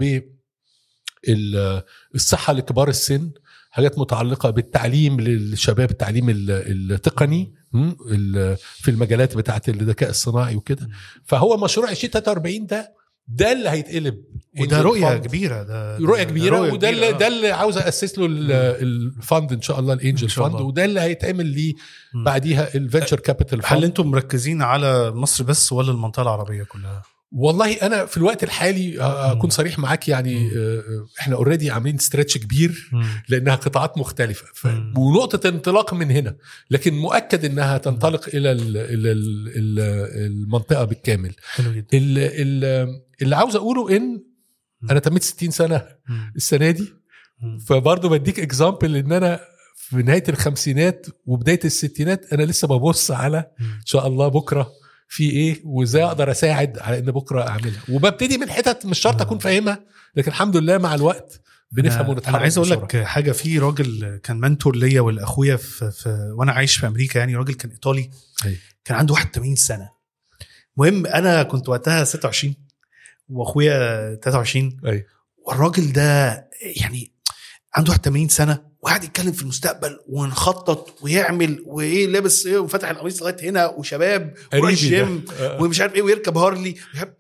بالصحه لكبار السن حاجات متعلقة بالتعليم للشباب التعليم التقني في المجالات بتاعة الذكاء الصناعي وكده. فهو مشروع عشرين تلاتة وأربعين ده ده اللي هيتقلب. وده رؤيه كبيره، ده رؤيه كبيره، وده اللي ده اللي عاوز اسس له الفند ان شاء الله، الانجل فند، وده اللي هيتعمل ليه بعديها الفينتشر كابيتال فند. هل انتم مركزين على مصر بس ولا المنطقه العربيه كلها؟ والله انا في الوقت الحالي اكون صريح معاك يعني احنا اوريدي عاملين ستريتش كبير لانها قطاعات مختلفه ونقطه انطلاق من هنا، لكن مؤكد انها تنطلق الى المنطقه بالكامل. اللي عاوز اقوله ان انا تميت ستين سنه السنه دي، فبرضه بديك اكزامبل ان انا في نهايه الخمسينات وبدايه الستينات انا لسه ببص على ان شاء الله بكره في ايه وازاي اقدر اساعد على ان بكره اعملها، وببتدي من حتت مش شرط اكون فاهمها، لكن الحمد لله مع الوقت بنفهم ونتحرك. انا عايز اقول لك حاجه، في راجل كان منتور ليا والاخويا في, في وانا عايش في امريكا، يعني راجل كان ايطالي أي. كان عنده واحد وثمانين سنه. مهم انا كنت وقتها ستة وعشرين واخويا ثلاثة وعشرين أي. والراجل ده يعني عنده واحد وثمانين سنه وقاعد يتكلم في المستقبل ونخطط ويعمل وايه، لابس ايه وفتح القميص لغايه هنا وشباب وراح الجيم ومش عارف ايه ويركب هارلي.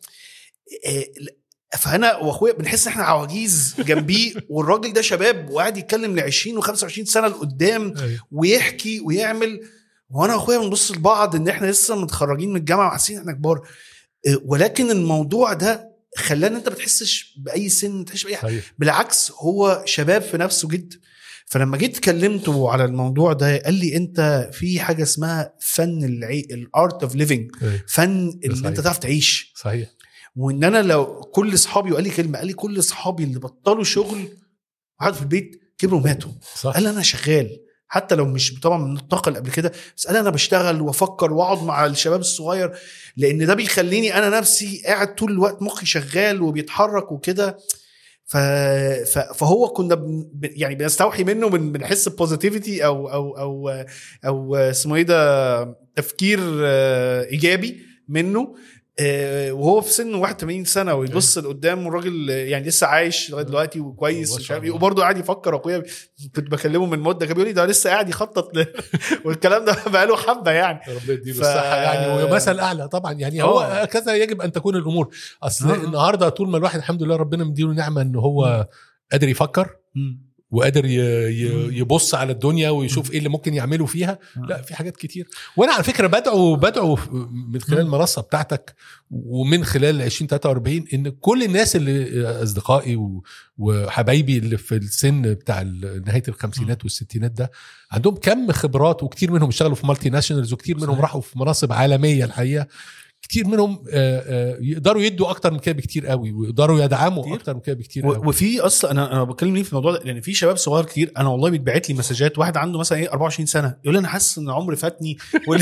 فانا واخويا بنحس ان احنا عواجيز جنبيه والراجل ده شباب وقاعد يتكلم ل عشرين وخمسة وعشرين سنه لقدام ويحكي ويعمل، وانا واخويا بنبص لبعض ان احنا لسه متخرجين من الجامعه وحاسين احنا كبار. ولكن الموضوع ده خلانا انت ما تحسش باي سن، ما تحسش باي حاجه، بالعكس هو شباب في نفسه جدا. فلما جيت كلمته على الموضوع ده قال لي انت في حاجه اسمها فن العي... الارت اوف ليفينج، فن اللي انت تعرف تعيش. صحيح. وان انا لو كل اصحابي، وقال لي كلمه، قال لي كل اصحابي اللي بطلوا شغل وقعدوا في البيت كبروا وماتوا. قال انا شغال حتى لو مش طبعا من الطاقه قبل كده، بس قال انا بشتغل وافكر واقعد مع الشباب الصغير، لان ده بيخليني انا نفسي قاعد طول الوقت مخي شغال وبيتحرك وكده. ف... فهو كنا ب... يعني بنستوحي منه، من بنحس بوزيتيفيتي او او او او اسمه ايه ده، تفكير ايجابي منه، وهو في سن واحد وثمانين سنه ويبص لقدام، الراجل يعني لسه عايش لغايه دلوقتي وكويس مش عارف ايه، وبرضه قاعد يفكر. اخويا كنت بكلمه من مده كان بيقول لي ده لسه قاعد يخطط ل... والكلام ده بقاله حبه يعني. ربنا يديله الصحه يعني ومثل اعلى طبعا يعني. هو كذا يجب ان تكون الامور. اصل أوه. النهارده طول ما الواحد الحمد لله ربنا مديله نعمه ان هو قادر يفكر م. وقادر يبص على الدنيا ويشوف ايه اللي ممكن يعمله فيها. لا في حاجات كتير. وانا على فكره بدعو بدعو من خلال المنصه بتاعتك ومن خلال عشرين ثلاثة وأربعين ان كل الناس اللي اصدقائي وحبايبي اللي في السن بتاع نهايه الخمسينات والستينات ده عندهم كم خبرات، وكتير منهم اشتغلوا في مالتي ناشونالز، وكتير منهم راحوا في مناصب عالميه الحقيقه. كتير منهم يقدروا يدوا اكتر من كده بكتير قوي، ويقدروا يدعموا كتير. اكتر من كده بكتير قوي. وفي اصلا انا انا بتكلم ليه في الموضوع ده، لان في شباب صغار كتير انا والله بيتبعت لي مسجات، واحد عنده مثلا ايه أربعة وعشرين سنه يقول لي انا حاسس ان عمري فاتني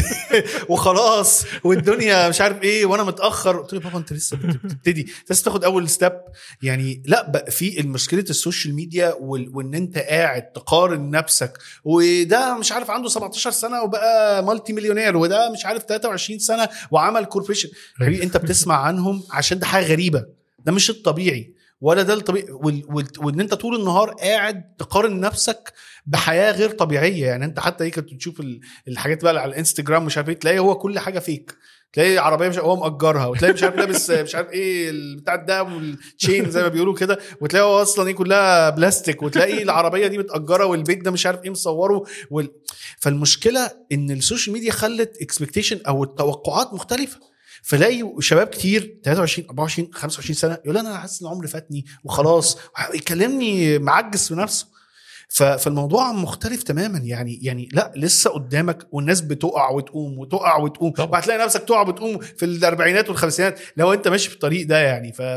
وخلاص والدنيا مش عارف ايه وانا متاخر. قلت له بابا انت لسه بتبتدي، لسه تاخد اول ستيب يعني. لا بقى في مشكله السوشيال ميديا وان انت قاعد تقارن نفسك، وده مش عارف عنده سبعتاشر سنه وبقى مالتي مليونير، وده مش عارف ثلاثة وعشرين سنه وعمل كوربريشن. انت بتسمع عنهم عشان ده حاجه غريبه، ده مش الطبيعي ولا ده الطبيعي. وان انت طول النهار قاعد تقارن نفسك بحياه غير طبيعيه يعني. انت حتى ايه كنت تشوف الحاجات بقى على الانستجرام مش عارف ايه، تلاقي هو كل حاجه فيك، تلاقي عربيه مش هو مأجرها، وتلاقي مش عارف لابس مش عارف ايه بتاع ده والتشين زي ما بيقولوا كده، وتلاقي هو اصلا ايه كلها بلاستيك، وتلاقي العربيه دي متأجره والبيت ده مش عارف ايه مصوره وال... فالمشكله ان السوشيال ميديا خلت اكسبكتيشن او التوقعات مختلفه. فلاقي شباب كتير ثلاثة وعشرين أربعة وعشرين خمسة وعشرين سنه يقول انا حاسس ان عمري فاتني وخلاص، يكلمني معجز في نفسه. فالموضوع مختلف تماما يعني. يعني لا لسه قدامك، والناس بتقع وتقوم وتقع وتقوم، وهتلاقي نفسك تقع وتقوم في الاربعينات والخمسينات لو انت ماشي في الطريق ده يعني. ف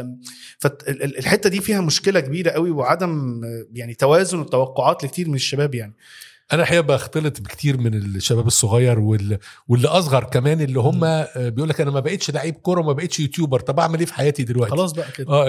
فالحته دي فيها مشكله كبيره قوي، وعدم يعني توازن التوقعات لكتير من الشباب يعني. انا الحقيقه بختلط بكتير من الشباب الصغير واللي, واللي اصغر كمان، اللي هم بيقول لك انا ما بقيتش لعيب كوره وما بقيتش يوتيوبر، طب اعمل ايه في حياتي دلوقتي؟ خلاص بقى كده. اه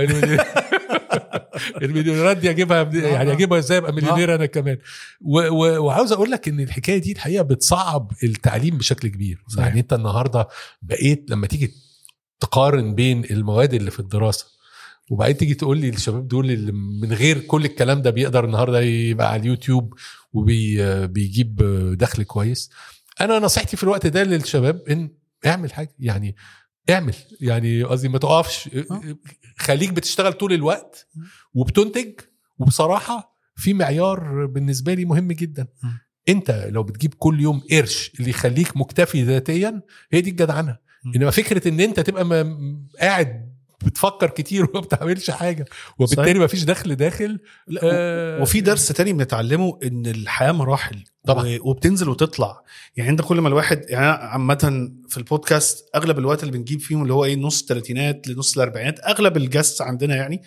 المليونيرات دي اجيبها يعني اجيبها ازاي ابقى مليونير انا كمان؟ وعاوز اقول لك ان الحكايه دي الحقيقه بتصعب التعليم بشكل كبير. صحيح. يعني انت النهارده بقيت لما تيجي تقارن بين المواد اللي في الدراسه وبعدين تيجي تقول لي الشباب دول اللي من غير كل الكلام ده بيقدر النهارده يبقى على اليوتيوب وبيجيب دخل كويس. انا نصيحتي في الوقت ده للشباب ان اعمل حاجه يعني. اعمل يعني قصدي ما تقفش، خليك بتشتغل طول الوقت وبتنتج. وبصراحة في معيار بالنسبة لي مهم جدا، انت لو بتجيب كل يوم قرش اللي يخليك مكتفي ذاتيا هي دي الجدعنة. انما فكرة ان انت تبقى م- قاعد بتفكر كتير وما بتعملش حاجة وبالتالي ما فيش دخل داخل. آه وفي درس تاني بنتعلمه ان الحياة مراحل طبعا، وبتنزل وتطلع. يعني انت كل ما الواحد يعني عامة في البودكاست اغلب الوقت اللي بنجيب فيهم اللي هو ايه نص الثلاثينات لنص الاربعينات اغلب الجاست عندنا، يعني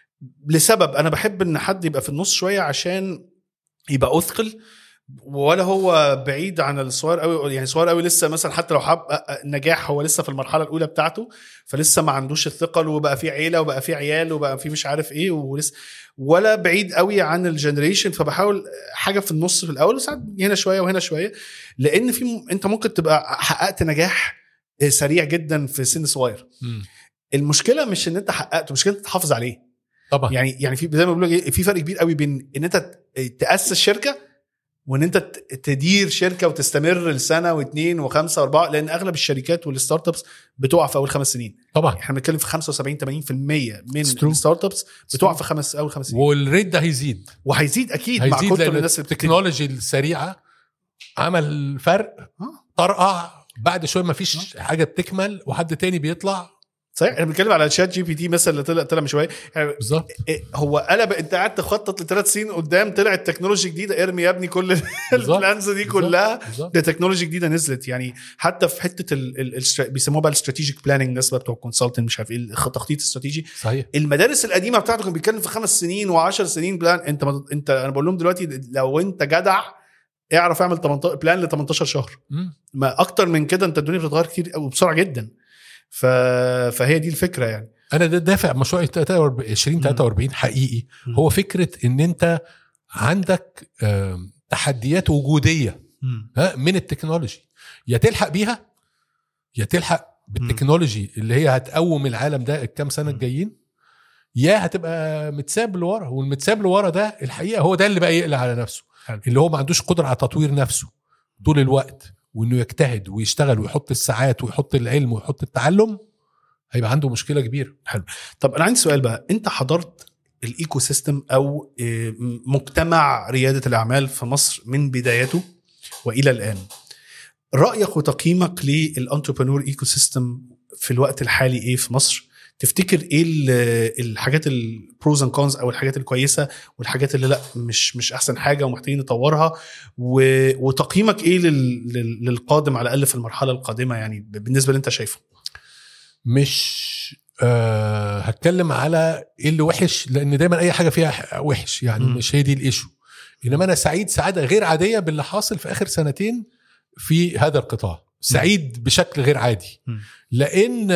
لسبب انا بحب ان حد يبقى في النص شوية عشان يبقى اثقل ولا هو بعيد عن الصغير قوي. يعني صغير قوي لسه مثلا حتى لو حب نجاح هو لسه في المرحله الاولى بتاعته، فلسه ما عندوش الثقل وبقى في عيله وبقى في عيال وبقى في مش عارف ايه ولسه، ولا بعيد قوي عن الجنريشن. فبحاول حاجه في النص في الاول ساعات هنا شويه وهنا شويه، لان في م... انت ممكن تبقى حققت نجاح سريع جدا في سن صغير. م. المشكله مش ان انت حققته، مشكله انت تحافظ عليه طبعا. يعني يعني في زي ما بقول في فرق كبير قوي بين ان انت تاسس شركه وان انت تدير شركه وتستمر لسنه واثنين وخمسه واربعه، لان اغلب الشركات والستارت ابس بتقع في اول خمس سنين. طبعا احنا بنتكلم في خمسة وسبعين ثمانين بالمية من الستارت ابس بتقع في خمس اول خمس سنين، والريت ده هيزيد وهيزيد اكيد هيزيد مع كتر الناس. التكنولوجي السريعه عمل فرق، طرقع بعد شويه ما فيش حاجه بتكمل وحد تاني بيطلع. صحيح. احنا بنتكلم على شات جي بي تي مثلا اللي طلع طلع من شويه يعني بالظبط. هو قلب، انت قاعد تخطط لثلاث سنين قدام طلعت تكنولوجيا جديده، ارمي يا ابني كل البلانز دي كلها ده تكنولوجيا جديده نزلت. يعني حتى في حته ال ال بيسموها بقى الاستراتيجيك بلاننج، الناس بتوع الكونسلتنت مش عارف ايه التخطيط الاستراتيجي. صحيح. المدارس القديمه بتاعته كان بيتكلم في خمس سنين وعشر سنين بلان. انت انت انا بقول لهم دلوقتي لو انت جدع اعرف اعمل ثمانية عشر بلان ل ثمانية عشر شهر، ما اكتر من كده. انت الدنيا بتتغير كتير وبسرعه جدا. ف... فهي دي الفكرة. يعني أنا ده دافع مشروع عشرين ثلاثة وأربعين حقيقي. م. هو فكرة إن أنت عندك تحديات وجودية من التكنولوجي، يا تلحق بيها يا تلحق بالتكنولوجي اللي هي هتقوم العالم ده الكام سنة الجايين، يا هتبقى متساب لورا. والمتساب لورا ده الحقيقة هو ده اللي بقى يقلق على نفسه، اللي هو ما عندوش قدرة على تطوير نفسه طول الوقت وانه يجتهد ويشتغل ويحط الساعات ويحط العلم ويحط التعلم، هيبقى عنده مشكلة كبيرة. حلو. طب انا عندي سؤال بقى، انت حضرت الايكو سيستم او مجتمع ريادة الاعمال في مصر من بدايته والى الان، رأيك وتقييمك للانتربرنور ايكو سيستم في الوقت الحالي ايه في مصر؟ تفتكر ايه الحاجات البروز اند كونز او الحاجات الكويسه والحاجات اللي لا مش مش احسن حاجه ومحتاجين نطورها، وتقييمك ايه للقادم على الاقل في المرحله القادمه يعني بالنسبه اللي انت شايفه؟ مش أه هتكلم على ايه اللي وحش، لان دايما اي حاجه فيها وحش يعني م. مش هي دي الايشو. انما انا سعيد سعاده غير عاديه باللي حاصل في اخر سنتين في هذا القطاع، سعيد م. بشكل غير عادي م. لان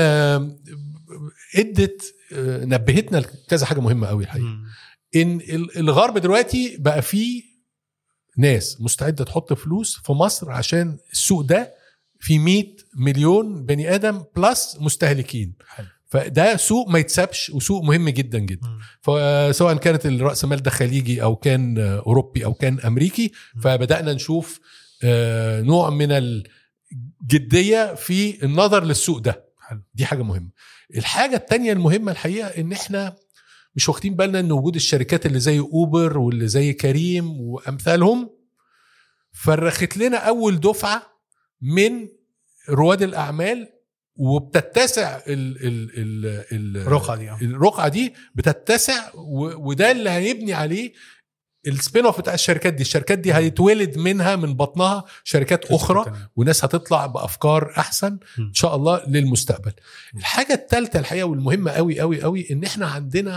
ادت نبهتنا لكذا حاجه مهمه قوي الحقيقه. م. ان الغرب دلوقتي بقى فيه ناس مستعده تحط فلوس في مصر عشان السوق ده في مية مليون بني ادم بلس مستهلكين. حلو. فده سوق ما يتسابش وسوق مهم جدا جدا. م. فسواء كانت الراس مال ده خليجي او كان اوروبي او كان امريكي، م. فبدانا نشوف نوع من الجديه في النظر للسوق ده. حلو. دي حاجه مهمه. الحاجه التانية المهمه الحقيقه ان احنا مش واخدين بالنا ان وجود الشركات اللي زي اوبر واللي زي كريم وامثالهم فرخت لنا اول دفعه من رواد الاعمال، وبتتسع ال ال ال الرقعه دي الرقعه دي بتتسع، وده اللي هيبني عليه السبين اوف بتاع الشركات دي. الشركات دي هيتولد منها من بطنها شركات اخرى، وناس هتطلع بافكار احسن ان شاء الله للمستقبل. الحاجه الثالثه الحقيقه والمهمه قوي قوي قوي ان احنا عندنا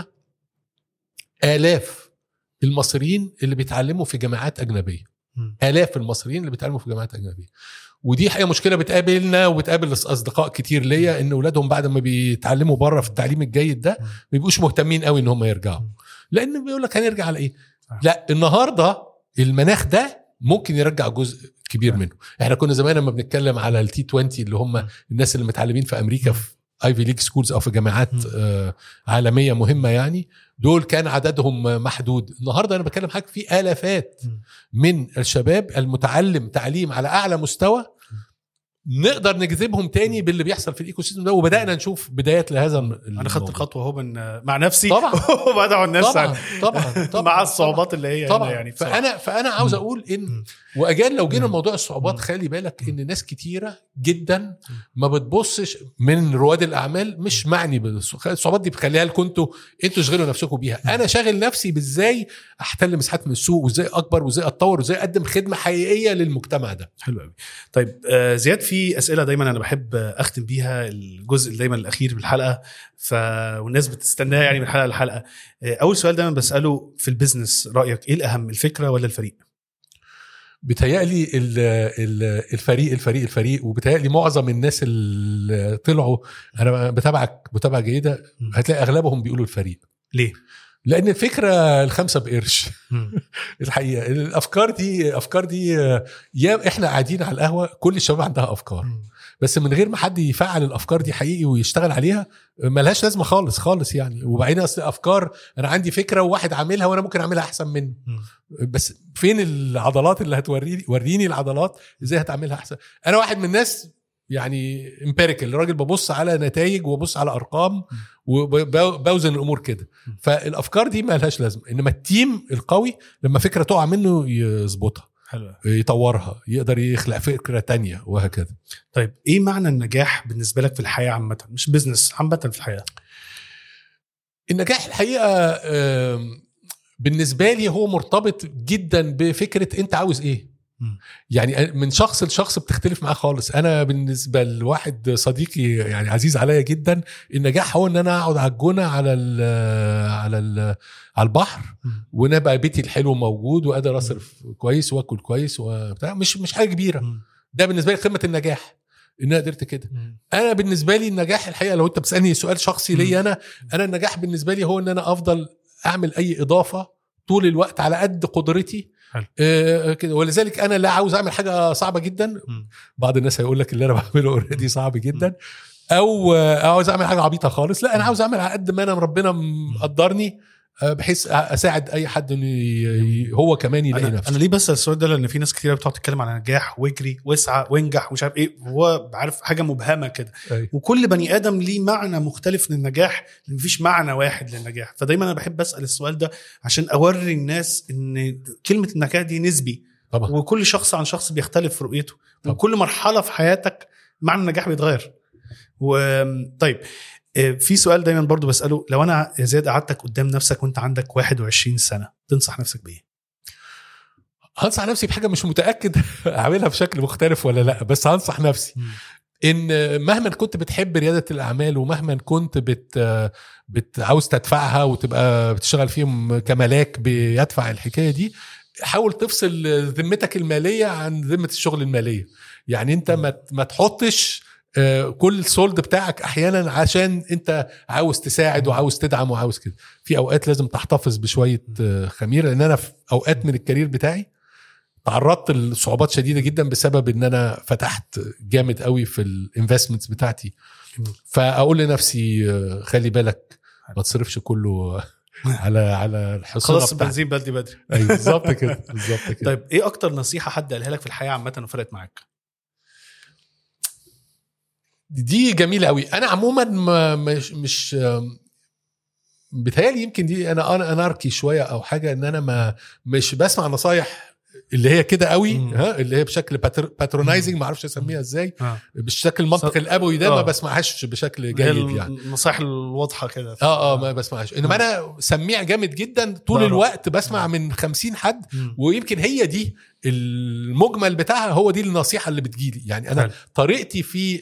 آلاف المصريين اللي بيتعلموا في جامعات اجنبيه، آلاف المصريين اللي بيتعلموا في جامعات اجنبيه. ودي حقيقه مشكله بتقابلنا وبتقابل اصدقاء كتير ليا، ان اولادهم بعد ما بيتعلموا بره في التعليم الجيد ده ما بيبقوش مهتمين قوي ان هم يرجعوا، لان بيقول لك هنرجع على ايه؟ لا، النهارده المناخ ده ممكن يرجع جزء كبير منه. احنا كنا زمان لما بنتكلم على التي عشرين اللي هم الناس اللي متعلمين في امريكا في ايفي ليج سكولز او في جامعات آه عالميه مهمه، يعني دول كان عددهم محدود. النهارده انا بتكلم حاجه في الافات من الشباب المتعلم تعليم على اعلى مستوى نقدر نجذبهم تاني باللي بيحصل في الايكو سيستم ده. وبدانا نشوف بدايات لهذا الموضوع. انا خدت الخطوه اهو من مع نفسي طبعا وبدعو الناس طبعا طبعا, طبعا مع الصعوبات اللي هي طبعا يعني بصراحة. فانا فانا عاوز اقول ان واجان لو جينا الموضوع الصعوبات، خلي بالك ان ناس كتيره جدا ما بتبصش من رواد الاعمال مش معني بالصعوبات دي، بخليها لكم انتوا انتوا اشغلوا نفسكم بيها. انا شاغل نفسي بازاي احتل مساحات من السوق، وازاي اكبر، وازاي اتطور، وازاي اقدم خدمه حقيقيه للمجتمع ده. حلو قوي. طيب آه زياد، في اسئله دايما انا بحب اختم بيها الجزء اللي دايما الاخير بالحلقه، ف والناس بتستناه يعني من حلقه لحلقه. آه اول سؤال دايما بساله في البيزنس، رايك ايه الاهم، الفكره ولا الفريق؟ بتهيألي الفريق الفريق الفريق وبتهيألي معظم الناس اللي طلعوا، انا بتابعك متابعه جيده، هتلاقي اغلبهم بيقولوا الفريق. ليه؟ لان الفكره الخمسه بقرش. الحقيقه الافكار دي افكار دي يا احنا قاعدين على القهوه كل الشباب عندها افكار، بس من غير ما حد يفعل الافكار دي حقيقي ويشتغل عليها ملهاش لازمه خالص خالص يعني. وبعدين اصل افكار، انا عندي فكره وواحد عاملها وانا ممكن اعملها احسن منه، بس فين العضلات اللي هتوريني وريني العضلات ازاي هتعملها احسن. انا واحد من الناس يعني امبيريكال، راجل ببص على نتائج وببص على ارقام وبوزن الامور كده. فالافكار دي ما لهاش لازمه، انما التيم القوي لما فكره تقع منه يظبطها، حلوة. يطورها، يقدر يخلق فكره تانية وهكذا. طيب ايه معنى النجاح بالنسبه لك في الحياه عامه، مش بيزنس، عامه في الحياه؟ النجاح الحقيقه بالنسبه لي هو مرتبط جدا بفكره انت عاوز ايه. يعني من شخص لشخص بتختلف معاه خالص. انا بالنسبه لواحد صديقي يعني عزيز عليا جدا، النجاح هو ان انا اقعد على الجونه على ال على ال على البحر، ونبقى بيتي الحلو موجود وقادر اصرف كويس واكل كويس وبتاع، مش مش حاجه كبيره. ده بالنسبه لي قمه النجاح ان انا قدرت كده. انا بالنسبه لي النجاح الحقيقه، لو انت بتسالني سؤال شخصي لي انا انا النجاح بالنسبه لي هو ان انا افضل اعمل اي اضافه طول الوقت على قد قدرتي. آه كده. ولذلك انا لا عاوز اعمل حاجه صعبه جدا. م. بعض الناس هيقول لك اللي انا بعمله اوريدي صعب جدا، او عاوز اعمل حاجه عبيطه خالص. لا، انا عاوز اعمل على قد ما انا ربنا مقدرني، بحيث اساعد اي حد انه هو كمان يلاقي نفسه. انا ليه بس السؤال ده؟ لان في ناس كتير بتقعد تتكلم عن النجاح واجري واسعى وانجح ومش عارف ايه، هو عارف حاجه مبهمه كده. أي. وكل بني ادم ليه معنى مختلف للنجاح، مفيش معنى واحد للنجاح. فدايما انا بحب اسال السؤال ده عشان اوري الناس ان كلمه النجاح دي نسبي طبعا. وكل شخص عن شخص بيختلف في رؤيته، وكل مرحله في حياتك معنى النجاح بيتغير. وطيب في سؤال دايما برضو بسأله، لو أنا يا زياد قعدتك قدام نفسك وانت عندك واحد وعشرين سنة، تنصح نفسك بإيه؟ هنصح نفسي بحاجة مش متأكد أعملها بشكل مختلف ولا لا، بس هنصح نفسي م. إن مهما كنت بتحب ريادة الأعمال، ومهما كنت بت بتعاوز تدفعها وتبقى بتشتغل فيهم كملاك بيدفع الحكاية دي، حاول تفصل ذمتك المالية عن ذمة الشغل المالية. يعني أنت ما ما تحطش كل السولد بتاعك احيانا عشان انت عاوز تساعد وعاوز تدعم وعاوز كده. في اوقات لازم تحتفظ بشويه خميره، لان انا في اوقات من الكارير بتاعي تعرضت لصعوبات شديده جدا بسبب ان انا فتحت جامد قوي في الانفستمنتس بتاعتي. فاقول لنفسي خلي بالك ما تصرفش كله على على الحصول، خلاص بنزين بدري بدري. ايوه بالظبط كده بالظبط كده. طيب ايه اكتر نصيحه حد قالها لك في الحياه عامه وفرقت معاك؟ دي جميلة قوي. أنا عموما مش مش بتهيالي يمكن دي أنا أنا أناركي شوية أو حاجة، إن أنا ما مش بسمع نصايح اللي هي كده قوي، ها اللي هي بشكل باترونايزنج، ما أعرفش أسميها إزاي، آه. بالشكل المنطق الأبوي ده. آه. ما بسمعهاش بشكل جيد يعني، النصائح الواضحة كده. آه آه ما بسمعهاش. إنما آه. أنا سميع جامد جدا طول بارا. الوقت بسمع آه. من خمسين حد، م. ويمكن هي دي المجمل بتاعها، هو دي النصيحة اللي بتجيلي. يعني أنا طريقتي في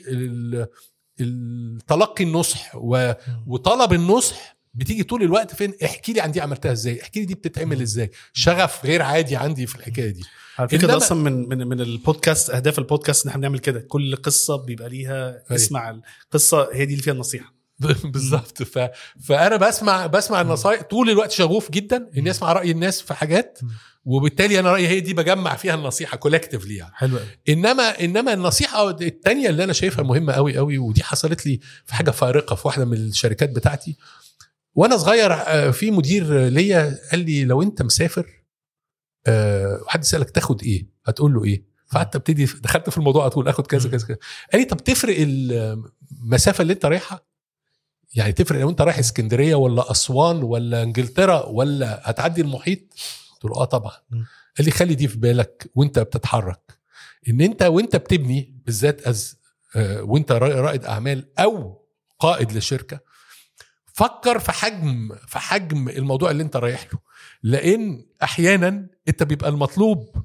التلقي النصح وطلب النصح بتيجي طول الوقت فين، احكي لي عن دي عملتها ازاي، احكي لي دي بتتعمل ازاي. شغف غير عادي عندي في الحكايه دي. على فكره ده اصلا من من من البودكاست، اهداف البودكاست ان احنا بنعمل كده، كل قصه بيبقى ليها اسمع القصه، هي دي اللي فيها النصيحه بالظبط. ف... فانا بسمع بسمع النصايح طول الوقت، شغوف جدا اني اسمع راي الناس في حاجات، وبالتالي انا رايي هي دي بجمع فيها النصيحه كولكتيفلي يعني. حلو. انما انما النصيحه الثانيه اللي انا شايفها مهمه قوي قوي، ودي حصلت لي في حاجه فارقه في واحده من الشركات بتاعتي وانا صغير. في مدير ليا قال لي لو انت مسافر وحد سالك تاخد ايه هتقول له ايه؟ فحتى ابتدي دخلت في الموضوع اقول اخد كذا كذا كذا. قال لي طب تفرق المسافه اللي انت رايحها؟ يعني تفرق لو انت رايح اسكندريه ولا اسوان ولا انجلترا ولا هتعدي المحيط؟ قلت له اه طبعا. قال لي خلي دي في بالك وانت بتتحرك، ان انت وانت بتبني بالذات از آه وانت رائد اعمال او قائد للشركه، فكر في حجم في حجم الموضوع اللي انت رايح له، لان احيانا انت بيبقى المطلوب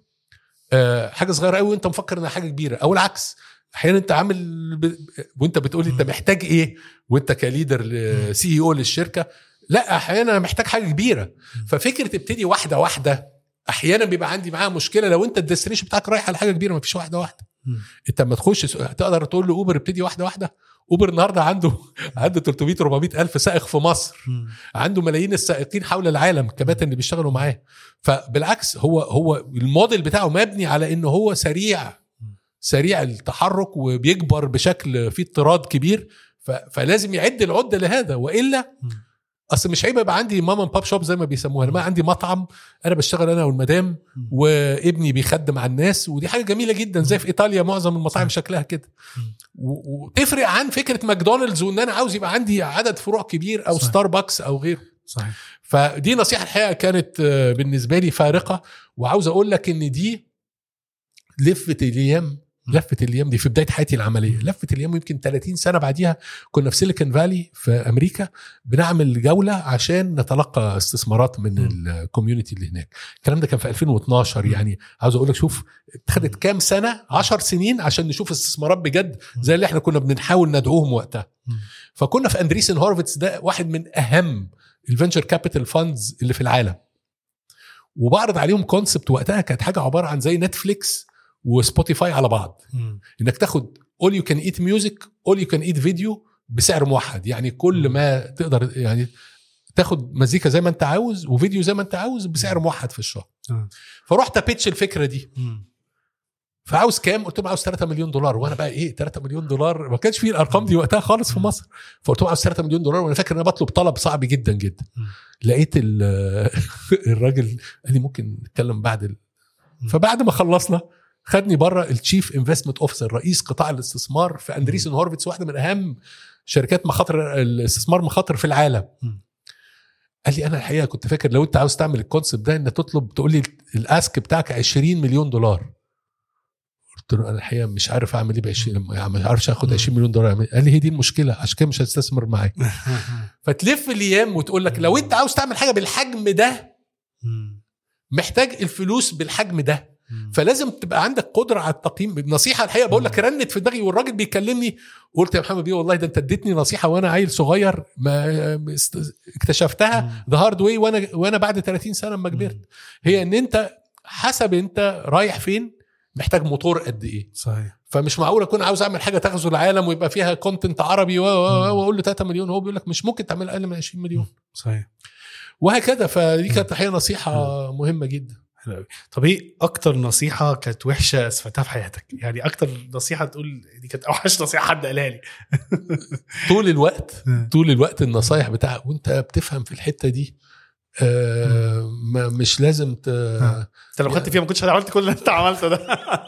آه حاجه صغيره قوي وانت مفكر انها حاجه كبيره، او العكس احيانا انت عامل ب... وانت بتقول انت محتاج ايه وانت كليدر سي اي او للشركه، لا احيانا انا محتاج حاجه كبيره. ففكره تبتدي واحده واحده احيانا بيبقى عندي معاها مشكله. لو انت الديستنيشن بتاعك رايح على حاجه كبيره مفيش واحده واحده. انت لما تخش تقدر تقول له اوبر ابتدي واحده واحده. اوبر النهارده عنده عنده ثلاثمية أربعمية الف سائق في مصر، عنده ملايين السائقين حول العالم كباتن اللي بيشتغلوا معاه. فبالعكس هو هو الموديل بتاعه مبني على انه هو سريع سريع التحرك وبيكبر بشكل فيه اضطراد كبير، فلازم يعد العده لهذا، والا اصل مش هيبقى عندي ماما باب شوب زي ما بيسموها. انا ما عندي مطعم، انا بشتغل انا والمدام وابني بيخدم على الناس، ودي حاجه جميله جدا زي في ايطاليا معظم المطاعم شكلها كده. وتفرق عن فكره ماكدونالدز وان انا عاوز يبقى عندي عدد فروع كبير او صحيح. ستاربكس او غيره. صحيح. فدي نصيحه الحقيقه كانت بالنسبه لي فارقه، وعاوز اقول لك ان دي لفه الايام لفة اليوم دي في بداية حياتي العملية. لفة اليوم يمكن ثلاثين سنة بعديها كنا في سيليكون فالي في أمريكا بنعمل جولة عشان نتلقى استثمارات من الكوميونيتي اللي هناك. الكلام ده كان في ألفين واثناشر. يعني عاوز أقول لك شوف اتخذت كام سنة، عشر سنين عشان نشوف استثمارات بجد زي اللي احنا كنا بنحاول ندعوهم وقتها. فكنا في أندريسن هوروفيتس، ده واحد من أهم الفنتشر كابيتال فاندز اللي في العالم، وبعرض عليهم كونسبت وقتها كانت حاجة عبارة عن زي نتفليكس وسبوتيفاي على بعض. مم. انك تاخد all you can eat music all you can eat video بسعر موحد. يعني كل ما تقدر يعني تاخد مزيكا زي ما انت عاوز وفيديو زي ما انت عاوز بسعر موحد في الشهر. مم. فرحت ابيتش الفكرة دي. مم. فعاوز كام؟ قلت له عاوز ثلاثة مليون دولار. وانا بقى ايه ثلاثة مليون دولار؟ ما كانش فيه الارقام دي وقتها خالص في مصر. فقلت له عاوز ثلاثة مليون دولار، وانا فاكر ان انا بطلب طلب صعب جدا جدا. مم. لقيت الراجل قال لي ممكن نتكلم بعد ال... فبعد ما خلصنا خدني بره التشيف انفستمنت اوفيسر، رئيس قطاع الاستثمار في اندريسن هوروفيتس، واحده من اهم شركات مخاطر الاستثمار مخاطر في العالم. قال لي انا الحقيقه كنت فاكر لو انت عاوز تعمل الكونسبت ده ان تطلب تقول لي الاسك بتاعك عشرين مليون دولار. قلت له انا الحقيقه مش عارف اعمل ايه ب عشرين، يعني مش عارفش اخد عشرين مليون دولار. قال لي هي دي المشكله، عشان كده مش هتستثمر معايا. فتلف الايام وتقول لك لو انت عاوز تعمل حاجه بالحجم ده محتاج الفلوس بالحجم ده، فلازم تبقى عندك قدرة على التقييم. نصيحة الحقيقة بقول لك رنت في دماغي والراجل بيكلمني، قلت يا محمد بيه والله ده انت اديتني نصيحة وانا عيل صغير ما اكتشفتها ذا هارد واي وانا وانا بعد ثلاثين سنة لما كبرت. هي ان انت حسب انت رايح فين محتاج موتور قد ايه. صحيح. فمش معقول اكون عاوز اعمل حاجة تغزو العالم ويبقى فيها كونتنت عربي واقول له ثلاثة مليون، هو بيقول لك مش ممكن تعمل اقل من عشرين مليون. صحيح. وهكذا. فدي كانت الحقيقة نصيحة مهمة جدا. طب ايه اكتر نصيحه كانت وحشه سمعتها في حياتك؟ يعني اكتر نصيحه تقول دي كانت اوحش نصيحه حد قالها لي. طول الوقت طول الوقت النصايح بتاعك وانت بتفهم في الحته دي آه مش لازم ت... انت لو خدت فيها ما كنتش عملت كل اللي انت عملته ده.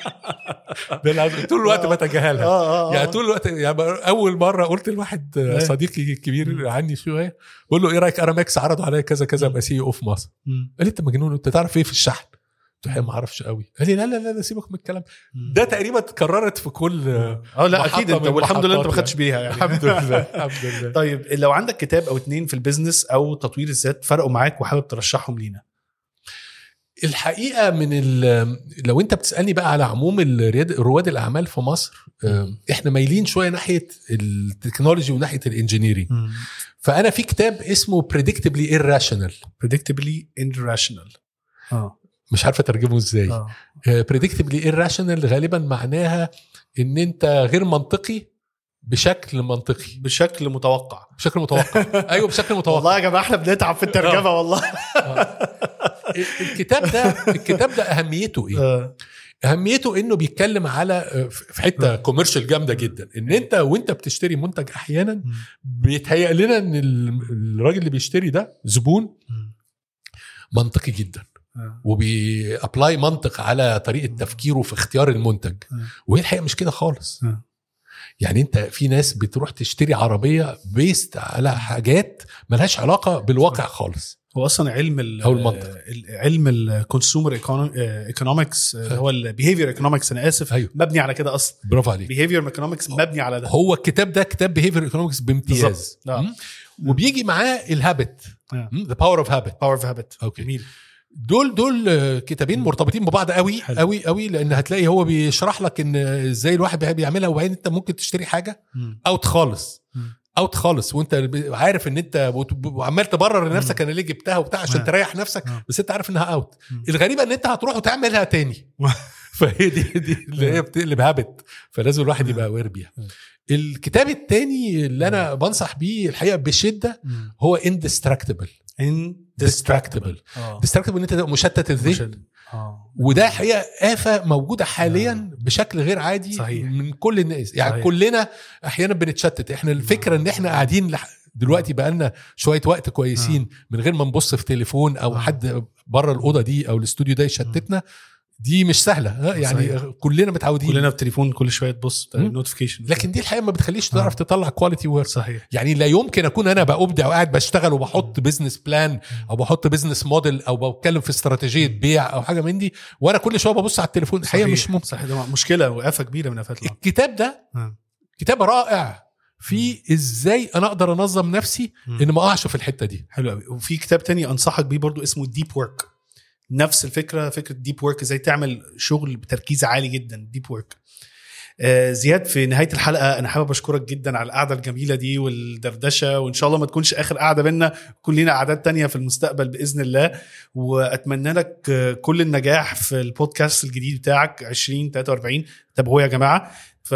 ده طول الوقت بتجاهلها. آه آه يعني طول الوقت. يعني اول مره قلت لواحد صديقي الكبير عني شويه، بقول له ايه رايك ارامكس عرضوا عليا كذا كذا ابقى سي او في مصر. قال لي انت مجنون، انت تعرف ايه في الشحن؟ قلت له ما اعرفش قوي. قال لي لا لا لا سيبك من الكلام ده. تقريبا اتكررت في كل اه لا اكيد انت والحمد لله انت ما خدتش بيها يعني. الحمد لله الحمد لله. طيب لو عندك كتاب او اتنين في البيزنس او تطوير الذات فرقوا معاك وحابب ترشحهم لينا؟ الحقيقه من لو انت بتسالني بقى على عموم رواد الاعمال في مصر، احنا مايلين شويه ناحيه التكنولوجي وناحيه الانجينيرينج. فانا في كتاب اسمه Predictably Irrational. Predictably Irrational اه مش عارفه ترجمه ازاي. اه Predictably Irrational غالبا معناها ان انت غير منطقي بشكل منطقي، بشكل متوقع بشكل متوقع ايوه بشكل متوقع. والله يا جماعه احنا بنتعب في الترجمه. آه. والله آه. الكتاب ده الكتاب ده اهميته ايه؟ آه. اهميته انه بيتكلم على في حته كوميرشال جامده جدا، ان انت وانت بتشتري منتج احيانا بيتهيأ لنا ان الراجل اللي بيشتري ده زبون منطقي جدا، وبيابلاي منطق على طريقه تفكيره في اختيار المنتج. وهي الحقيقه مش كده خالص. يعني انت في ناس بتروح تشتري عربيه بيست على حاجات ملهاش علاقه بالواقع خالص. هو اصلا علم ال أو المنطق. علم الكونسيومر ايكونومكس هو البيهيفير ايكونومكس انا اسف أيوه. مبني على كده اصلا. برافو عليك. بيهيفير ايكونومكس مبني على ده. هو الكتاب ده كتاب بيهيفير ايكونومكس بامتياز. وبيجي معاه الهابت ذا باور اوف هابت. باور اوف هابت اوكي. جميل. دول دول كتابين مرتبطين ببعض قوي حلو. قوي قوي لان هتلاقي هو بيشرح لك ان ازاي الواحد بيعملها وبعدين انت ممكن تشتري حاجه اوت خالص اوت خالص وانت عارف ان انت وعمال تبرر لنفسك انا ليه جبتها وبتاع عشان تريح نفسك بس انت عارف انها اوت. الغريبه ان انت هتروح وتعملها تاني فهي دي دي اللي هي بتقلب هابت. فلازم الواحد يبقى اوير بيها. الكتاب التاني اللي انا بنصح بيه الحقيقه بشده هو Indistractable. Indistractable Indistractable ان انت مشتت الذهن. آه. وده حقيقه آفة موجوده حاليا آه. بشكل غير عادي صحيح. من كل الناس يعني صحيح. كلنا احيانا بنتشتت. احنا الفكره ان احنا قاعدين دلوقتي بقى لنا شويه وقت كويسين آه. من غير ما نبص في تليفون او آه. حد بره الاوضه دي او الاستوديو ده يشتتنا آه. دي مش سهله يعني صحيح. كلنا متعودين كلنا بتليفون كل شويه تبص نوتيفيكيشن لكن دي الحقيقه ما بتخليش تعرف تطلع كواليتي ورك صحيح. يعني لا يمكن اكون انا بأبدع وقاعد بشتغل وبحط بزنس بلان او بحط بزنس موديل او بتكلم في استراتيجيه بيع او حاجه من دي وانا كل شويه ببص على التليفون. الحقيقه مش ممكن صحيح. ده مشكله وقفه كبيره من افات الكتاب ده م. كتاب رائع في ازاي انا اقدر انظم نفسي ان ما اقعش في الحته دي. حلو قوي. وفي كتاب تاني انصحك بيه برضو اسمه ديب ورك. نفس الفكره فكره ديب ورك ازاي تعمل شغل بتركيز عالي جدا ديب ورك. آه زياد في نهايه الحلقه انا حابب اشكرك جدا على القعده الجميله دي والدردشه وان شاء الله ما تكونش اخر قعده بينا كلنا قعدات تانية في المستقبل باذن الله. واتمنى لك كل النجاح في البودكاست الجديد بتاعك عشرين ثلاثة وأربعين. تابعوه يا جماعه. ف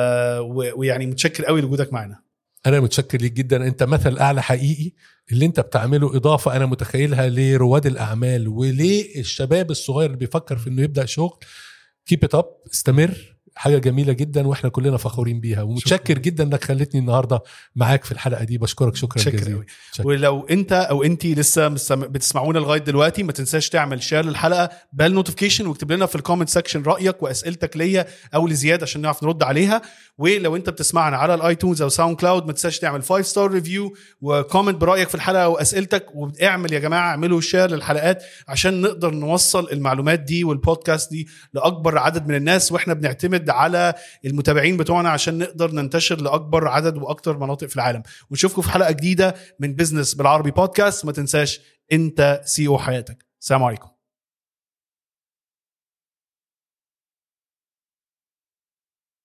ويعني متشكر قوي لوجودك معنا. أنا متشكر ليك جدا. أنت مثل أعلى حقيقي اللي أنت بتعمله إضافة أنا متخيلها لرواد الأعمال وللشباب الصغير اللي بيفكر في إنه يبدأ شغل. keep it up استمر. حاجة جميلة جدا وإحنا كلنا فخورين بيها ومتشكر جدا إنك خلتني النهاردة معاك في الحلقة دي. بشكرك شكرا جزيلا. ولو أنت أو أنتي لسه بتسمعونا لغاية دلوقتي ما تنساش تعمل شير للحلقة بال نوتيفيكيشن واكتب لنا في الكومنت سيكشن رأيك وأسئلتك ليا أو لزياد عشان نعرف نرد عليها. ولو أنت بتسمعنا على الايتونز أو ساوند كلاود ما تنساش تعمل فايف ستار ريفيو وكومنت برأيك في الحلقة وأسئلتك. واعمل يا جماعة اعملوا شير للحلقات عشان نقدر نوصل المعلومات دي والبودكاست دي لأكبر عدد من الناس. وإحنا بنعتمد على المتابعين بتوعنا عشان نقدر ننتشر لأكبر عدد وأكتر مناطق في العالم. ونشوفكم في حلقة جديدة من بيزنس بالعربي بودكاست. ما تنساش أنت سي او حياتك. السلام عليكم.